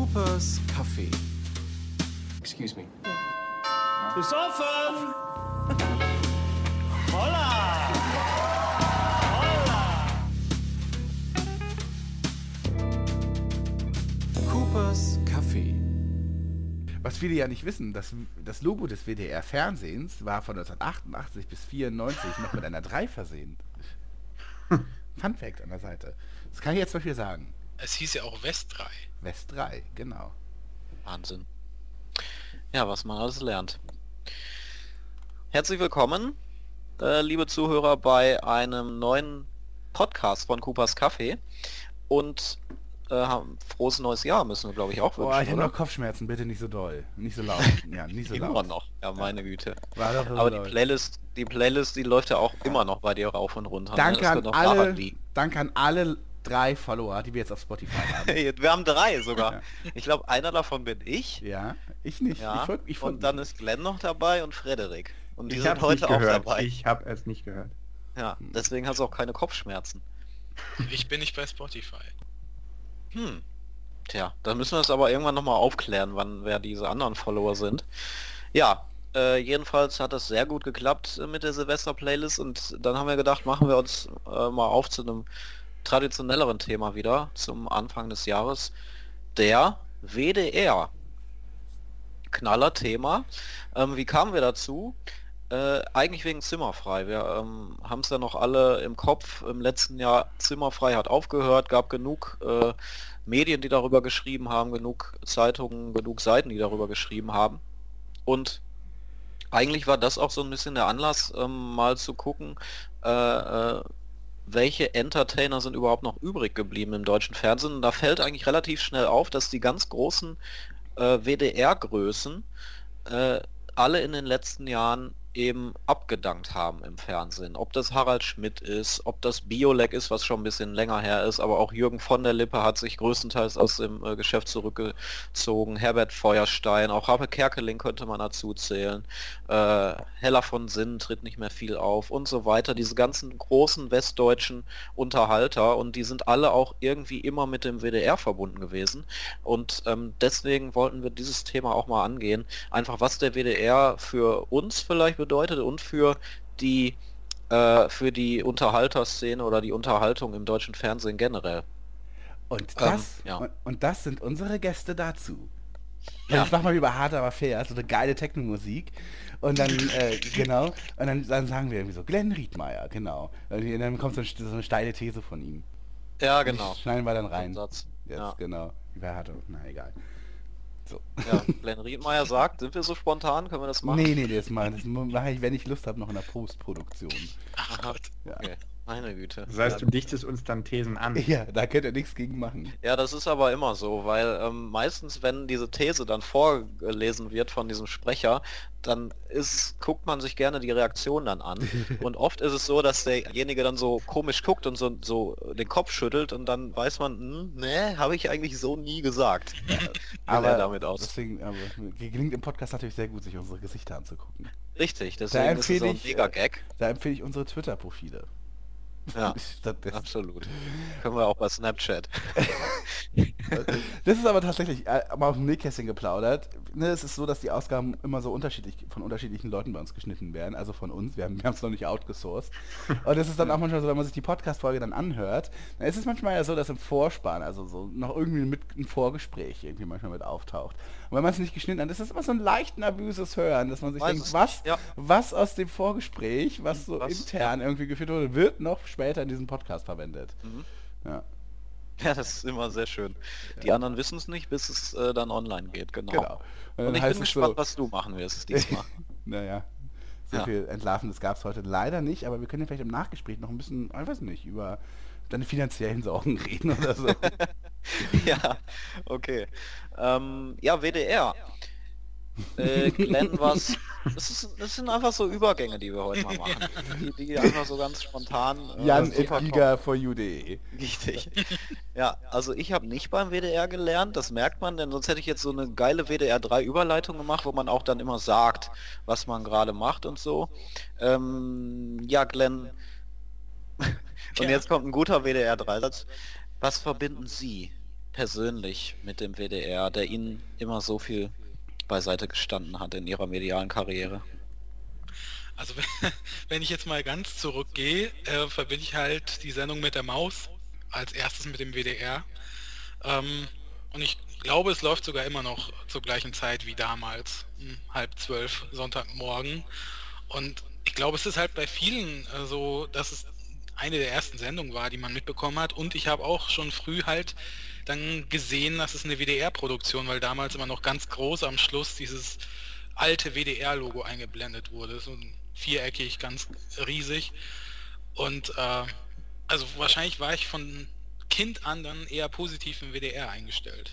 Coopers Café. Excuse me. Ist offen! Holla! Holla! Coopers Café. Was viele ja nicht wissen, das Logo des WDR-Fernsehens war von 1988 bis 1994 noch mit einer 3 versehen. Fun Fact an der Seite. Das kann ich jetzt zum Beispiel sagen. Es hieß ja auch West 3. West 3, genau. Wahnsinn. Ja, was man alles lernt. Herzlich willkommen, liebe Zuhörer, bei einem neuen Podcast von Coopers Café. Und frohes neues Jahr müssen wir, glaube ich, auch wünschen. Boah, ich habe noch Kopfschmerzen, bitte nicht so doll. Nicht so laut. Ja, nicht so laut. Immer noch, ja, meine Güte. War doch so Aber laut. die Playlist, die läuft ja auch immer noch bei dir rauf und runter. Danke, ne? Das an wird noch alle, daran liegen. danke an alle 3 Follower, die wir jetzt auf Spotify haben. Wir haben 3 sogar. Ja. Ich glaube, einer davon bin ich. Ja, ich nicht. Ja. Ich Und dann ist Glenn noch dabei und Frederik. Und die Ich sind habe heute nicht auch gehört. dabei. Ich habe es nicht gehört. Ja, deswegen hast du auch keine Kopfschmerzen. Ich bin nicht bei Spotify. Tja, dann müssen wir es aber irgendwann nochmal aufklären, wer diese anderen Follower sind. Ja, jedenfalls hat das sehr gut geklappt mit der Silvester-Playlist und dann haben wir gedacht, machen wir uns mal auf zu einem traditionelleren Thema wieder zum Anfang des Jahres. Der WDR. Knaller-Thema. Wie kamen wir dazu? Eigentlich wegen Zimmerfrei. Wir haben es ja noch alle im Kopf. Im letzten Jahr Zimmerfrei hat aufgehört, gab genug Medien, die darüber geschrieben haben, genug Zeitungen, genug Seiten, die darüber geschrieben haben. Und eigentlich war das auch so ein bisschen der Anlass, mal zu gucken, welche Entertainer sind überhaupt noch übrig geblieben im deutschen Fernsehen. Und da fällt eigentlich relativ schnell auf, dass die ganz großen WDR-Größen alle in den letzten Jahren eben abgedankt haben im Fernsehen. Ob das Harald Schmidt ist, ob das Biolek ist, was schon ein bisschen länger her ist, aber auch Jürgen von der Lippe hat sich größtenteils aus dem Geschäft zurückgezogen, Herbert Feuerstein, auch Harpe Kerkeling könnte man dazu zählen, Hella von Sinnen tritt nicht mehr viel auf und so weiter. Diese ganzen großen westdeutschen Unterhalter und die sind alle auch irgendwie immer mit dem WDR verbunden gewesen und deswegen wollten wir dieses Thema auch mal angehen. Einfach was der WDR für uns vielleicht bedeutet und für die Unterhalterszene oder die Unterhaltung im deutschen Fernsehen generell. Und das, ja. und das sind unsere Gäste dazu. Ja. Ja. Ich mach mal über hart aber fair, so eine geile Techno-Musik. Und dann, genau, und dann sagen wir irgendwie so, Glenn Riedmeier, genau. Und dann kommt so eine steile These von ihm. Ja, genau. Die schneiden wir dann rein. Satz. Jetzt, Ja. genau. Wie bei hart, na egal. So. Ja, Glenn Riedmeier sagt, sind wir so spontan, können wir das machen? Nee, das mache ich, wenn ich Lust habe, noch in der Postproduktion. Ach Aha. Gott. Ja. Okay. Meine Güte. Das heißt, du dichtest uns dann Thesen an. Ja, da könnt ihr nichts gegen machen. Ja, das ist aber immer so, weil meistens, wenn diese These dann vorgelesen wird von diesem Sprecher, dann guckt man sich gerne die Reaktion dann an. Und oft ist es so, dass derjenige dann so komisch guckt und so den Kopf schüttelt und dann weiß man, nee, habe ich eigentlich so nie gesagt. Aber damit aus. deswegen, gelingt im Podcast natürlich sehr gut, sich unsere Gesichter anzugucken. Richtig, deswegen ist es so ein Mega-Gag. Da empfehle ich unsere Twitter-Profile. Ja, Das absolut. Können wir auch bei Snapchat. ist aber tatsächlich mal auf dem Nähkästchen geplaudert. Ne, es ist so, dass die Ausgaben immer so von unterschiedlichen Leuten bei uns geschnitten werden. Also von uns, wir haben es noch nicht outgesourced. Und es ist dann auch manchmal so, wenn man sich die Podcast-Folge dann anhört, dann ist es manchmal ja so, dass im Vorspann, also so noch irgendwie mit ein Vorgespräch irgendwie manchmal mit auftaucht. Und wenn man es nicht geschnitten hat, ist das immer so ein leicht nervöses Hören, dass man sich denkt, was aus dem Vorgespräch, was so intern irgendwie geführt wurde, wird noch später in diesem Podcast verwendet. Mhm. Ja. Ja, das ist immer sehr schön. Die anderen wissen es nicht, bis es dann online geht, genau. Und ich bin gespannt, was du machen wirst diesmal. Naja, so viel Entlarvendes gab es heute leider nicht, aber wir können ja vielleicht im Nachgespräch noch ein bisschen, ich weiß nicht, über deine finanziellen Sorgen reden oder so. Ja, okay. Ja, WDR. Glenn, das sind einfach so Übergänge, die wir heute mal machen. Die einfach so ganz spontan... Jan@giga4u.de. Richtig. Ja, also ich habe nicht beim WDR gelernt, das merkt man, denn sonst hätte ich jetzt so eine geile WDR 3 Überleitung gemacht, wo man auch dann immer sagt, was man gerade macht und so. Ja, Glenn. Und jetzt kommt ein guter WDR 3 Satz. Was verbinden Sie persönlich mit dem WDR, der Ihnen immer so viel beiseite gestanden hat in Ihrer medialen Karriere? Also wenn ich jetzt mal ganz zurückgehe, verbinde ich halt die Sendung mit der Maus als erstes mit dem WDR. Und ich glaube, es läuft sogar immer noch zur gleichen Zeit wie damals, 11:30 Sonntagmorgen. Und ich glaube, es ist halt bei vielen so, dass es eine der ersten Sendungen war, die man mitbekommen hat. Und ich habe auch schon früh halt dann gesehen, dass es eine WDR-Produktion, weil damals immer noch ganz groß am Schluss dieses alte WDR-Logo eingeblendet wurde. So ein viereckig, ganz riesig. Und also wahrscheinlich war ich von Kind an dann eher positiv im WDR eingestellt.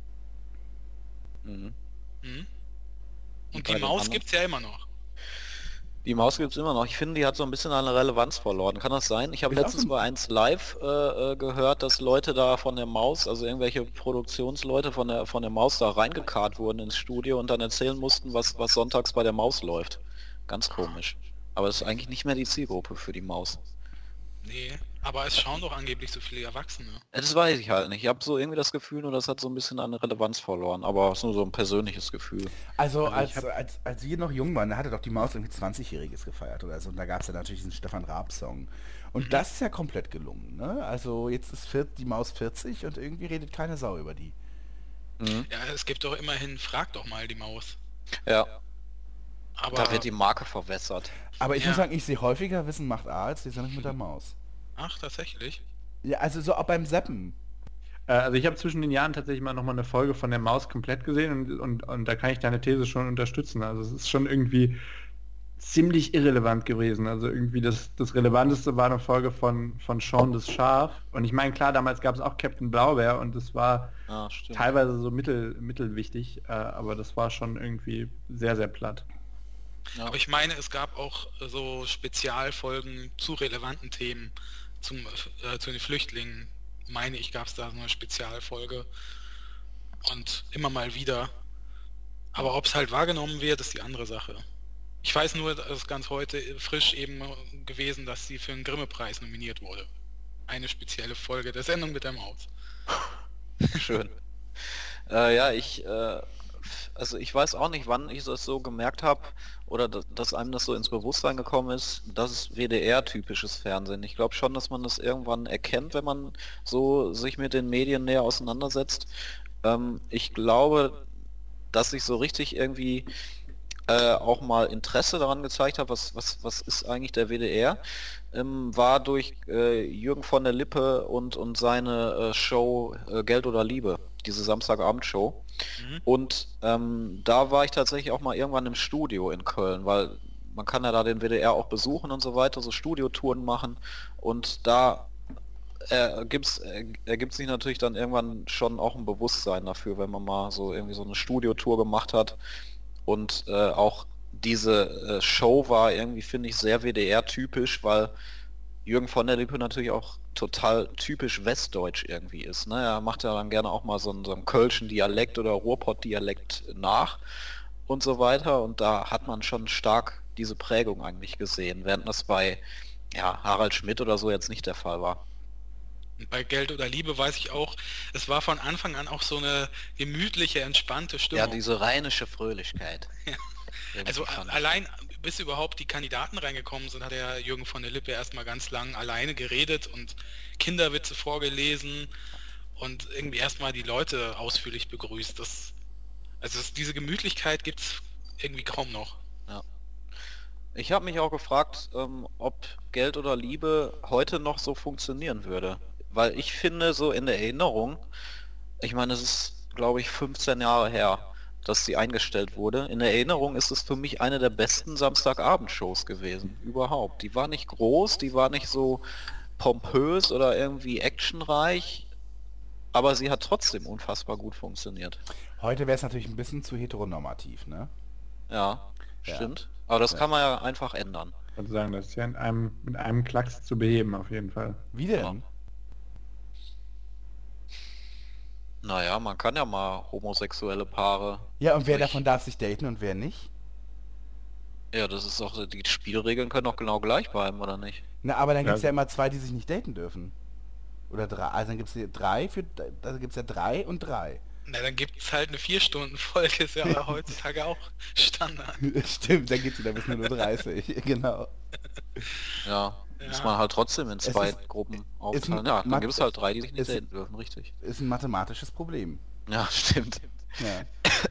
Mhm. Mhm. Und bei die den Maus anderen? gibt's ja immer noch. Die Maus gibt es immer noch. Ich finde, die hat so ein bisschen eine Relevanz verloren. Kann das sein? Ich habe Ist auch letztens so- bei 1 Live gehört, dass Leute da von der Maus, also irgendwelche Produktionsleute von der Maus da reingekarrt wurden ins Studio und dann erzählen mussten, was sonntags bei der Maus läuft. Ganz komisch. Aber es ist eigentlich nicht mehr die Zielgruppe für die Maus. Nee, aber es schauen doch angeblich so viele Erwachsene. Das weiß ich halt nicht. Ich habe so irgendwie das Gefühl, nur das hat so ein bisschen an Relevanz verloren. Aber es ist nur so ein persönliches Gefühl. Also Also ich als wir noch jung waren, da hatte doch die Maus irgendwie 20-Jähriges gefeiert oder so. Und da gab es ja natürlich diesen Stefan Raab-Song. Und das ist ja komplett gelungen, ne? Also jetzt ist die Maus 40 und irgendwie redet keine Sau über die. Mhm. Ja, es gibt doch immerhin, frag doch mal die Maus. Ja, Aber da wird die Marke verwässert. Aber ich Ja. muss sagen, ich sehe häufiger Wissen macht A als die Sendung mit der Maus. ach, tatsächlich. Ja, also so auch beim Seppen. Also ich habe zwischen den Jahren tatsächlich mal nochmal eine Folge von der Maus komplett gesehen und da kann ich deine These schon unterstützen. Also es ist schon irgendwie ziemlich irrelevant gewesen. Also irgendwie das Relevanteste war eine Folge von Shaun das Schaf. Und ich meine, klar, damals gab es auch Captain Blaubeer und das war Ah, stimmt. teilweise so mittelwichtig, aber das war schon irgendwie sehr, sehr platt. Ja. Aber ich meine, es gab auch so Spezialfolgen zu relevanten Themen zu den Flüchtlingen. Meine ich, gab es da so eine Spezialfolge. Und immer mal wieder. Aber ob es halt wahrgenommen wird, ist die andere Sache. Ich weiß nur, dass es ganz heute frisch eben gewesen, dass sie für den Grimme-Preis nominiert wurde. Eine spezielle Folge der Sendung mit der Maus. Schön. Ja, also ich weiß auch nicht, wann ich das so gemerkt habe oder dass einem das so ins Bewusstsein gekommen ist, das ist WDR-typisches Fernsehen. Ich glaube schon, dass man das irgendwann erkennt, wenn man so sich mit den Medien näher auseinandersetzt. Ich glaube, dass ich so richtig irgendwie auch mal Interesse daran gezeigt habe, was ist eigentlich der WDR, war durch Jürgen von der Lippe und seine Show Geld oder Liebe, diese Samstagabendshow. Mhm. Und da war ich tatsächlich auch mal irgendwann im Studio in Köln, weil man kann ja da den WDR auch besuchen und so weiter, so Studiotouren machen und da ergibt sich natürlich dann irgendwann schon auch ein Bewusstsein dafür, wenn man mal so irgendwie so eine Studiotour gemacht hat. Und auch diese Show war irgendwie, finde ich, sehr WDR-typisch, weil Jürgen von der Lippe natürlich auch total typisch westdeutsch irgendwie ist. Ne? Er macht ja dann gerne auch mal so einen kölschen Dialekt oder Ruhrpott-Dialekt nach und so weiter. Und da hat man schon stark diese Prägung eigentlich gesehen, während das bei Harald Schmidt oder so jetzt nicht der Fall war. Und bei Geld oder Liebe weiß ich auch, es war von Anfang an auch so eine gemütliche, entspannte Stimmung. Ja, diese rheinische Fröhlichkeit. Ja. Irgendwie Also fand ich. allein bis überhaupt die Kandidaten reingekommen sind, hat der Jürgen von der Lippe erstmal ganz lang alleine geredet und Kinderwitze vorgelesen und irgendwie erstmal die Leute ausführlich begrüßt. Diese Gemütlichkeit gibt es irgendwie kaum noch. Ich habe mich auch gefragt, ob Geld oder Liebe heute noch so funktionieren würde. Weil ich finde, so in der Erinnerung, ich meine, es ist, glaube ich, 15 Jahre her, dass sie eingestellt wurde. In der Erinnerung ist es für mich eine der besten Samstagabendshows gewesen, überhaupt. Die war nicht groß, die war nicht so pompös oder irgendwie actionreich, aber sie hat trotzdem unfassbar gut funktioniert. Heute wäre es natürlich ein bisschen zu heteronormativ, ne? Ja, Ja. stimmt. Aber das Ja. kann man ja einfach ändern. Also sagen, das ist ja mit einem Klacks zu beheben, auf jeden Fall. Wie denn? Ja. Naja, man kann ja mal homosexuelle Paare. Ja, und wer sich- davon darf sich daten und wer nicht? Ja, das ist auch, die Spielregeln können doch genau gleich bleiben, oder nicht? Na, aber dann gibt es Ja. ja immer zwei, die sich nicht daten dürfen. Oder 3. Also dann gibt es 3 also gibt es ja 3 und 3. Na, dann gibt es halt eine 4-Stunden-Folge, ist ja heutzutage auch Standard. Stimmt, dann geht es wieder bis nur 30, genau. Ja, muss man halt trotzdem in 2 Gruppen aufteilen. Ja, dann gibt es halt 3, die sich nicht sehen dürfen, richtig. Ist ein mathematisches Problem. Ja, stimmt. Ja.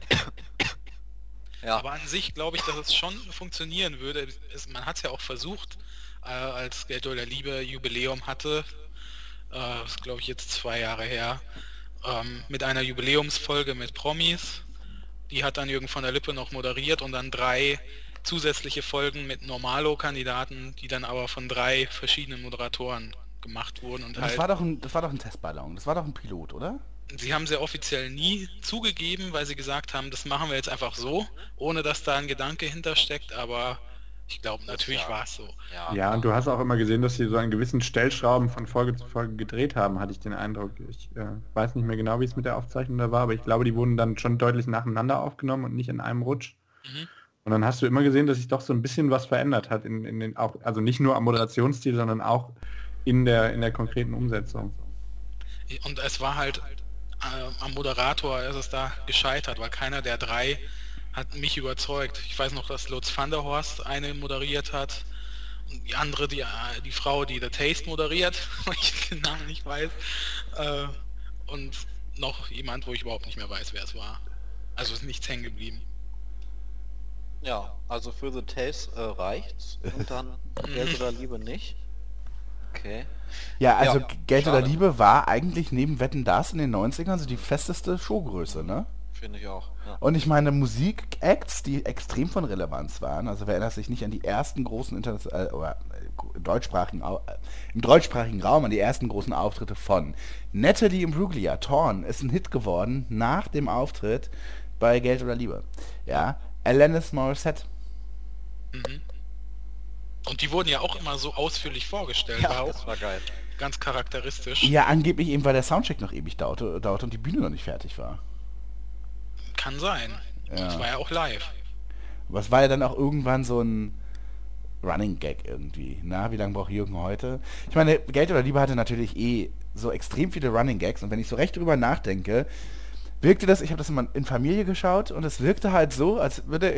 Ja. Aber an sich glaube ich, dass es schon funktionieren würde. Man hat es ja auch versucht, als Geld oder Liebe Jubiläum hatte, das ist glaube ich jetzt 2 Jahre her, mit einer Jubiläumsfolge mit Promis. Die hat dann Jürgen von der Lippe noch moderiert und dann 3 zusätzliche Folgen mit Normalo-Kandidaten, die dann aber von 3 verschiedenen Moderatoren gemacht wurden. Und das war doch ein Testballon, das war doch ein Pilot, oder? Sie haben sehr offiziell nie zugegeben, weil sie gesagt haben, das machen wir jetzt einfach so, ohne dass da ein Gedanke hintersteckt, aber ich glaube, natürlich war es so. Ja, und du hast auch immer gesehen, dass sie so an gewissen Stellschrauben von Folge zu Folge gedreht haben, hatte ich den Eindruck. Ich weiß nicht mehr genau, wie es mit der Aufzeichnung da war, aber ich glaube, die wurden dann schon deutlich nacheinander aufgenommen und nicht in einem Rutsch. Mhm. Und dann hast du immer gesehen, dass sich doch so ein bisschen was verändert hat, in den auch, also nicht nur am Moderationsstil, sondern auch in der konkreten Umsetzung. Und es war halt am Moderator ist es da gescheitert, weil keiner der 3 hat mich überzeugt. Ich weiß noch, dass Lutz van der Horst eine moderiert hat und die andere, die Frau, die The Taste moderiert, wo ich den Namen nicht weiß, und noch jemand, wo ich überhaupt nicht mehr weiß, wer es war. Also ist nichts hängen geblieben. Ja, also für The Taste reicht's und dann Geld oder Liebe nicht. Okay. Ja, also Geld oder Liebe war eigentlich neben Wetten, dass in den 90ern so die festeste Showgröße, ne? Finde ich auch. Ja. Und ich meine, Musik-Acts, die extrem von Relevanz waren, also wer erinnert sich nicht an die ersten großen im deutschsprachigen Raum, an die ersten großen Auftritte von Natalie Imbruglia, Torn, ist ein Hit geworden nach dem Auftritt bei Geld oder Liebe. Ja, Alanis Morissette. Mhm. Und die wurden ja auch immer so ausführlich vorgestellt, war auch geil. Ganz charakteristisch. Ja, angeblich eben, weil der Soundcheck noch ewig dauerte und die Bühne noch nicht fertig war. Kann sein. Ja. Das war ja auch live. Aber es war ja dann auch irgendwann so ein Running Gag irgendwie. Na, wie lange braucht Jürgen heute? Ich meine, Geld oder Liebe hatte natürlich so extrem viele Running Gags und wenn ich so recht drüber nachdenke, wirkte das, ich habe das immer in Familie geschaut und es wirkte halt so, als würde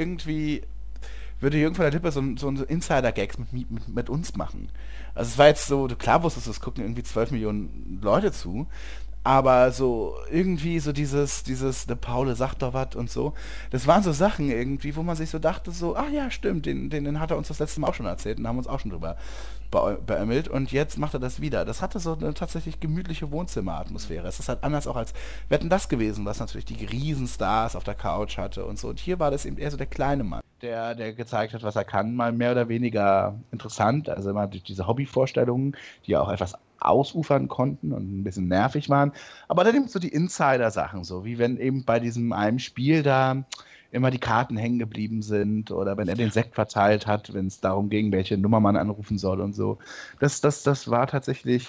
Jürgen von der Lippe so Insider-Gags mit uns machen. Also es war jetzt so, klar wusstest du, es gucken irgendwie 12 Millionen Leute zu, aber so irgendwie so dieses der Paule sagt doch was und so, das waren so Sachen irgendwie, wo man sich so dachte, so, ach ja, stimmt, den hat er uns das letzte Mal auch schon erzählt und haben uns auch schon drüber beömmelt und jetzt macht er das wieder. Das hatte so eine tatsächlich gemütliche Wohnzimmeratmosphäre. Es ist halt anders auch als Wetten, das gewesen, was natürlich die Riesenstars auf der Couch hatte und so. Und hier war das eben eher so der kleine Mann, der gezeigt hat, was er kann, mal mehr oder weniger interessant, also immer durch diese Hobbyvorstellungen, die ja auch etwas ausufern konnten und ein bisschen nervig waren, aber dann eben so die Insider-Sachen, so wie wenn eben bei diesem einem Spiel da immer die Karten hängen geblieben sind oder wenn er den Sekt verteilt hat, wenn es darum ging, welche Nummer man anrufen soll und so. Das war tatsächlich,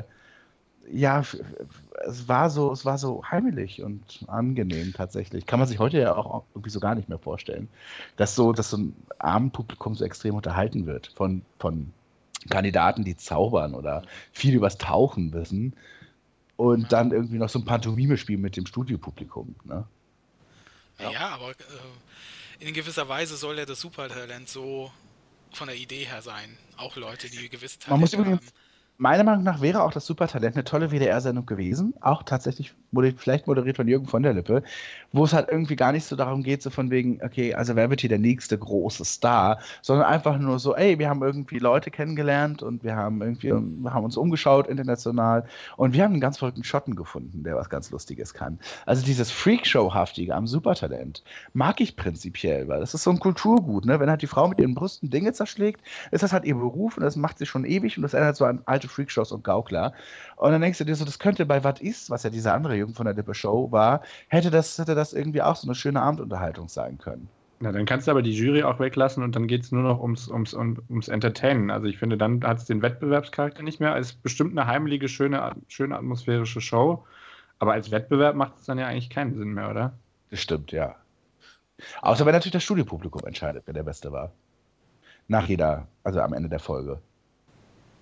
ja, es war so heimelig und angenehm tatsächlich. Kann man sich heute ja auch irgendwie so gar nicht mehr vorstellen, dass so ein Abendpublikum so extrem unterhalten wird von Kandidaten, die zaubern oder viel übers Tauchen wissen und dann irgendwie noch so ein Pantomime-Spiel mit dem Studiopublikum, ne? Ja, aber in gewisser Weise soll ja das Supertalent so von der Idee her sein. Auch Leute, die gewisse Talente Man muss übrigens, haben. meiner Meinung nach wäre auch das Supertalent eine tolle WDR-Sendung gewesen, auch tatsächlich vielleicht moderiert von Jürgen von der Lippe, wo es halt irgendwie gar nicht so darum geht, so von wegen, okay, also wer wird hier der nächste große Star, sondern einfach nur so, ey, wir haben irgendwie Leute kennengelernt und wir haben uns umgeschaut international und wir haben einen ganz verrückten Schotten gefunden, der was ganz Lustiges kann. Also dieses Freakshow-haftige am Supertalent mag ich prinzipiell, weil das ist so ein Kulturgut, ne? Wenn halt die Frau mit ihren Brüsten Dinge zerschlägt, ist das halt ihr Beruf und das macht sie schon ewig und das erinnert so an alte Freakshows und Gaukler. Und dann denkst du dir so, das könnte bei Was ist, was ja diese andere Jürgen von der Lippe Show war, hätte das irgendwie auch so eine schöne Abendunterhaltung sein können. Na, dann kannst du aber die Jury auch weglassen und dann geht es nur noch ums Entertainen. Also ich finde, dann hat es den Wettbewerbscharakter nicht mehr. Es ist bestimmt eine heimelige, schöne atmosphärische Show, aber als Wettbewerb macht es dann ja eigentlich keinen Sinn mehr, oder? Das stimmt, ja. Außer wenn natürlich das Studiopublikum entscheidet, wer der Beste war. Also am Ende der Folge.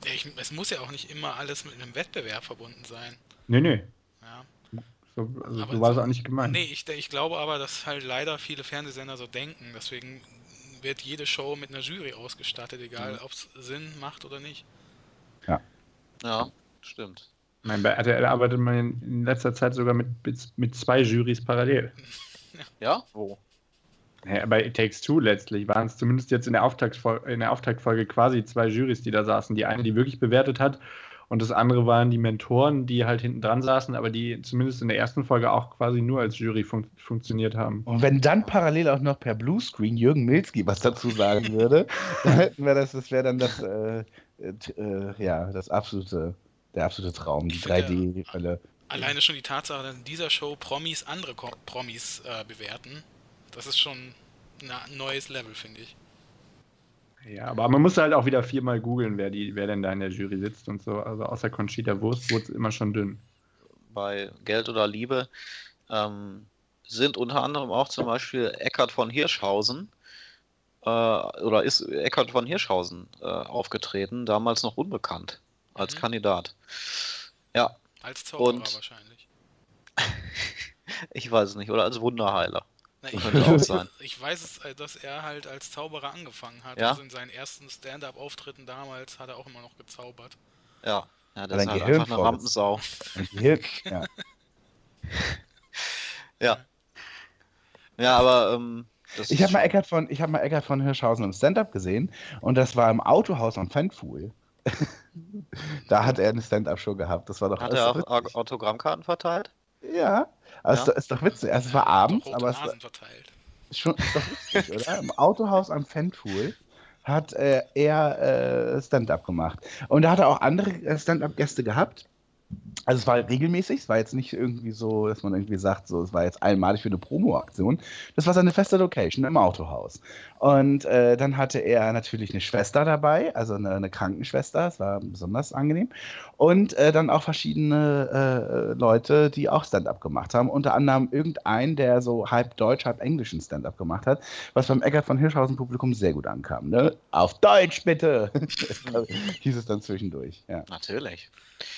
Es muss ja auch nicht immer alles mit einem Wettbewerb verbunden sein. Nee. Ja. So, also Aber so war es so- auch nicht gemeint. Nee, ich glaube aber, dass halt leider viele Fernsehsender so denken. Deswegen wird jede Show mit einer Jury ausgestattet, egal ob es Sinn macht oder nicht. Ja, stimmt. Nein, bei RTL arbeitet man in letzter Zeit sogar mit 2 Jurys parallel. Ja? Wo? Ja, bei It Takes Two letztlich waren es zumindest jetzt in der Auftaktfolge quasi 2 Jurys, die da saßen. Die eine, die wirklich bewertet hat, und das andere waren die Mentoren, die halt hinten dran saßen, aber die zumindest in der ersten Folge auch quasi nur als Jury funktioniert haben. Und wenn dann parallel auch noch per Bluescreen Jürgen Milzki was dazu sagen würde, dann hätten wir das wäre dann der absolute Traum, die Ich finde 3D-Hölle. Alleine schon die Tatsache, dass in dieser Show Promis andere Promis bewerten, das ist schon ein neues Level, finde ich. Ja, aber man musste halt auch wieder 4-mal googeln, wer denn da in der Jury sitzt und so. Also außer Conchita Wurst wurde es immer schon dünn. Bei Geld oder Liebe sind unter anderem auch zum Beispiel Eckhard von Hirschhausen ist Eckhard von Hirschhausen aufgetreten, damals noch unbekannt als Kandidat. Ja, Als Zauberer Und- wahrscheinlich. ich weiß es nicht, oder als Wunderheiler. Na, Könnte auch sein. Ich weiß es, dass er halt als Zauberer angefangen hat. Ja? Also in seinen ersten Stand-Up-Auftritten damals hat er auch immer noch gezaubert. Ja, der Weil ist ein halt Gehirn einfach eine Rampensau. Und hier, ja. Ja. Ja, aber Ich habe mal Eckhard von Hirschhausen im Stand-Up gesehen und das war im Autohaus am Fanfuhl. Da hat er eine Stand-Up-Show gehabt. Das war doch Hat das er ist doch auch witzig. Autogrammkarten verteilt? Ja, aber Ja. ist doch witzig. Also es war abends, Rote aber es war Nasen verteilt. ist doch witzig, oder? Im Autohaus am Fanfuhl hat er Stand-Up gemacht. Und da hat er auch andere Stand-Up-Gäste gehabt. Also es war regelmäßig, es war jetzt nicht irgendwie so, dass man irgendwie sagt, so, es war jetzt einmalig für eine Promo-Aktion. Das war seine feste Location im Autohaus. Und dann hatte er natürlich eine Schwester dabei, also eine Krankenschwester, das war besonders angenehm. Und dann auch verschiedene Leute, die auch Stand-Up gemacht haben. Unter anderem irgendein, der so halb Deutsch, halb englischen Stand-Up gemacht hat, was beim Eckhard von Hirschhausen Publikum sehr gut ankam. Ne? Auf Deutsch bitte! Hieß es dann zwischendurch. Ja. Natürlich.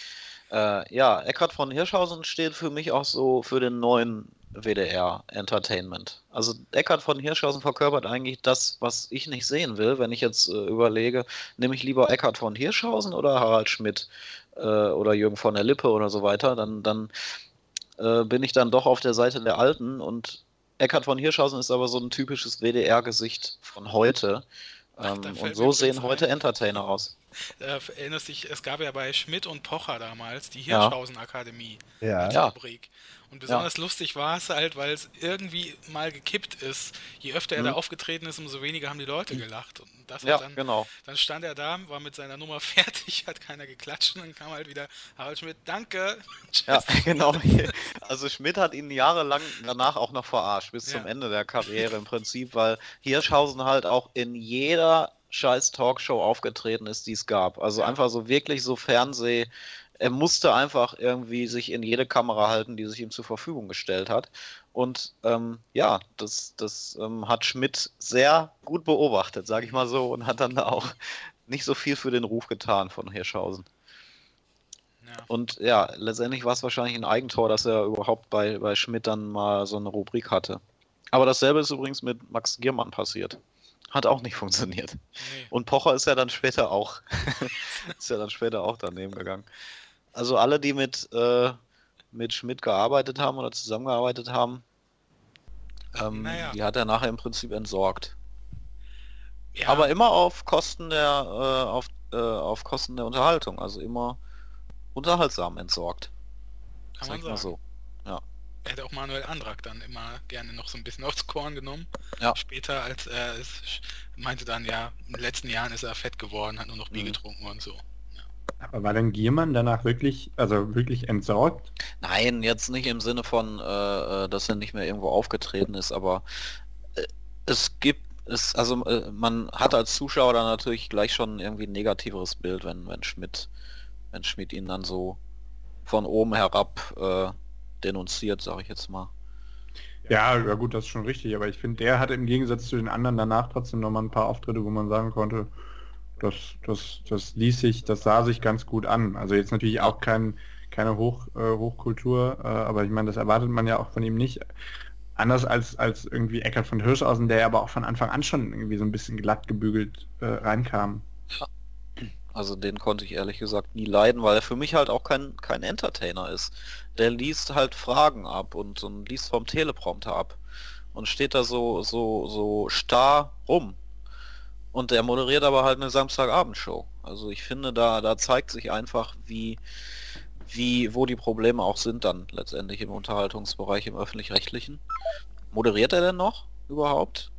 Ja, Eckhard von Hirschhausen steht für mich auch so für den neuen WDR Entertainment. Also Eckhard von Hirschhausen verkörpert eigentlich das, was ich nicht sehen will, wenn ich jetzt überlege, nehme ich lieber Eckhard von Hirschhausen oder Harald Schmidt oder Jürgen von der Lippe oder so weiter, dann bin ich dann doch auf der Seite der Alten, und Eckhard von Hirschhausen ist aber so ein typisches WDR-Gesicht von heute. Da fällt Und mir so sehen übrigens heute ein. Entertainer aus. Erinnerst dich, es gab ja bei Schmidt und Pocher damals die Ja. Hirschhausen-Akademie Ja. als Ja. Rubrik. Und besonders lustig war es halt, weil es irgendwie mal gekippt ist. Je öfter er da aufgetreten ist, umso weniger haben die Leute gelacht. Und das Ja, hat dann, genau. dann stand er da, war mit seiner Nummer fertig, hat keiner geklatscht, und dann kam halt wieder Harald Schmidt, danke. Ja, Tschüss. genau. Also Schmidt hat ihn jahrelang danach auch noch verarscht, bis zum Ja. Ende der Karriere im Prinzip, weil Hirschhausen halt auch in jeder scheiß Talkshow aufgetreten ist, die es gab. Also einfach so wirklich so er musste einfach irgendwie sich in jede Kamera halten, die sich ihm zur Verfügung gestellt hat. Und ja, das hat Schmidt sehr gut beobachtet, sage ich mal so, und hat dann da auch nicht so viel für den Ruf getan von Hirschhausen. Ja. Und ja, letztendlich war es wahrscheinlich ein Eigentor, dass er überhaupt bei Schmidt dann mal so eine Rubrik hatte. Aber dasselbe ist übrigens mit Max Giermann passiert. Hat auch nicht funktioniert. Nee. Und Pocher ist ja dann später auch daneben gegangen. Also alle, die mit Schmidt gearbeitet haben oder zusammengearbeitet haben, Naja. die hat er nachher im Prinzip entsorgt. Ja, Aber immer auf Kosten der auf Kosten der Unterhaltung, also immer unterhaltsam entsorgt. kann Sag man ich mal sagen. so. Er hätte auch Manuel Andrak dann immer gerne noch so ein bisschen aufs Korn genommen. Ja. Später, als er meinte dann, ja, in den letzten Jahren ist er fett geworden, hat nur noch Bier getrunken und so. Aber war denn Giermann danach wirklich entsorgt? Nein, jetzt nicht im Sinne von, dass er nicht mehr irgendwo aufgetreten ist, aber man hat als Zuschauer dann natürlich gleich schon irgendwie ein negativeres Bild, wenn Schmidt ihn dann so von oben herab denunziert, sage ich jetzt mal. Ja, gut, das ist schon richtig, aber ich finde, der hatte im Gegensatz zu den anderen danach trotzdem noch mal ein paar Auftritte, wo man sagen konnte, das sah sich ganz gut an. Also jetzt natürlich auch keine Hochkultur, aber ich meine, das erwartet man ja auch von ihm nicht. Anders als irgendwie Eckhard von Hirschhausen, der aber auch von Anfang an schon irgendwie so ein bisschen glatt gebügelt reinkam. Ja. Also den konnte ich ehrlich gesagt nie leiden, weil er für mich halt auch kein Entertainer ist. Der liest halt Fragen ab und liest vom Teleprompter ab und steht da so starr rum. Und der moderiert aber halt eine Samstagabendshow. Also ich finde, da zeigt sich einfach, wo die Probleme auch sind dann letztendlich im Unterhaltungsbereich, im Öffentlich-Rechtlichen. Moderiert er denn noch überhaupt?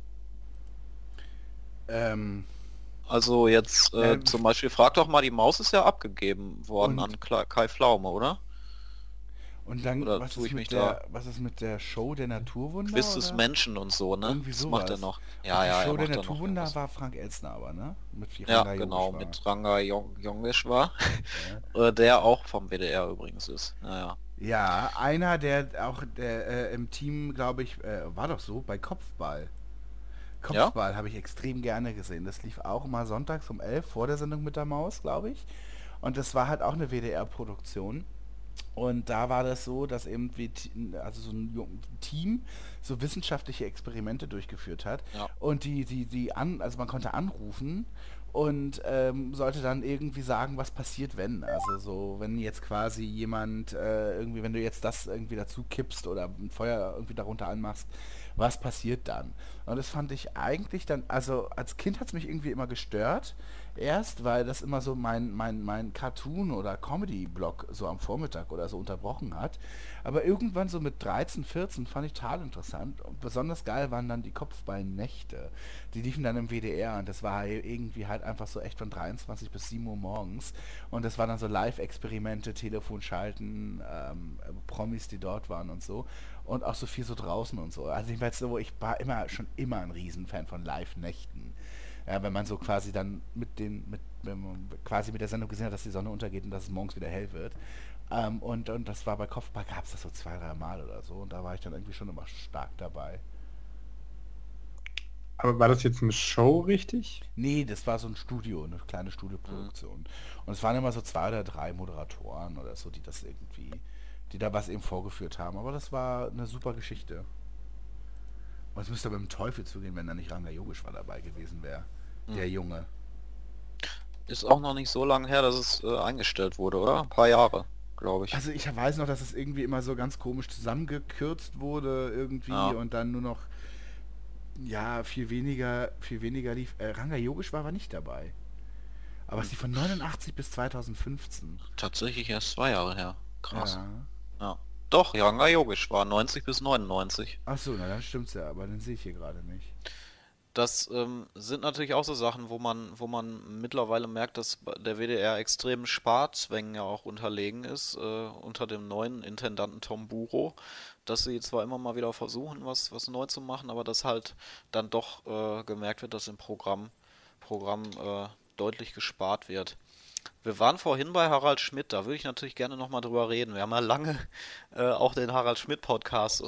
Also jetzt zum Beispiel, frag doch mal, die Maus ist ja abgegeben worden an Kai Pflaume, oder? Und dann, Oder was tue ich mich was ist mit der Show der Naturwunder? Quiz des Menschen und so, ne? Irgendwie Das sowas. macht er noch. Die Ja, Show er der macht da noch Naturwunder irgendwas. war Frank Elstner aber, ne? Mit Ja, Ranga genau, Yogeshwar. mit Ranga Yogeshwar, der auch vom WDR übrigens ist. Naja. Ja, einer, der im Team, glaube ich, war doch so, bei Kopfball. Kopfball habe ich extrem gerne gesehen. Das lief auch immer sonntags um 11 vor der Sendung mit der Maus, glaube ich. Und das war halt auch eine WDR-Produktion. Und da war das so, dass eben also so ein Team so wissenschaftliche Experimente durchgeführt hat. Ja. Und also man konnte anrufen und sollte dann irgendwie sagen, was passiert, wenn. Also so, wenn jetzt quasi jemand irgendwie, wenn du jetzt das irgendwie dazu kippst oder ein Feuer irgendwie darunter anmachst, was passiert dann? Und das fand ich eigentlich dann, also als Kind hat es mich irgendwie immer gestört. Erst, weil das immer so mein Cartoon- oder Comedy-Blog so am Vormittag oder so unterbrochen hat. Aber irgendwann so mit 13, 14 fand ich total interessant. Und besonders geil waren dann die Kopfballnächte. Die liefen dann im WDR und das war irgendwie halt einfach so echt von 23 bis 7 Uhr morgens. Und das waren dann so Live-Experimente, Telefonschalten, Promis, die dort waren und so. Und auch so viel so draußen und so. Also ich weiß so, ich war schon immer ein Riesenfan von Live-Nächten. Ja, wenn man so quasi dann wenn man quasi mit der Sendung gesehen hat, dass die Sonne untergeht und dass es morgens wieder hell wird. Und das war bei Kopfball, gab es das so 2, 3 Mal oder so. Und da war ich dann irgendwie schon immer stark dabei. Aber war das jetzt eine Show, richtig? Nee, das war so ein Studio, eine kleine Studioproduktion. Und es waren immer so 2 oder 3 Moderatoren oder so, die da was eben vorgeführt haben. Aber das war eine super Geschichte. Und es müsste aber mit dem Teufel zugehen, wenn da nicht Ranga Yogeshwar dabei gewesen wäre. Der Junge. Ist auch noch nicht so lange her, dass es eingestellt wurde, oder? Ein paar Jahre, glaube ich. Also ich weiß noch, dass es irgendwie immer so ganz komisch zusammengekürzt wurde irgendwie und dann nur noch viel weniger lief. Ranga Yogeshwar war nicht dabei. Aber es lief von 89 bis 2015. Tatsächlich erst 2 Jahre her. Krass. Ja. Ja. Doch, Ranga Yogeshwar, 90 bis 99. Achso, na dann stimmt's ja, aber den sehe ich hier gerade nicht. Das sind natürlich auch so Sachen, wo man mittlerweile merkt, dass der WDR extrem Sparzwängen ja auch unterlegen ist, unter dem neuen Intendanten Tom Buro, dass sie zwar immer mal wieder versuchen, was neu zu machen, aber dass halt dann doch gemerkt wird, dass im Programm deutlich gespart wird. Wir waren vorhin bei Harald Schmidt, da würde ich natürlich gerne nochmal drüber reden. Wir haben ja lange auch den Harald Schmidt Podcast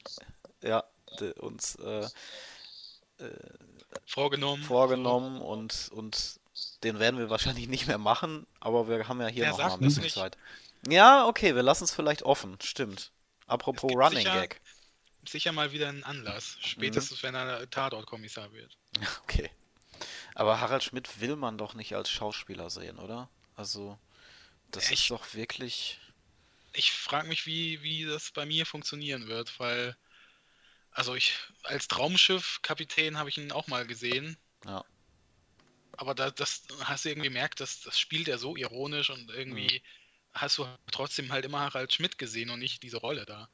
vorgenommen und den werden wir wahrscheinlich nicht mehr machen, aber wir haben ja hier noch mal ein bisschen Zeit. Ja, okay, wir lassen es vielleicht offen, stimmt. Apropos Running Gag. Sicher mal wieder ein Anlass, spätestens wenn er Tatortkommissar wird. Okay. Aber Harald Schmidt will man doch nicht als Schauspieler sehen, oder? Also, das ist doch wirklich... Ich frage mich, wie das bei mir funktionieren wird, weil... Also als Traumschiff-Kapitän habe ich ihn auch mal gesehen. Ja. Aber das hast du irgendwie gemerkt, das spielt er so ironisch und irgendwie hast du trotzdem halt immer Harald Schmidt gesehen und nicht diese Rolle da.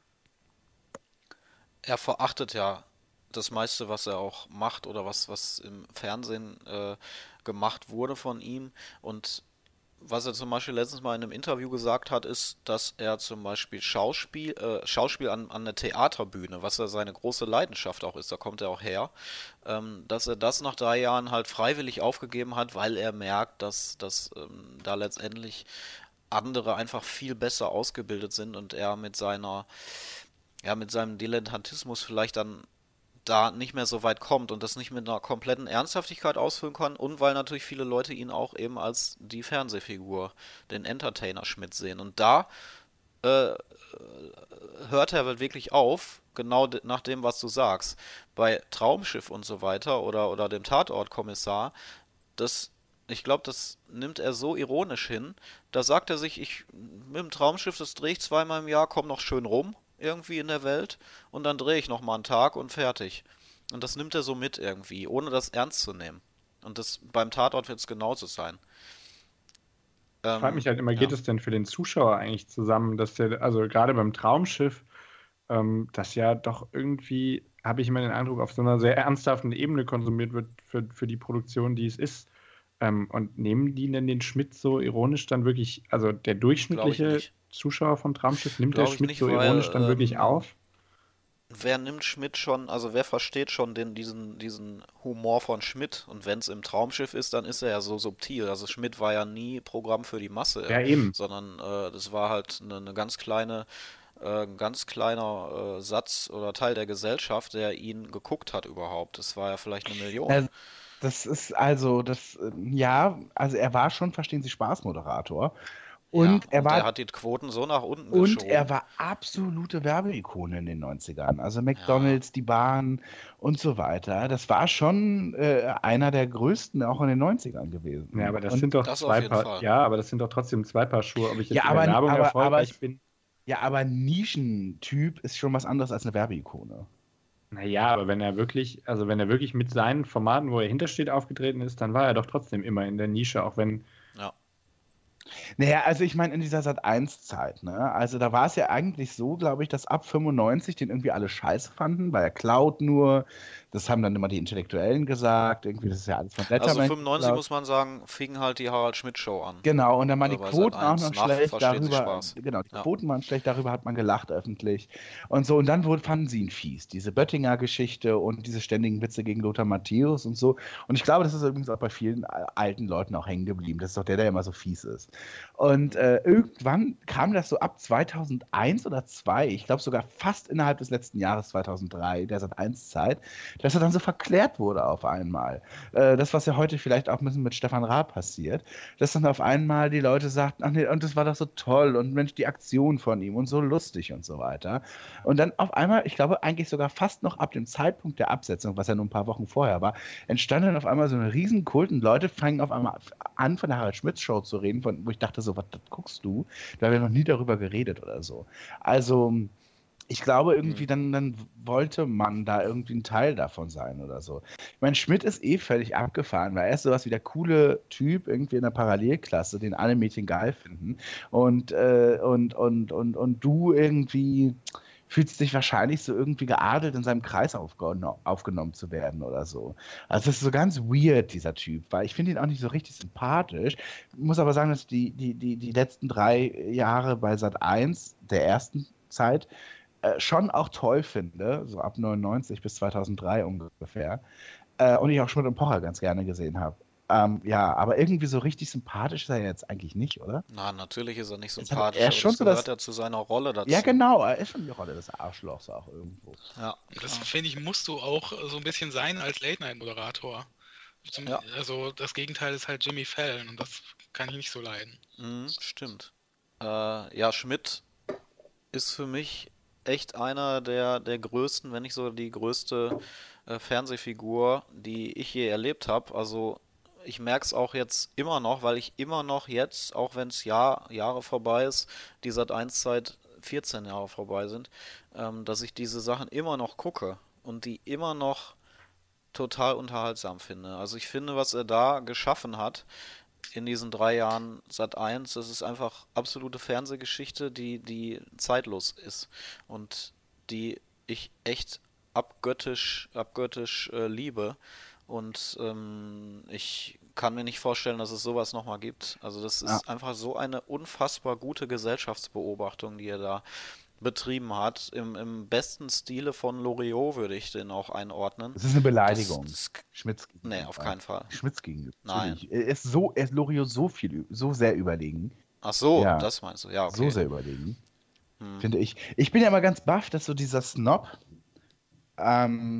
Er verachtet ja das meiste, was er auch macht oder was im Fernsehen gemacht wurde von ihm. Und was er zum Beispiel letztens mal in einem Interview gesagt hat, ist, dass er zum Beispiel Schauspiel an der Theaterbühne, was ja seine große Leidenschaft auch ist, da kommt er auch her, dass er das nach 3 Jahren halt freiwillig aufgegeben hat, weil er merkt, dass da letztendlich andere einfach viel besser ausgebildet sind und er mit seinem Dilettantismus vielleicht dann da nicht mehr so weit kommt und das nicht mit einer kompletten Ernsthaftigkeit ausfüllen kann und weil natürlich viele Leute ihn auch eben als die Fernsehfigur, den Entertainer Schmidt sehen. Und da äh, hört er halt wirklich auf, genau nach dem, was du sagst. Bei Traumschiff und so weiter oder dem Tatortkommissar, ich glaube, das nimmt er so ironisch hin. Da sagt er sich, ich mit dem Traumschiff, das drehe ich zweimal im Jahr, komm noch schön rum irgendwie in der Welt und dann drehe ich noch mal einen Tag und fertig. Und das nimmt er so mit irgendwie, ohne das ernst zu nehmen. Und das beim Tatort wird es genauso sein. Ich frage mich halt immer, Ja. geht es denn für den Zuschauer eigentlich zusammen, dass der, also gerade beim Traumschiff, das ja doch irgendwie, habe ich immer den Eindruck, auf so einer sehr ernsthaften Ebene konsumiert wird für die Produktion, die es ist. Und nehmen die denn den Schmidt so ironisch dann wirklich, also der durchschnittliche nicht. Zuschauer vom Traumschiff, nimmt der Glaube ich Schmidt nicht, so weil, ironisch dann wirklich auf? Wer nimmt Schmidt schon, also wer versteht schon diesen Humor von Schmidt? Und wenn es im Traumschiff ist, dann ist er ja so subtil. Also Schmidt war ja nie Programm für die Masse, Ja, eben. sondern das war halt eine ganz kleiner Satz oder Teil der Gesellschaft, der ihn geguckt hat überhaupt. Das war ja vielleicht 1 Million. Das ist also, also er war schon, verstehen Sie, Spaßmoderator. Ja, Und er und war der hat die Quoten so nach unten Und geschoben. er war absolute Werbeikone in den 90ern. Also McDonald's, die Bahn und so weiter. Das war schon einer der größten auch in den 90ern gewesen. Ja, aber das Und, sind doch Das auf zwei jeden Paar, Fall. ja, aber das sind doch trotzdem zwei Paar Schuhe, ob ich jetzt Ja, in der Werbung erfolgreich bin. ja, aber Nischentyp ist schon was anderes als eine Werbeikone. Naja, aber wenn er wirklich mit seinen Formaten, wo er hintersteht, aufgetreten ist, dann war er doch trotzdem immer in der Nische, auch wenn. Ja. Naja, also ich meine in dieser Sat.1-Zeit, ne? Also da war es ja eigentlich so, glaube ich, dass ab 95 den irgendwie alle scheiße fanden, weil er klaut nur. Das haben dann immer die Intellektuellen gesagt. Irgendwie, das ist ja alles von Also Letterman 95 geklaut. muss man sagen, fing halt die Harald Schmidt Show an. Genau, und dann waren die Bei Quoten auch Sat.1 noch nach schlecht, Verstehen Sie darüber, Spaß. genau, die Ja. Quoten waren schlecht, darüber hat man gelacht öffentlich und so, und dann fanden sie ihn fies, diese Böttinger-Geschichte und diese ständigen Witze gegen Lothar Matthäus und so, und ich glaube, das ist übrigens auch bei vielen alten Leuten auch hängen geblieben, das ist doch der immer so fies ist. Und irgendwann kam das so ab 2001 oder 2002, ich glaube sogar fast innerhalb des letzten Jahres 2003, der Sat.1-Zeit, dass er dann so verklärt wurde auf einmal. Das, was ja heute vielleicht auch ein bisschen mit Stefan Raab passiert, dass dann auf einmal die Leute sagten, ach nee, und das war doch so toll und Mensch, die Aktion von ihm und so lustig und so weiter. Und dann auf einmal, ich glaube eigentlich sogar fast noch ab dem Zeitpunkt der Absetzung, was ja nur ein paar Wochen vorher war, entstand dann auf einmal so eine riesen Kult und Leute fangen auf einmal an, von der Harald Schmidt Show zu reden, wo ich dachte so, was das guckst du? Da haben wir noch nie darüber geredet oder so. Also ich glaube irgendwie, dann wollte man da irgendwie ein Teil davon sein oder so. Ich meine, Schmidt ist eh völlig abgefahren, weil er ist sowas wie der coole Typ irgendwie in der Parallelklasse, den alle Mädchen geil finden. Und du irgendwie fühlst dich wahrscheinlich so irgendwie geadelt in seinem Kreis aufgenommen zu werden oder so. Also das ist so ganz weird, dieser Typ, weil ich finde ihn auch nicht so richtig sympathisch. Ich muss aber sagen, dass die letzten 3 Jahre bei Sat.1, der ersten Zeit, schon auch toll finde, so ab 99 bis 2003 ungefähr. Und ich auch Schmidt und Pocher ganz gerne gesehen habe. Ja, aber irgendwie so richtig sympathisch ist er jetzt eigentlich nicht, oder? Na, natürlich ist er nicht Jetzt sympathisch, er aber schon das so gehört ja zu seiner Rolle dazu. Ja, genau, er ist schon die Rolle des Arschlochs auch irgendwo. Ja, Das klar. finde ich, musst du auch so ein bisschen sein als Late-Night-Moderator. Ja. Also das Gegenteil ist halt Jimmy Fallon und das kann ich nicht so leiden. Stimmt. Ja, Schmidt ist für mich echt einer der größten, wenn nicht so die größte Fernsehfigur, die ich je erlebt habe. Also ich merke es auch jetzt immer noch, weil ich immer noch jetzt, auch wenn es Jahre vorbei ist, die Sat.1-Zeit 14 Jahre vorbei sind, dass ich diese Sachen immer noch gucke und die immer noch total unterhaltsam finde. Also ich finde, was er da geschaffen hat in diesen 3 Jahren Sat.1, das ist einfach absolute Fernsehgeschichte, die zeitlos ist und die ich echt abgöttisch liebe. Und ich kann mir nicht vorstellen, dass es sowas nochmal gibt. Also das ist einfach so eine unfassbar gute Gesellschaftsbeobachtung, die er da betrieben hat. Im besten Stile von Loriot würde ich den auch einordnen. Das ist eine Beleidigung. Das, Schmitz gegenüber. nee, auf keinen Fall. Schmitz gegenüber. Nein. Natürlich. Er ist Loriot so sehr überlegen. Ach so, Ja. das meinst du. Ja, okay. So sehr überlegen. Finde ich. Ich bin ja immer ganz baff, dass so dieser Snob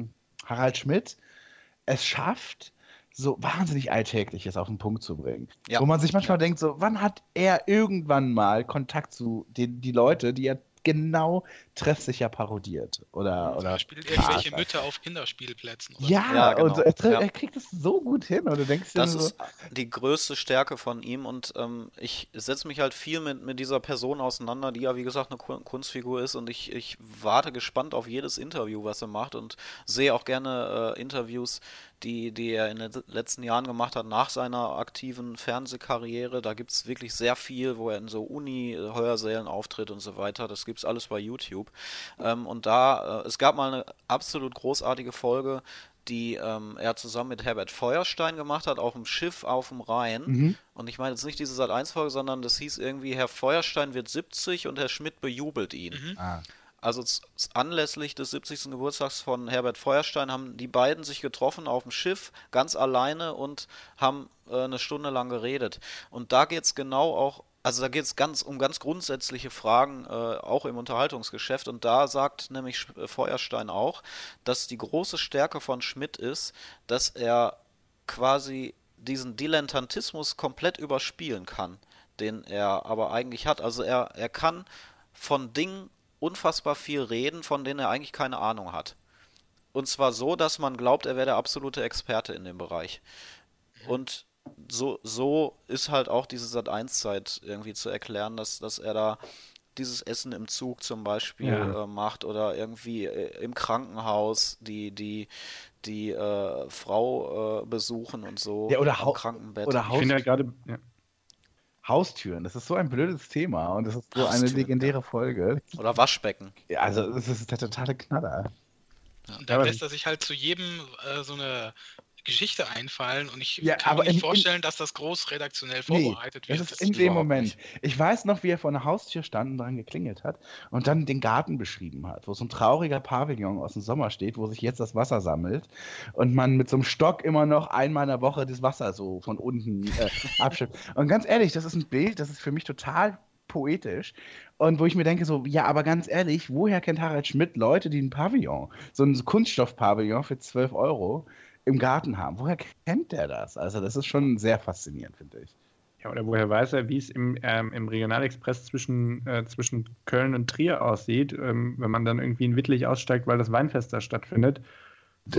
Harald Schmidt es schafft, so wahnsinnig Alltägliches auf den Punkt zu bringen. Ja. Wo man sich manchmal denkt, so, wann hat er irgendwann mal Kontakt zu die Leute, die er genau treffsicher parodiert? Oder spielt irgendwelche verarscht. Mütter auf Kinderspielplätzen. Oder Ja, genau. und er kriegt es so gut hin. Und du denkst dir Das nur so, ist die größte Stärke von ihm und ich setze mich halt viel mit dieser Person auseinander, die ja wie gesagt eine Kunstfigur ist und ich warte gespannt auf jedes Interview, was er macht und sehe auch gerne Interviews, die er in den letzten Jahren gemacht hat nach seiner aktiven Fernsehkarriere. Da gibt es wirklich sehr viel, wo er in so Uni-Hörsälen auftritt und so weiter. Das gibt es alles bei YouTube. Und es gab mal eine absolut großartige Folge, die er zusammen mit Herbert Feuerstein gemacht hat, auf dem Schiff auf dem Rhein. Und ich meine jetzt nicht diese Sat.1-Folge, sondern das hieß irgendwie, Herr Feuerstein wird 70 und Herr Schmidt bejubelt ihn. Also anlässlich des 70. Geburtstags von Herbert Feuerstein haben die beiden sich getroffen auf dem Schiff, ganz alleine und haben eine Stunde lang geredet. Und da geht es genau auch, also da geht es um ganz grundsätzliche Fragen, auch im Unterhaltungsgeschäft. Und da sagt nämlich Feuerstein auch, dass die große Stärke von Schmidt ist, dass er quasi diesen Dilettantismus komplett überspielen kann, den er aber eigentlich hat. Also er kann von Dingen unfassbar viel reden, von denen er eigentlich keine Ahnung hat. Und zwar so, dass man glaubt, er wäre der absolute Experte in dem Bereich. Und so ist halt auch diese Sat.1-Zeit irgendwie zu erklären, dass er da dieses Essen im Zug zum Beispiel macht oder irgendwie im Krankenhaus die Frau besuchen und so. Ja, oder am Krankenbett. Oder Ich finde ja gerade, Haustüren, das ist so ein blödes Thema und das ist so eine Haustüren, legendäre Folge. Oder Waschbecken. Ja, also das ist der totale Knaller. Und dann lässt er sich halt zu jedem so eine Geschichte einfallen und ich Ja, kann aber mir nicht vorstellen, dass das groß redaktionell vorbereitet wird. Das ist in dem überhaupt Moment. nicht. Ich weiß noch, wie er vor einer Haustür stand und dran geklingelt hat und dann den Garten beschrieben hat, wo so ein trauriger Pavillon aus dem Sommer steht, wo sich jetzt das Wasser sammelt und man mit so einem Stock immer noch einmal in der Woche das Wasser so von unten abschippt. Und ganz ehrlich, das ist ein Bild, das ist für mich total poetisch und wo ich mir denke so, ja, aber ganz ehrlich, woher kennt Harald Schmidt Leute, die ein Pavillon, so ein Kunststoff-Pavillon für 12 Euro im Garten haben? Woher kennt der das? Also das ist schon sehr faszinierend, finde ich. ja, oder woher weiß er, wie es im Regionalexpress zwischen Köln und Trier aussieht, wenn man dann irgendwie in Wittlich aussteigt, weil das Weinfest da stattfindet. So,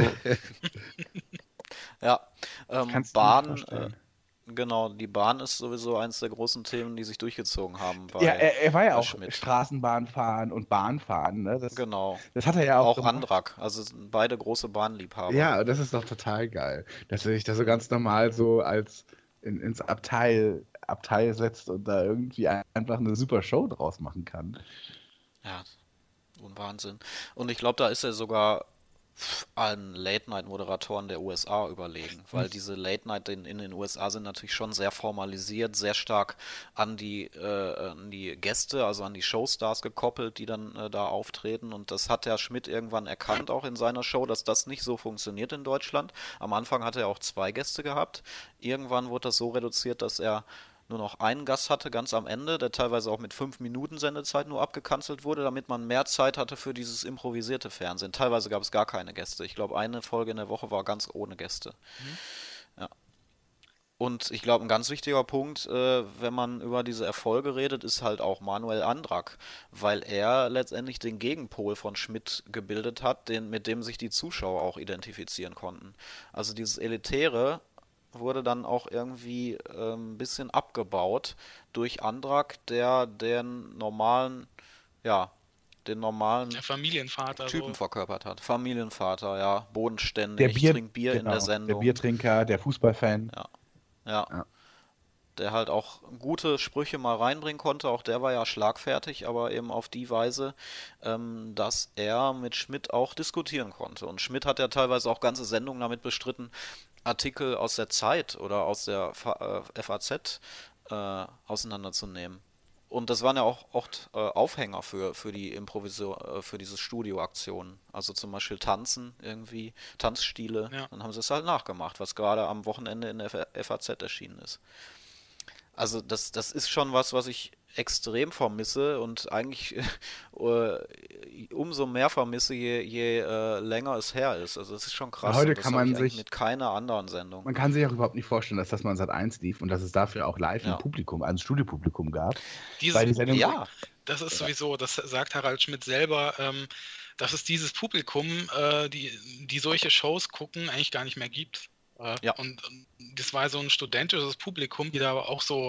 Ja, kannst du dir nicht Bahn, vorstellen. genau, die Bahn ist sowieso eins der großen Themen, die sich durchgezogen haben Ja, bei er war ja bei auch Schmidt. Straßenbahn fahren und Bahn fahren. Ne? Genau. Das hat er ja auch Auch gemacht. Andrak, also sind beide große Bahnliebhaber. Ja, das ist doch total geil, dass er sich da so ganz normal so als ins Abteil setzt und da irgendwie einfach eine super Show draus machen kann. Ja, ein Wahnsinn. Und ich glaube, da ist er sogar allen Late-Night-Moderatoren der USA überlegen, weil diese Late-Night in den USA sind natürlich schon sehr formalisiert, sehr stark an die Gäste, also an die Showstars gekoppelt, die dann da auftreten, und das hat Herr Schmidt irgendwann erkannt, auch in seiner Show, dass das nicht so funktioniert in Deutschland. Am Anfang hat er auch 2 Gäste gehabt, irgendwann wurde das so reduziert, dass er nur noch einen Gast hatte, ganz am Ende, der teilweise auch mit 5 Minuten Sendezeit nur abgekanzelt wurde, damit man mehr Zeit hatte für dieses improvisierte Fernsehen. Teilweise gab es gar keine Gäste. Ich glaube, eine Folge in der Woche war ganz ohne Gäste. Ja. Und ich glaube, ein ganz wichtiger Punkt, wenn man über diese Erfolge redet, ist halt auch Manuel Andrak, weil er letztendlich den Gegenpol von Schmidt gebildet hat, mit dem sich die Zuschauer auch identifizieren konnten. Also dieses Elitäre wurde dann auch irgendwie ein bisschen abgebaut durch Andrak, der den normalen Der Familienvater. Typen verkörpert hat. Familienvater, ja, bodenständig, Der ich Bier, trinke Bier in genau, der Sendung. der Biertrinker, der Fußballfan. Ja. Ja. Der halt auch gute Sprüche mal reinbringen konnte, auch der war ja schlagfertig, aber eben auf die Weise, dass er mit Schmidt auch diskutieren konnte. Und Schmidt hat ja teilweise auch ganze Sendungen damit bestritten, Artikel aus der Zeit oder aus der FAZ auseinanderzunehmen. Und das waren ja auch oft Aufhänger für die Improvisation, für diese Studioaktionen. Also zum Beispiel Tanzen, irgendwie, Tanzstile. Ja. Dann haben sie es halt nachgemacht, was gerade am Wochenende in der FAZ erschienen ist. Also das ist schon was ich extrem vermisse und eigentlich umso mehr vermisse, je länger es her ist. Also das ist schon krass. Heute Und das kann habe man ich eigentlich sich, mit keiner anderen Sendung. man kann sich auch überhaupt nicht vorstellen, dass das mal Sat.1 lief und dass es dafür auch live ein Ja. Publikum, ein Studiopublikum gab. Dieses Weil die Sendung, Ja, Das ist sowieso, das sagt Harald Schmidt selber, dass es dieses Publikum, die solche Shows gucken, eigentlich gar nicht mehr gibt. Ja. Und das war so ein studentisches Publikum, die da aber auch so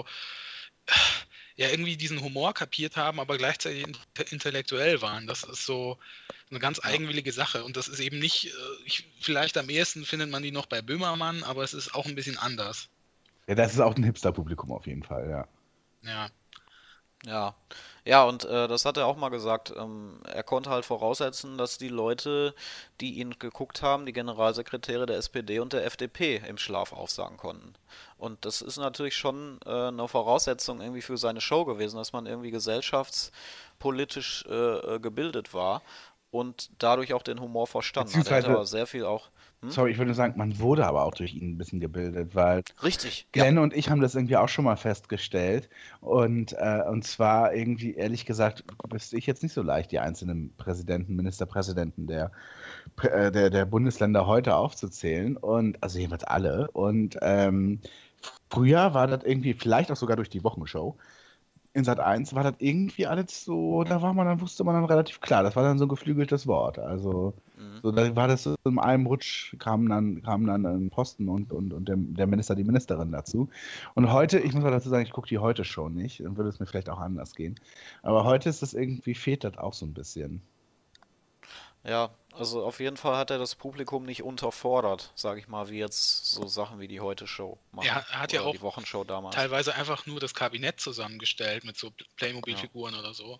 ja irgendwie diesen Humor kapiert haben, aber gleichzeitig intellektuell waren. Das ist so eine ganz eigenwillige Sache. Und das ist eben nicht, vielleicht am ehesten findet man die noch bei Böhmermann, aber es ist auch ein bisschen anders. ja, das ist auch ein Hipster-Publikum auf jeden Fall, ja. Ja. ja. Ja, und das hat er auch mal gesagt. Er konnte halt voraussetzen, dass die Leute, die ihn geguckt haben, die Generalsekretäre der SPD und der FDP im Schlaf aufsagen konnten. Und das ist natürlich schon eine Voraussetzung irgendwie für seine Show gewesen, dass man irgendwie gesellschaftspolitisch gebildet war und dadurch auch den Humor verstanden hat. Er hat aber sehr viel auch. Sorry, ich würde nur sagen, man wurde aber auch durch ihn ein bisschen gebildet, weil Richtig. Glenn und ich haben das irgendwie auch schon mal festgestellt. Und zwar irgendwie, ehrlich gesagt, wüsste ich jetzt nicht so leicht, die einzelnen Präsidenten, Ministerpräsidenten der Bundesländer heute aufzuzählen. Und also jedenfalls alle. Und früher war das irgendwie, vielleicht auch sogar durch die Wochenshow, in Sat.1 war das irgendwie alles so, dann wusste man dann relativ klar, das war dann so ein geflügeltes Wort. Also so, da war das so in einem Rutsch, kamen dann ein Posten und der Minister, die Ministerin dazu. Und heute, ich muss mal dazu sagen, ich gucke die heute schon nicht, dann würde es mir vielleicht auch anders gehen. Aber heute ist das irgendwie, fehlt das auch so ein bisschen. Ja, also auf jeden Fall hat er das Publikum nicht unterfordert, sage ich mal, wie jetzt so Sachen wie die Heute-Show machen. Er hat ja Oder auch die Wochenshow damals. teilweise einfach nur das Kabinett zusammengestellt mit so Playmobil-Figuren oder so.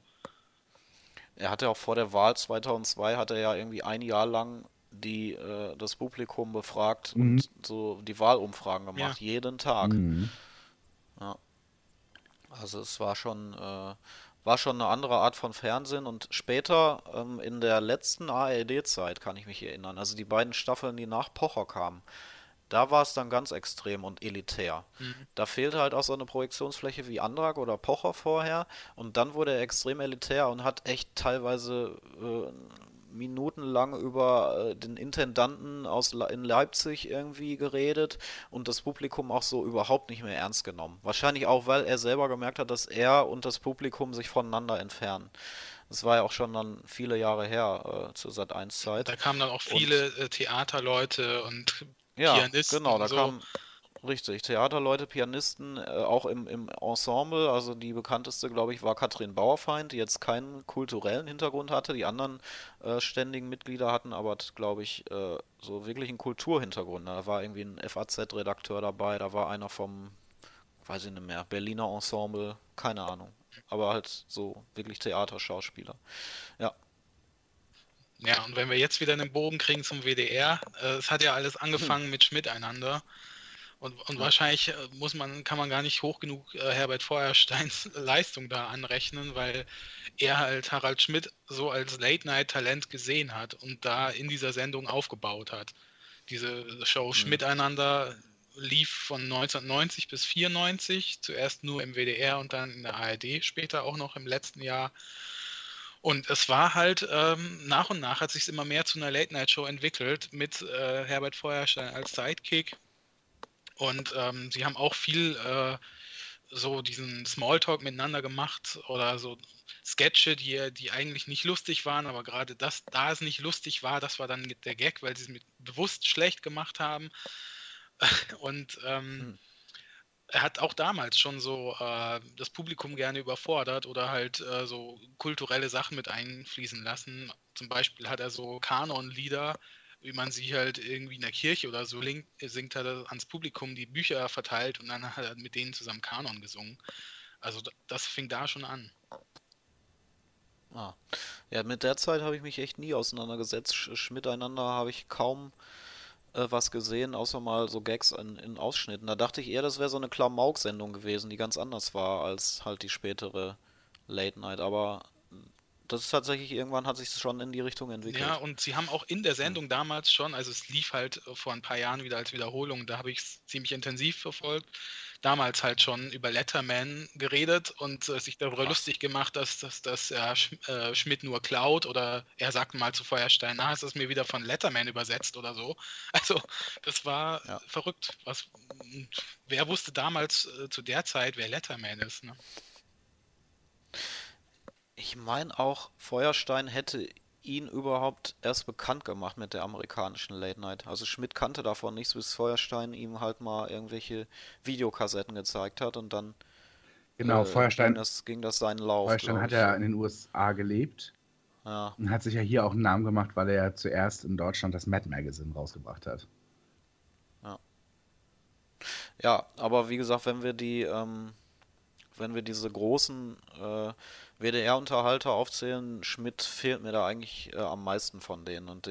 Er hatte auch vor der Wahl 2002, hat er ja irgendwie ein Jahr lang das Publikum befragt und so die Wahlumfragen gemacht, jeden Tag. Ja. Also es war schon eine andere Art von Fernsehen und später in der letzten ARD-Zeit kann ich mich erinnern, also die beiden Staffeln, die nach Pocher kamen, da war es dann ganz extrem und elitär. Da fehlte halt auch so eine Projektionsfläche wie Andrack oder Pocher vorher und dann wurde er extrem elitär und hat echt teilweise minutenlang über den Intendanten in Leipzig irgendwie geredet und das Publikum auch so überhaupt nicht mehr ernst genommen. Wahrscheinlich auch, weil er selber gemerkt hat, dass er und das Publikum sich voneinander entfernen. Das war ja auch schon dann viele Jahre her zur Sat.1-Zeit. Da kamen dann auch viele Theaterleute und Ja, Pianisten genau, und da so. kamen richtig Theaterleute, Pianisten, auch im Ensemble. Also die bekannteste, glaube ich, war Katrin Bauerfeind, die jetzt keinen kulturellen Hintergrund hatte. Die anderen ständigen Mitglieder hatten aber, glaube ich, so wirklich einen Kulturhintergrund. Da war irgendwie ein FAZ-Redakteur dabei, da war einer vom, weiß ich nicht mehr, Berliner Ensemble, keine Ahnung. Aber halt so wirklich Theaterschauspieler. Ja. Ja, und wenn wir jetzt wieder einen Bogen kriegen zum WDR, es hat ja alles angefangen mit Schmiteinander. Und wahrscheinlich kann man gar nicht hoch genug Herbert Feuersteins Leistung da anrechnen, weil er halt Harald Schmidt so als Late-Night-Talent gesehen hat und da in dieser Sendung aufgebaut hat. Diese Show Schmiteinander lief von 1990 bis 1994, zuerst nur im WDR und dann in der ARD, später auch noch im letzten Jahr. Und es war halt, nach und nach hat sich immer mehr zu einer Late-Night-Show entwickelt mit Herbert Feuerstein als Sidekick. Und sie haben auch viel so diesen Smalltalk miteinander gemacht oder so Sketche, die eigentlich nicht lustig waren, aber gerade da es nicht lustig war, das war dann der Gag, weil sie es bewusst schlecht gemacht haben. Und er hat auch damals schon so das Publikum gerne überfordert oder halt so kulturelle Sachen mit einfließen lassen. Zum Beispiel hat er so Kanonlieder, wie man sie halt irgendwie in der Kirche oder so singt, hat er ans Publikum die Bücher verteilt und dann hat er mit denen zusammen Kanon gesungen. Also das fing da schon an. Ah. Ja, mit der Zeit habe ich mich echt nie auseinandergesetzt. Schmiteinander habe ich kaum was gesehen, außer mal so Gags in Ausschnitten. Da dachte ich eher, das wäre so eine Klamauk-Sendung gewesen, die ganz anders war als halt die spätere Late Night. Aber das ist tatsächlich, irgendwann hat sich schon in die Richtung entwickelt. Ja, und sie haben auch in der Sendung damals schon, also es lief halt vor ein paar Jahren wieder als Wiederholung, da habe ich es ziemlich intensiv verfolgt, damals halt schon über Letterman geredet und sich darüber lustig gemacht, dass Schmidt nur klaut, oder er sagte mal zu Feuerstein, ist das mir wieder von Letterman übersetzt oder so. Also das war verrückt. Wer wusste damals zu der Zeit, wer Letterman ist, ne? Ich meine auch, Feuerstein hätte ihn überhaupt erst bekannt gemacht mit der amerikanischen Late Night. Also Schmidt kannte davon nichts, bis Feuerstein ihm halt mal irgendwelche Videokassetten gezeigt hat und dann Genau, Feuerstein ging das seinen Lauf. Feuerstein hat ja in den USA gelebt und hat sich ja hier auch einen Namen gemacht, weil er ja zuerst in Deutschland das Mad Magazine rausgebracht hat. Ja, aber wie gesagt, wenn wir diese großen WDR-Unterhalter aufzählen, Schmidt fehlt mir da eigentlich am meisten von denen, und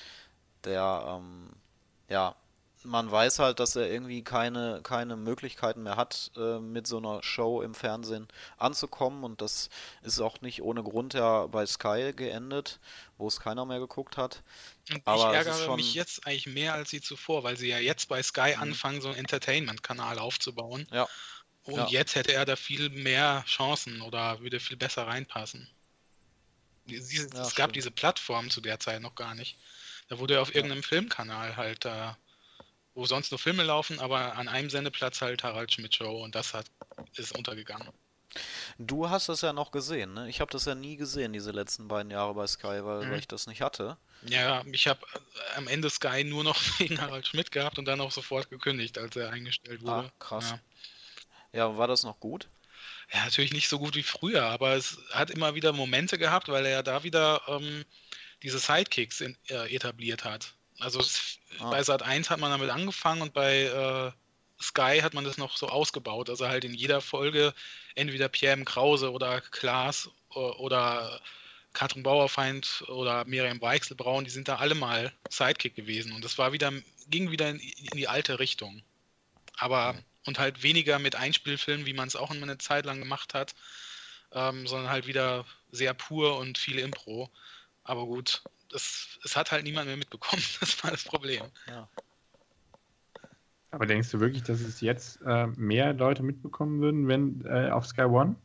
man weiß halt, dass er irgendwie keine Möglichkeiten mehr hat, mit so einer Show im Fernsehen anzukommen, und das ist auch nicht ohne Grund ja bei Sky geendet, wo es keiner mehr geguckt hat. Und Aber ich es ist ärgere schon- mich jetzt eigentlich mehr als sie zuvor, weil sie ja jetzt bei Sky anfangen, so einen Entertainment-Kanal aufzubauen. Ja. Und Ja. jetzt hätte er da viel mehr Chancen oder würde viel besser reinpassen. Es gab stimmt. diese Plattform zu der Zeit noch gar nicht. Da wurde er auf irgendeinem Filmkanal halt, wo sonst nur Filme laufen, aber an einem Sendeplatz halt Harald Schmidt Show, und das ist untergegangen. Du hast das ja noch gesehen, ne? Ich habe das ja nie gesehen, diese letzten beiden Jahre bei Sky, weil ich das nicht hatte. Ja, ich habe am Ende Sky nur noch wegen Harald Schmidt gehabt und dann auch sofort gekündigt, als er eingestellt wurde. Krass. Ja. Ja, war das noch gut? Ja, natürlich nicht so gut wie früher, aber es hat immer wieder Momente gehabt, weil er ja da wieder diese Sidekicks etabliert hat. Also bei Sat.1 hat man damit angefangen und bei Sky hat man das noch so ausgebaut. Also halt in jeder Folge entweder Pierre M. Krause oder Klaas oder Katrin Bauerfeind oder Miriam Weichselbraun, die sind da alle mal Sidekick gewesen, und das ging wieder in die alte Richtung. Aber und halt weniger mit Einspielfilmen, wie man es auch eine Zeit lang gemacht hat, sondern halt wieder sehr pur und viel Impro. Aber gut, es hat halt niemand mehr mitbekommen. Das war das Problem. Ja. Aber denkst du wirklich, dass es jetzt mehr Leute mitbekommen würden, wenn auf Sky One?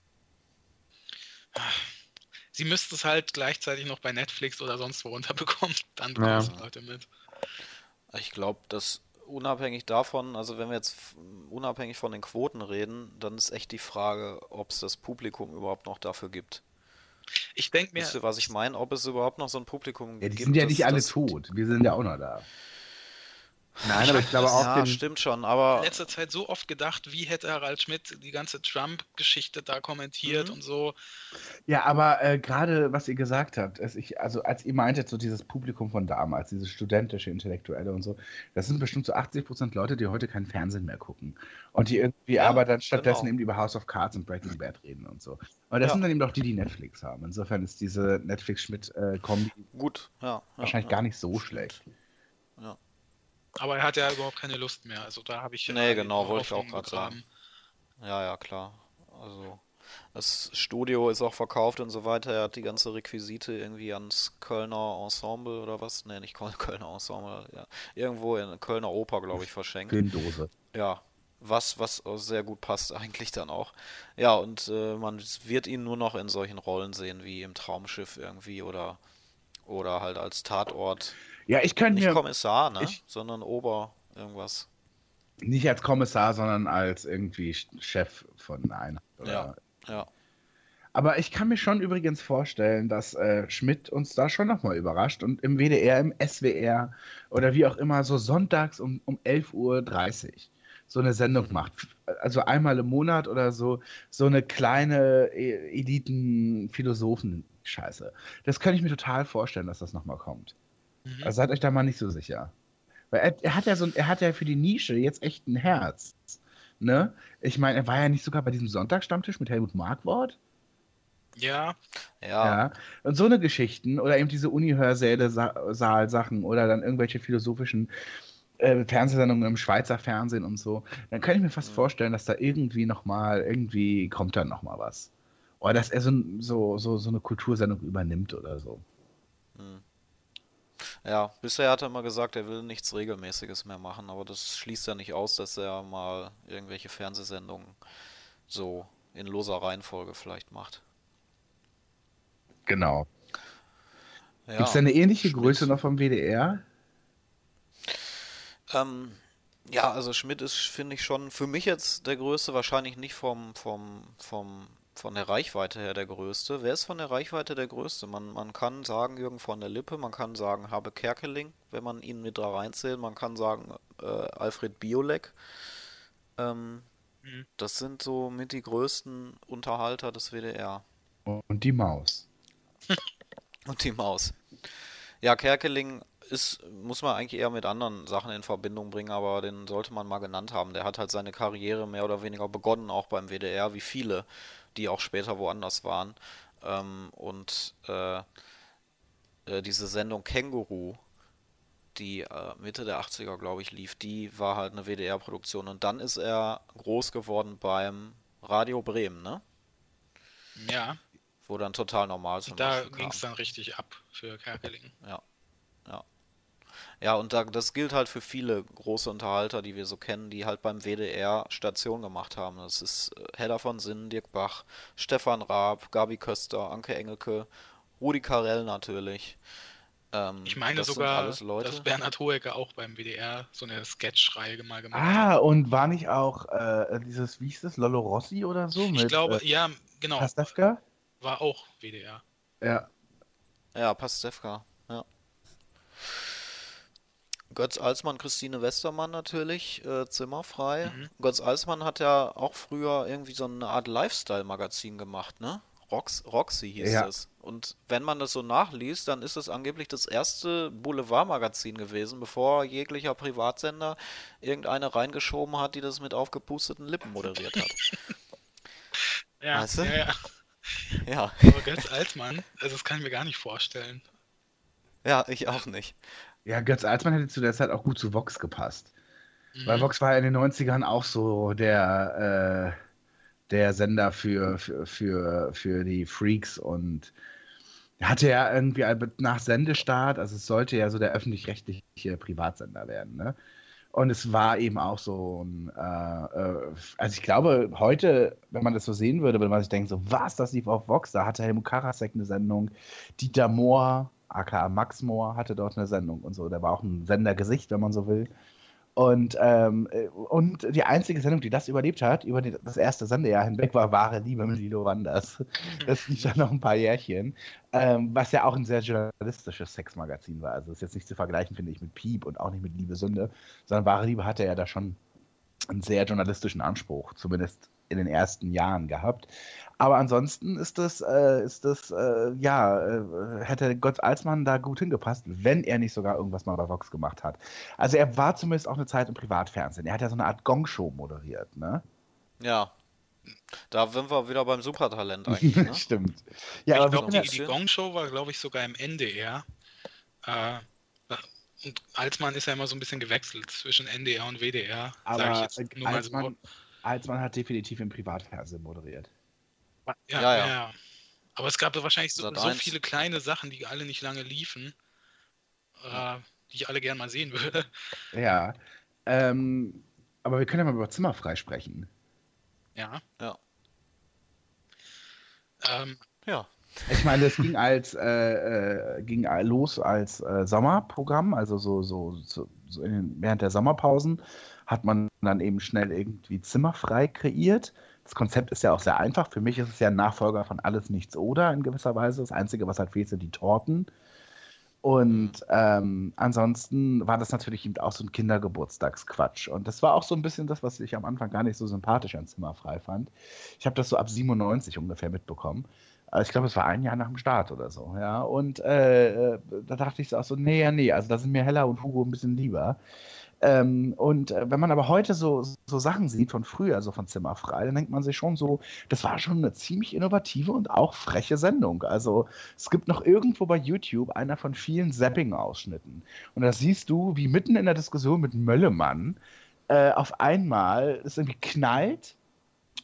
Sie müssten es halt gleichzeitig noch bei Netflix oder sonst wo unterbekommen. Dann bekommen es die Leute mit. Ich glaube, dass unabhängig davon, also wenn wir jetzt unabhängig von den Quoten reden, dann ist echt die Frage, ob es das Publikum überhaupt noch dafür gibt. Ich denke mir... Wisst ihr, was ich meine? Ob es überhaupt noch so ein Publikum Ja, gibt? die sind ja nicht alle das tot. Wir sind ja auch noch da. Nein, aber ich glaube auch, Ja, stimmt schon, aber in letzter Zeit so oft gedacht, wie hätte Harald Schmidt die ganze Trump-Geschichte da kommentiert und so. Ja, aber gerade was ihr gesagt habt, also als ihr meintet, so dieses Publikum von damals, dieses studentische, intellektuelle und so, das sind bestimmt so 80% Leute, die heute kein Fernsehen mehr gucken. Und die irgendwie aber dann stattdessen eben über House of Cards und Breaking Bad reden und so. Aber das sind dann eben doch die Netflix haben. Insofern ist diese Netflix-Schmidt-Kombi gut, wahrscheinlich gar nicht so schlecht. Ja. Aber er hat ja überhaupt keine Lust mehr. Also da habe ich Nee, genau, wollte ich auch Hoffnung gerade begraben. sagen. Ja, klar. Also das Studio ist auch verkauft und so weiter. Er hat die ganze Requisite irgendwie ans Kölner Ensemble oder was? Nee, nicht Kölner Ensemble. Ja. Irgendwo in Kölner Oper, glaube ich, verschenkt. Filmdose. Ja, was sehr gut passt eigentlich dann auch. Ja, und man wird ihn nur noch in solchen Rollen sehen, wie im Traumschiff irgendwie oder halt als Tatort. Ja, ich könnte Nicht mir Kommissar, ne? Sondern Ober irgendwas. nicht als Kommissar, sondern als irgendwie Chef von einer. Ja. Aber ich kann mir schon übrigens vorstellen, dass Schmidt uns da schon nochmal überrascht und im WDR, im SWR oder wie auch immer so sonntags um 11:30 Uhr so eine Sendung macht. Also einmal im Monat oder so eine kleine Eliten-Philosophen-Scheiße. Das könnte ich mir total vorstellen, dass das nochmal kommt. Also seid euch da mal nicht so sicher. Weil er hat ja für die Nische jetzt echt ein Herz. Ne? Ich meine, er war ja nicht sogar bei diesem Sonntagsstammtisch mit Helmut Markwort. Ja, Ja. Und so eine Geschichten oder eben diese Uni-Hörsäle, Saal-Sachen oder dann irgendwelche philosophischen Fernsehsendungen im Schweizer Fernsehen und so. Dann kann ich mir fast vorstellen, dass da irgendwie kommt dann nochmal was. Oder dass er so eine Kultursendung übernimmt oder so. Ja, bisher hat er immer gesagt, er will nichts Regelmäßiges mehr machen, aber das schließt ja nicht aus, dass er mal irgendwelche Fernsehsendungen so in loser Reihenfolge vielleicht macht. Genau. Ja, Gibt es da eine ähnliche Schmidt. Größe noch vom WDR? Ja, also Schmidt ist, finde ich, schon für mich jetzt der Größte, wahrscheinlich nicht von der Reichweite her der Größte. Wer ist von der Reichweite der Größte? Man kann sagen Jürgen von der Lippe, man kann sagen Habe Kerkeling, wenn man ihn mit da reinzählt, man kann sagen Alfred Biolek. Das sind so mit die größten Unterhalter des WDR. Und die Maus. Und die Maus. Ja, Kerkeling muss man eigentlich eher mit anderen Sachen in Verbindung bringen, aber den sollte man mal genannt haben. Der hat halt seine Karriere mehr oder weniger begonnen, auch beim WDR, wie viele, die auch später woanders waren. Diese Sendung Känguru, die Mitte der 80er, glaube ich, lief, die war halt eine WDR-Produktion. Und dann ist er groß geworden beim Radio Bremen, ne? Ja, Wo dann total normal zum da Beispiel ging kam. es dann richtig ab für Kerkeling. Ja, ja. Ja, und das gilt halt für viele große Unterhalter, die wir so kennen, die halt beim WDR Station gemacht haben. Das ist Hedda von Sinnen, Dirk Bach, Stefan Raab, Gabi Köster, Anke Engelke, Rudi Carrell natürlich. Ich meine Das sind sogar, alles Leute. dass Bernhard Hoeker auch beim WDR so eine Sketch-Reihe mal gemacht hat. Und war nicht auch dieses, wie hieß das, Lollo Rossi oder so? Ich glaube, ja, genau, Pastewka? war auch WDR. Ja. Ja, Pastewka, ja. Götz Alsmann, Christine Westermann natürlich, Zimmerfrei. Götz Alsmann hat ja auch früher irgendwie so eine Art Lifestyle-Magazin gemacht, ne? Roxy hieß Ja. es. Und wenn man das so nachliest, dann ist es angeblich das erste Boulevardmagazin gewesen, bevor jeglicher Privatsender irgendeine reingeschoben hat, die das mit aufgepusteten Lippen moderiert hat. Ja, Weißt du? ja. Ja, Aber Götz Alsmann, also das kann ich mir gar nicht vorstellen. ja, ich auch nicht. Ja, Götz Alsmann hätte zu der Zeit auch gut zu Vox gepasst. Mhm. Weil Vox war ja in den 90ern auch so der Sender für die Freaks und hatte ja irgendwie nach Sendestart, also es sollte ja so der öffentlich-rechtliche Privatsender werden, ne? Und es war eben auch so ein, also ich glaube, heute, wenn man das so sehen würde man sich denken, so was, das lief auf Vox, da hatte Helmut Karasek eine Sendung, Dieter Mohr, aka Max Mohr, hatte dort eine Sendung und so, der war auch ein Sendergesicht, wenn man so will. Und die einzige Sendung, die das überlebt hat, über das erste Sendejahr hinweg, war Wahre Liebe mit Lilo Wanders. Das lief dann noch ein paar Jährchen. Was ja auch ein sehr journalistisches Sexmagazin war. Also ist jetzt nicht zu vergleichen, finde ich, mit Piep und auch nicht mit Liebe Sünde, sondern Wahre Liebe hatte ja da schon einen sehr journalistischen Anspruch, zumindest in den ersten Jahren gehabt. Aber ansonsten hätte Götz Alsmann da gut hingepasst, wenn er nicht sogar irgendwas mal bei Vox gemacht hat. Also er war zumindest auch eine Zeit im Privatfernsehen. Er hat ja so eine Art Gong-Show moderiert, ne? Ja, da sind wir wieder beim Supertalent eigentlich, ne? Stimmt. Ja, Ich aber glaube, wir die Gong-Show war, glaube ich, sogar im NDR. Und Alsmann ist ja immer so ein bisschen gewechselt zwischen NDR und WDR, sage ich jetzt nur mal so. Alsmann hat definitiv im Privatfernsehen moderiert. Ja. Aber es gab da wahrscheinlich so Sat.1. viele kleine Sachen, die alle nicht lange liefen, die ich alle gern mal sehen würde. Ja. Aber wir können ja mal über Zimmerfrei sprechen. Ja. Ja. Ja. Ich meine, das ging los als Sommerprogramm, also während der Sommerpausen hat man dann eben schnell irgendwie Zimmerfrei kreiert. Das Konzept ist ja auch sehr einfach. Für mich ist es ja ein Nachfolger von Alles, Nichts, Oder in gewisser Weise. Das Einzige, was halt fehlt, sind die Torten. Und ansonsten war das natürlich eben auch so ein Kindergeburtstagsquatsch. Und das war auch so ein bisschen das, was ich am Anfang gar nicht so sympathisch an Zimmerfrei fand. Ich habe das so ab 97 ungefähr mitbekommen. Ich glaube, es war ein Jahr nach dem Start oder so, ja. Und da dachte ich so auch so, nee, also da sind mir Hella und Hugo ein bisschen lieber. Wenn man aber heute so Sachen sieht von früher, so von Zimmerfrei, dann denkt man sich schon so, das war schon eine ziemlich innovative und auch freche Sendung. Also es gibt noch irgendwo bei YouTube einer von vielen Zapping-Ausschnitten. Und da siehst du, wie mitten in der Diskussion mit Möllemann auf einmal es irgendwie knallt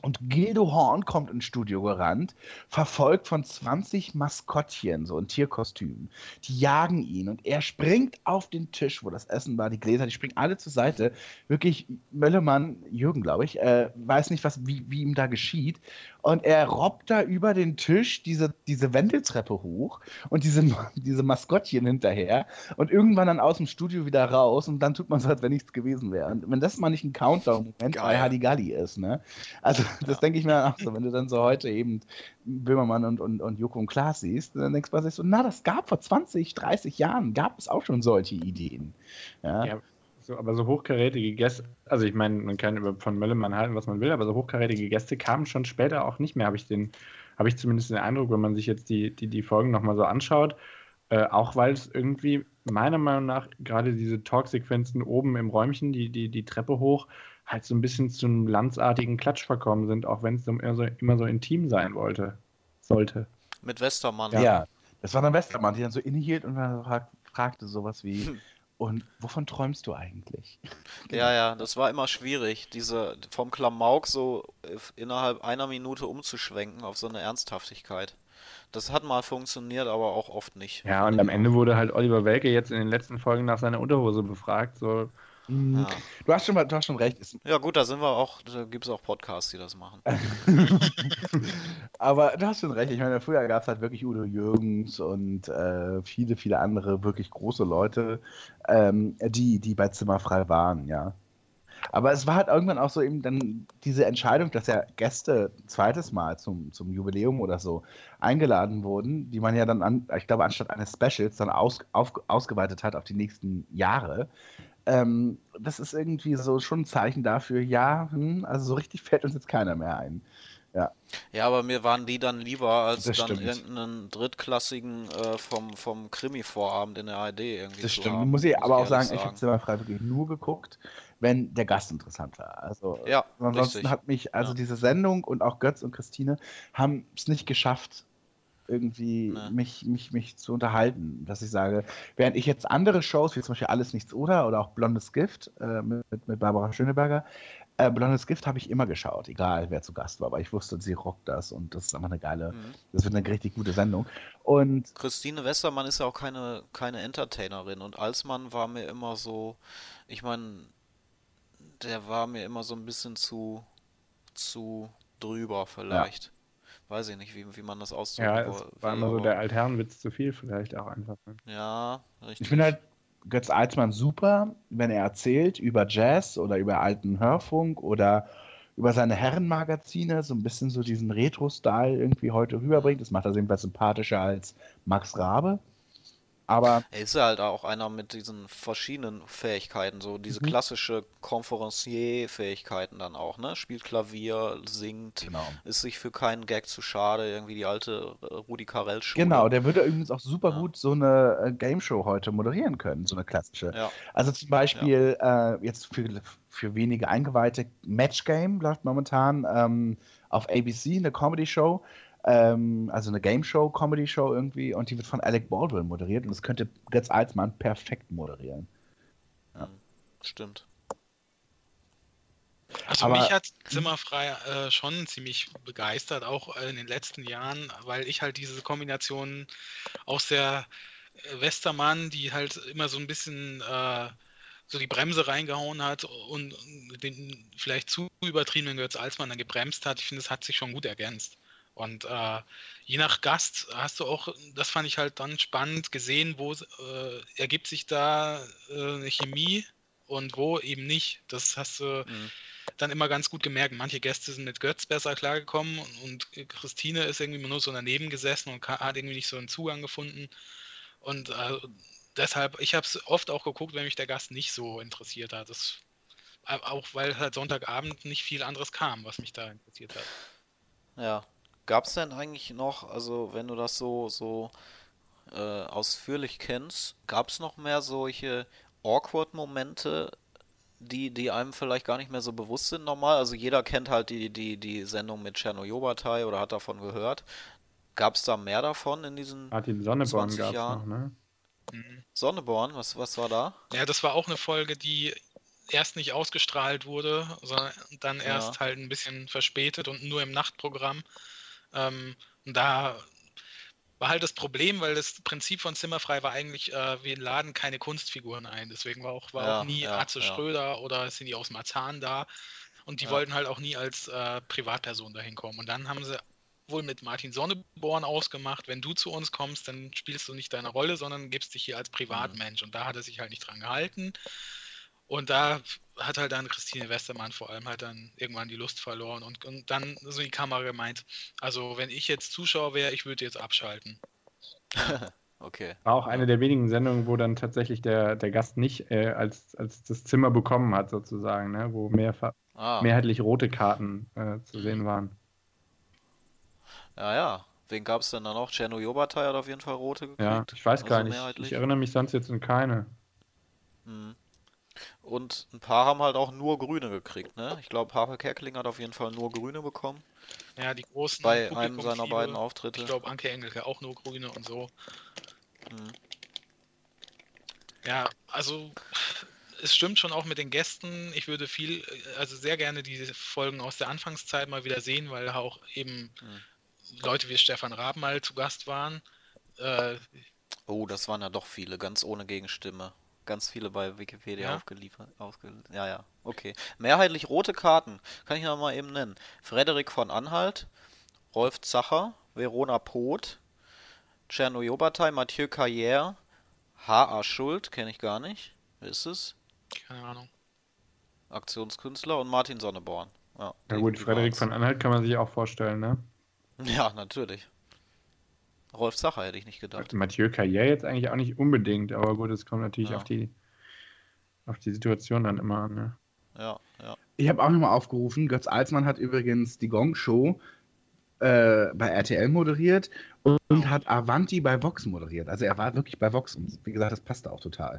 Und Gildo Horn kommt ins Studio gerannt, verfolgt von 20 Maskottchen, so in Tierkostümen. Die jagen ihn und er springt auf den Tisch, wo das Essen war, die Gläser, die springen alle zur Seite. Wirklich, Möllemann, Jürgen, glaube ich, weiß nicht, wie ihm da geschieht. Und er robbt da über den Tisch diese Wendeltreppe hoch und diese Maskottchen hinterher und irgendwann dann aus dem Studio wieder raus und dann tut man so, als wenn nichts gewesen wäre. Und wenn das mal nicht ein Countdown-Moment bei Hadigalli ist, ne? Also das denke ich mir dann auch so, wenn du dann so heute eben Böhmermann und Joko und Klaas siehst, dann denkst du sich so, das gab vor 20, 30 Jahren, gab es auch schon solche Ideen. Ja. Aber so hochkarätige Gäste, also ich meine, man kann von Möllemann halten, was man will, aber so hochkarätige Gäste kamen schon später auch nicht mehr, habe ich zumindest den Eindruck, wenn man sich jetzt die Folgen nochmal so anschaut, auch weil es irgendwie meiner Meinung nach gerade diese Talksequenzen oben im Räumchen, die Treppe hoch, halt so ein bisschen zum landsartigen Klatsch verkommen sind, auch wenn es immer so intim sein sollte. Mit Westermann. Ja, das war dann Westermann, die dann so innehielt und dann fragte sowas wie, und wovon träumst du eigentlich? Ja, das war immer schwierig, diese vom Klamauk so innerhalb einer Minute umzuschwenken auf so eine Ernsthaftigkeit. Das hat mal funktioniert, aber auch oft nicht. Ja, und am Ende wurde halt Oliver Welke jetzt in den letzten Folgen nach seiner Unterhose befragt, so. Ja. Du hast schon recht. Ja gut, da gibt es auch Podcasts, die das machen. Aber du hast schon recht. Ich meine, früher gab es halt wirklich Udo Jürgens und viele, viele andere wirklich große Leute, die bei Zimmerfrei waren, ja. Aber es war halt irgendwann auch so eben dann diese Entscheidung, dass ja Gäste zweites Mal zum Jubiläum oder so eingeladen wurden, die man ja dann, ich glaube, anstatt eines Specials dann ausgeweitet hat auf die nächsten Jahre. Das ist irgendwie so schon ein Zeichen dafür, also so richtig fällt uns jetzt keiner mehr ein. Ja, aber mir waren die dann lieber als Das dann stimmt. irgendeinen drittklassigen vom Krimi-Vorabend in der ARD irgendwie Das zu stimmt. haben. Muss ich aber auch ehrlich sagen, ich habe Zimmerfrei wirklich nur geguckt, wenn der Gast interessant war. Also Ja, ansonsten richtig. hat mich, diese Sendung und auch Götz und Christine haben es nicht geschafft, irgendwie mich zu unterhalten, dass ich sage, während ich jetzt andere Shows, wie zum Beispiel Alles Nichts oder auch Blondes Gift mit Barbara Schöneberger, Blondes Gift habe ich immer geschaut, egal wer zu Gast war, aber ich wusste, sie rockt das und das ist einfach das wird eine richtig gute Sendung. Und Christine Westermann ist ja auch keine Entertainerin und Alsmann war mir immer so, ich meine, der war mir immer so ein bisschen zu drüber vielleicht. Weiß ich nicht, wie man das ausdrücken Ja, es war immer so der Altherrenwitz zu viel vielleicht auch einfach. Ne? Ja, richtig. ich finde halt Götz Alsmann super, wenn er erzählt über Jazz oder über alten Hörfunk oder über seine Herrenmagazine, so ein bisschen so diesen Retro-Style irgendwie heute rüberbringt. Das macht er jedenfalls sympathischer als Max Rabe. Aber Er ist ja halt auch einer mit diesen verschiedenen Fähigkeiten, so diese klassische Conferencier-Fähigkeiten dann auch, ne? Spielt Klavier, singt, Genau. ist sich für keinen Gag zu schade, irgendwie die alte Rudi Carrell-Schule. Genau, der würde übrigens auch super gut so eine Game Show heute moderieren können, so eine klassische. Ja. Also zum Beispiel jetzt für wenige Eingeweihte, Match Game läuft momentan auf ABC, eine Comedy-Show. Also eine Game Show, Comedy Show irgendwie, und die wird von Alec Baldwin moderiert und das könnte Götz Alsmann perfekt moderieren. Stimmt. Also Aber- mich hat Zimmerfrei schon ziemlich begeistert, auch in den letzten Jahren, weil ich halt diese Kombination aus der Westermann, die halt immer so ein bisschen so die Bremse reingehauen hat und den vielleicht zu übertriebenen Götz Alsmann dann gebremst hat. Ich finde, es hat sich schon gut ergänzt. Und je nach Gast hast du auch, das fand ich halt dann spannend, gesehen, wo ergibt sich da eine Chemie und wo eben nicht. Das hast du dann immer ganz gut gemerkt. Manche Gäste sind mit Götz besser klargekommen und Christine ist irgendwie nur so daneben gesessen und hat irgendwie nicht so einen Zugang gefunden. Und deshalb, ich habe es oft auch geguckt, wenn mich der Gast nicht so interessiert hat. Das, auch weil halt Sonntagabend nicht viel anderes kam, was mich da interessiert hat. Ja. Gab es denn eigentlich noch, also wenn du das so ausführlich kennst, gab es noch mehr solche Awkward-Momente, die einem vielleicht gar nicht mehr so bewusst sind normal? Also jeder kennt halt die Sendung mit Tscherno Jobatai oder hat davon gehört. Gab es da mehr davon in diesen Martin Sonneborn 20 gab es Jahren? noch, ne? Sonneborn, was war da? Ja, das war auch eine Folge, die erst nicht ausgestrahlt wurde, sondern dann Ja. erst halt ein bisschen verspätet und nur im Nachtprogramm. Und da war halt das Problem, weil das Prinzip von Zimmerfrei war eigentlich, wir laden keine Kunstfiguren ein. Deswegen war Ja, auch nie ja, Atze ja. Schröder oder Cindy aus Marzahn da. Und die Ja. wollten halt auch nie als Privatperson dahin kommen. Und dann haben sie wohl mit Martin Sonneborn ausgemacht, wenn du zu uns kommst, dann spielst du nicht deine Rolle, sondern gibst dich hier als Privatmensch. Und da hat er sich halt nicht dran gehalten. Und da hat halt dann Christine Westermann vor allem halt dann irgendwann die Lust verloren und dann so die Kamera gemeint, also wenn ich jetzt Zuschauer wäre, ich würde jetzt abschalten. Okay. War auch eine der wenigen Sendungen, wo dann tatsächlich der Gast nicht als das Zimmer bekommen hat, sozusagen, ne? Wo mehrheitlich rote Karten zu sehen waren. Ja. Wen gab es denn da noch? Cerno Jobatai hat auf jeden Fall rote gekriegt. Ja, ich weiß gar Also nicht. mehrheitlich. Ich erinnere mich sonst jetzt an keine. Mhm. Und ein paar haben halt auch nur Grüne gekriegt, ne? Ich glaube, Harpe Kerkeling hat auf jeden Fall nur Grüne bekommen. Ja, die großen Bei einem seiner Publikumsliebe, beiden Auftritte. ich glaube Anke Engelke auch nur Grüne und so. Mhm. Ja, also es stimmt schon auch mit den Gästen. Ich würde sehr gerne diese Folgen aus der Anfangszeit mal wieder sehen, weil da auch eben Leute wie Stefan Raab mal zu Gast waren. Oh, das waren ja doch viele, ganz ohne Gegenstimme. Ganz viele bei Wikipedia Ja? aufgeliefert. Ja, okay. Mehrheitlich rote Karten, kann ich noch mal eben nennen. Frederik von Anhalt, Rolf Zacher, Verona Poth, Cerno Jobatai, Mathieu Carrière, H.A. Schuld, kenne ich gar nicht. Wer ist es? Keine Ahnung. Aktionskünstler und Martin Sonneborn. Ja, Ja gut, die Frederik waren's. von Anhalt kann man sich auch vorstellen, ne? Ja, natürlich. Rolf Zacher hätte ich nicht gedacht. Mathieu Carrière jetzt eigentlich auch nicht unbedingt, aber gut, es kommt natürlich Ja. auf die Situation dann immer an, ne? Ja. Ich habe auch nochmal aufgerufen, Götz Alsmann hat übrigens die Gong-Show bei RTL moderiert und hat Avanti bei Vox moderiert. Also er war wirklich bei Vox und wie gesagt, das passte auch total.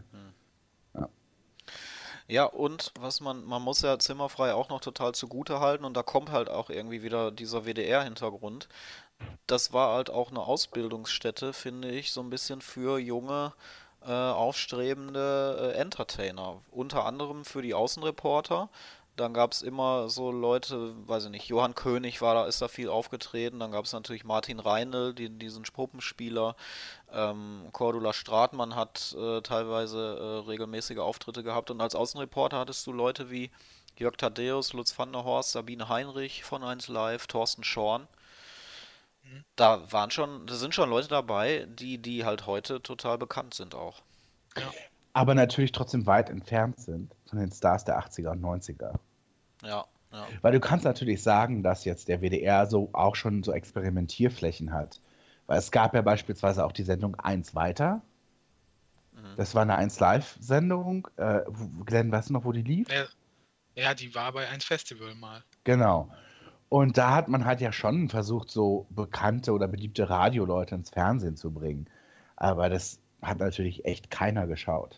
Ja, und man muss ja Zimmerfrei auch noch total zugute halten und da kommt halt auch irgendwie wieder dieser WDR-Hintergrund. Das war halt auch eine Ausbildungsstätte, finde ich, so ein bisschen für junge, aufstrebende Entertainer. Unter anderem für die Außenreporter. Dann gab es immer so Leute, weiß ich nicht, Johann König ist da viel aufgetreten. Dann gab es natürlich Martin Reinl, diesen Puppenspieler. Cordula Stratmann hat teilweise regelmäßige Auftritte gehabt. Und als Außenreporter hattest du Leute wie Jörg Thaddeus, Lutz van der Horst, Sabine Heinrich von 1 Live, Thorsten Schorn. Da sind schon Leute dabei, die halt heute total bekannt sind auch. Aber natürlich trotzdem weit entfernt sind von den Stars der 80er und 90er. Ja. Weil du kannst natürlich sagen, dass jetzt der WDR so auch schon so Experimentierflächen hat. Weil es gab ja beispielsweise auch die Sendung 1 weiter. Das war eine 1 Live-Sendung. Glenn, weißt du noch, wo die lief? Ja, die war bei 1 Festival mal. Genau. Und da hat man halt ja schon versucht, so bekannte oder beliebte Radioleute ins Fernsehen zu bringen. Aber das hat natürlich echt keiner geschaut.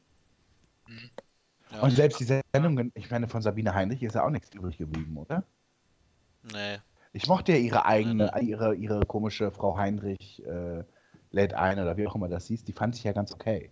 Ja. Und selbst die Sendung, ich meine, von Sabine Heinrich ist ja auch nichts übrig geblieben, oder? Nee. Ich mochte ja ihre eigene, ihre komische Frau Heinrich lädt ein oder wie auch immer das hieß, die fand ich ja ganz okay.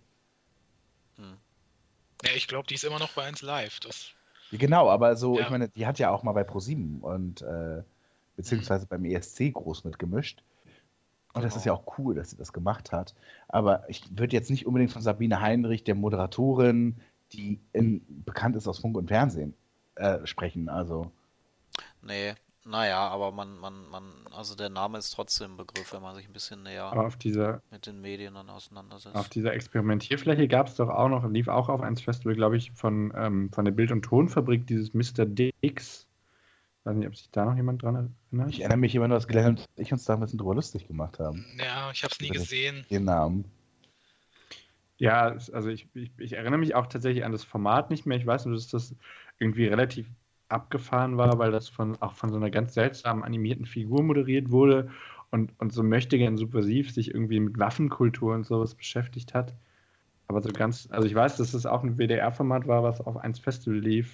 Ja, ich glaube, die ist immer noch bei 1 Live. Genau, aber so, Ja. ich meine, die hat ja auch mal bei ProSieben und beziehungsweise beim ESC groß mitgemischt. Und das ist ja auch cool, dass sie das gemacht hat. Aber ich würde jetzt nicht unbedingt von Sabine Heinrich, der Moderatorin, die bekannt ist aus Funk und Fernsehen, sprechen. Also. Nee, naja, aber also der Name ist trotzdem ein Begriff, wenn man sich ein bisschen näher Aber auf dieser mit den Medien dann auseinandersetzt. Auf dieser Experimentierfläche gab es doch auch noch, lief auch auf 1 Festival, glaube ich, von der Bild- und Tonfabrik, dieses Mr. Dix. Weiß nicht, ob sich da noch jemand dran erinnert. Ich erinnere mich immer nur, dass Glenn und ich uns da ein bisschen drüber lustig gemacht haben. Ja, ich habe es nie gesehen. Den Namen. Ja, also ich erinnere mich auch tatsächlich an das Format nicht mehr. Ich weiß nur, dass das irgendwie relativ abgefahren war, weil das auch von so einer ganz seltsamen animierten Figur moderiert wurde und so möchtegern subversiv sich irgendwie mit Waffenkultur und sowas beschäftigt hat. Aber so ganz, also ich weiß, dass das auch ein WDR-Format war, was auf 1 Festival lief.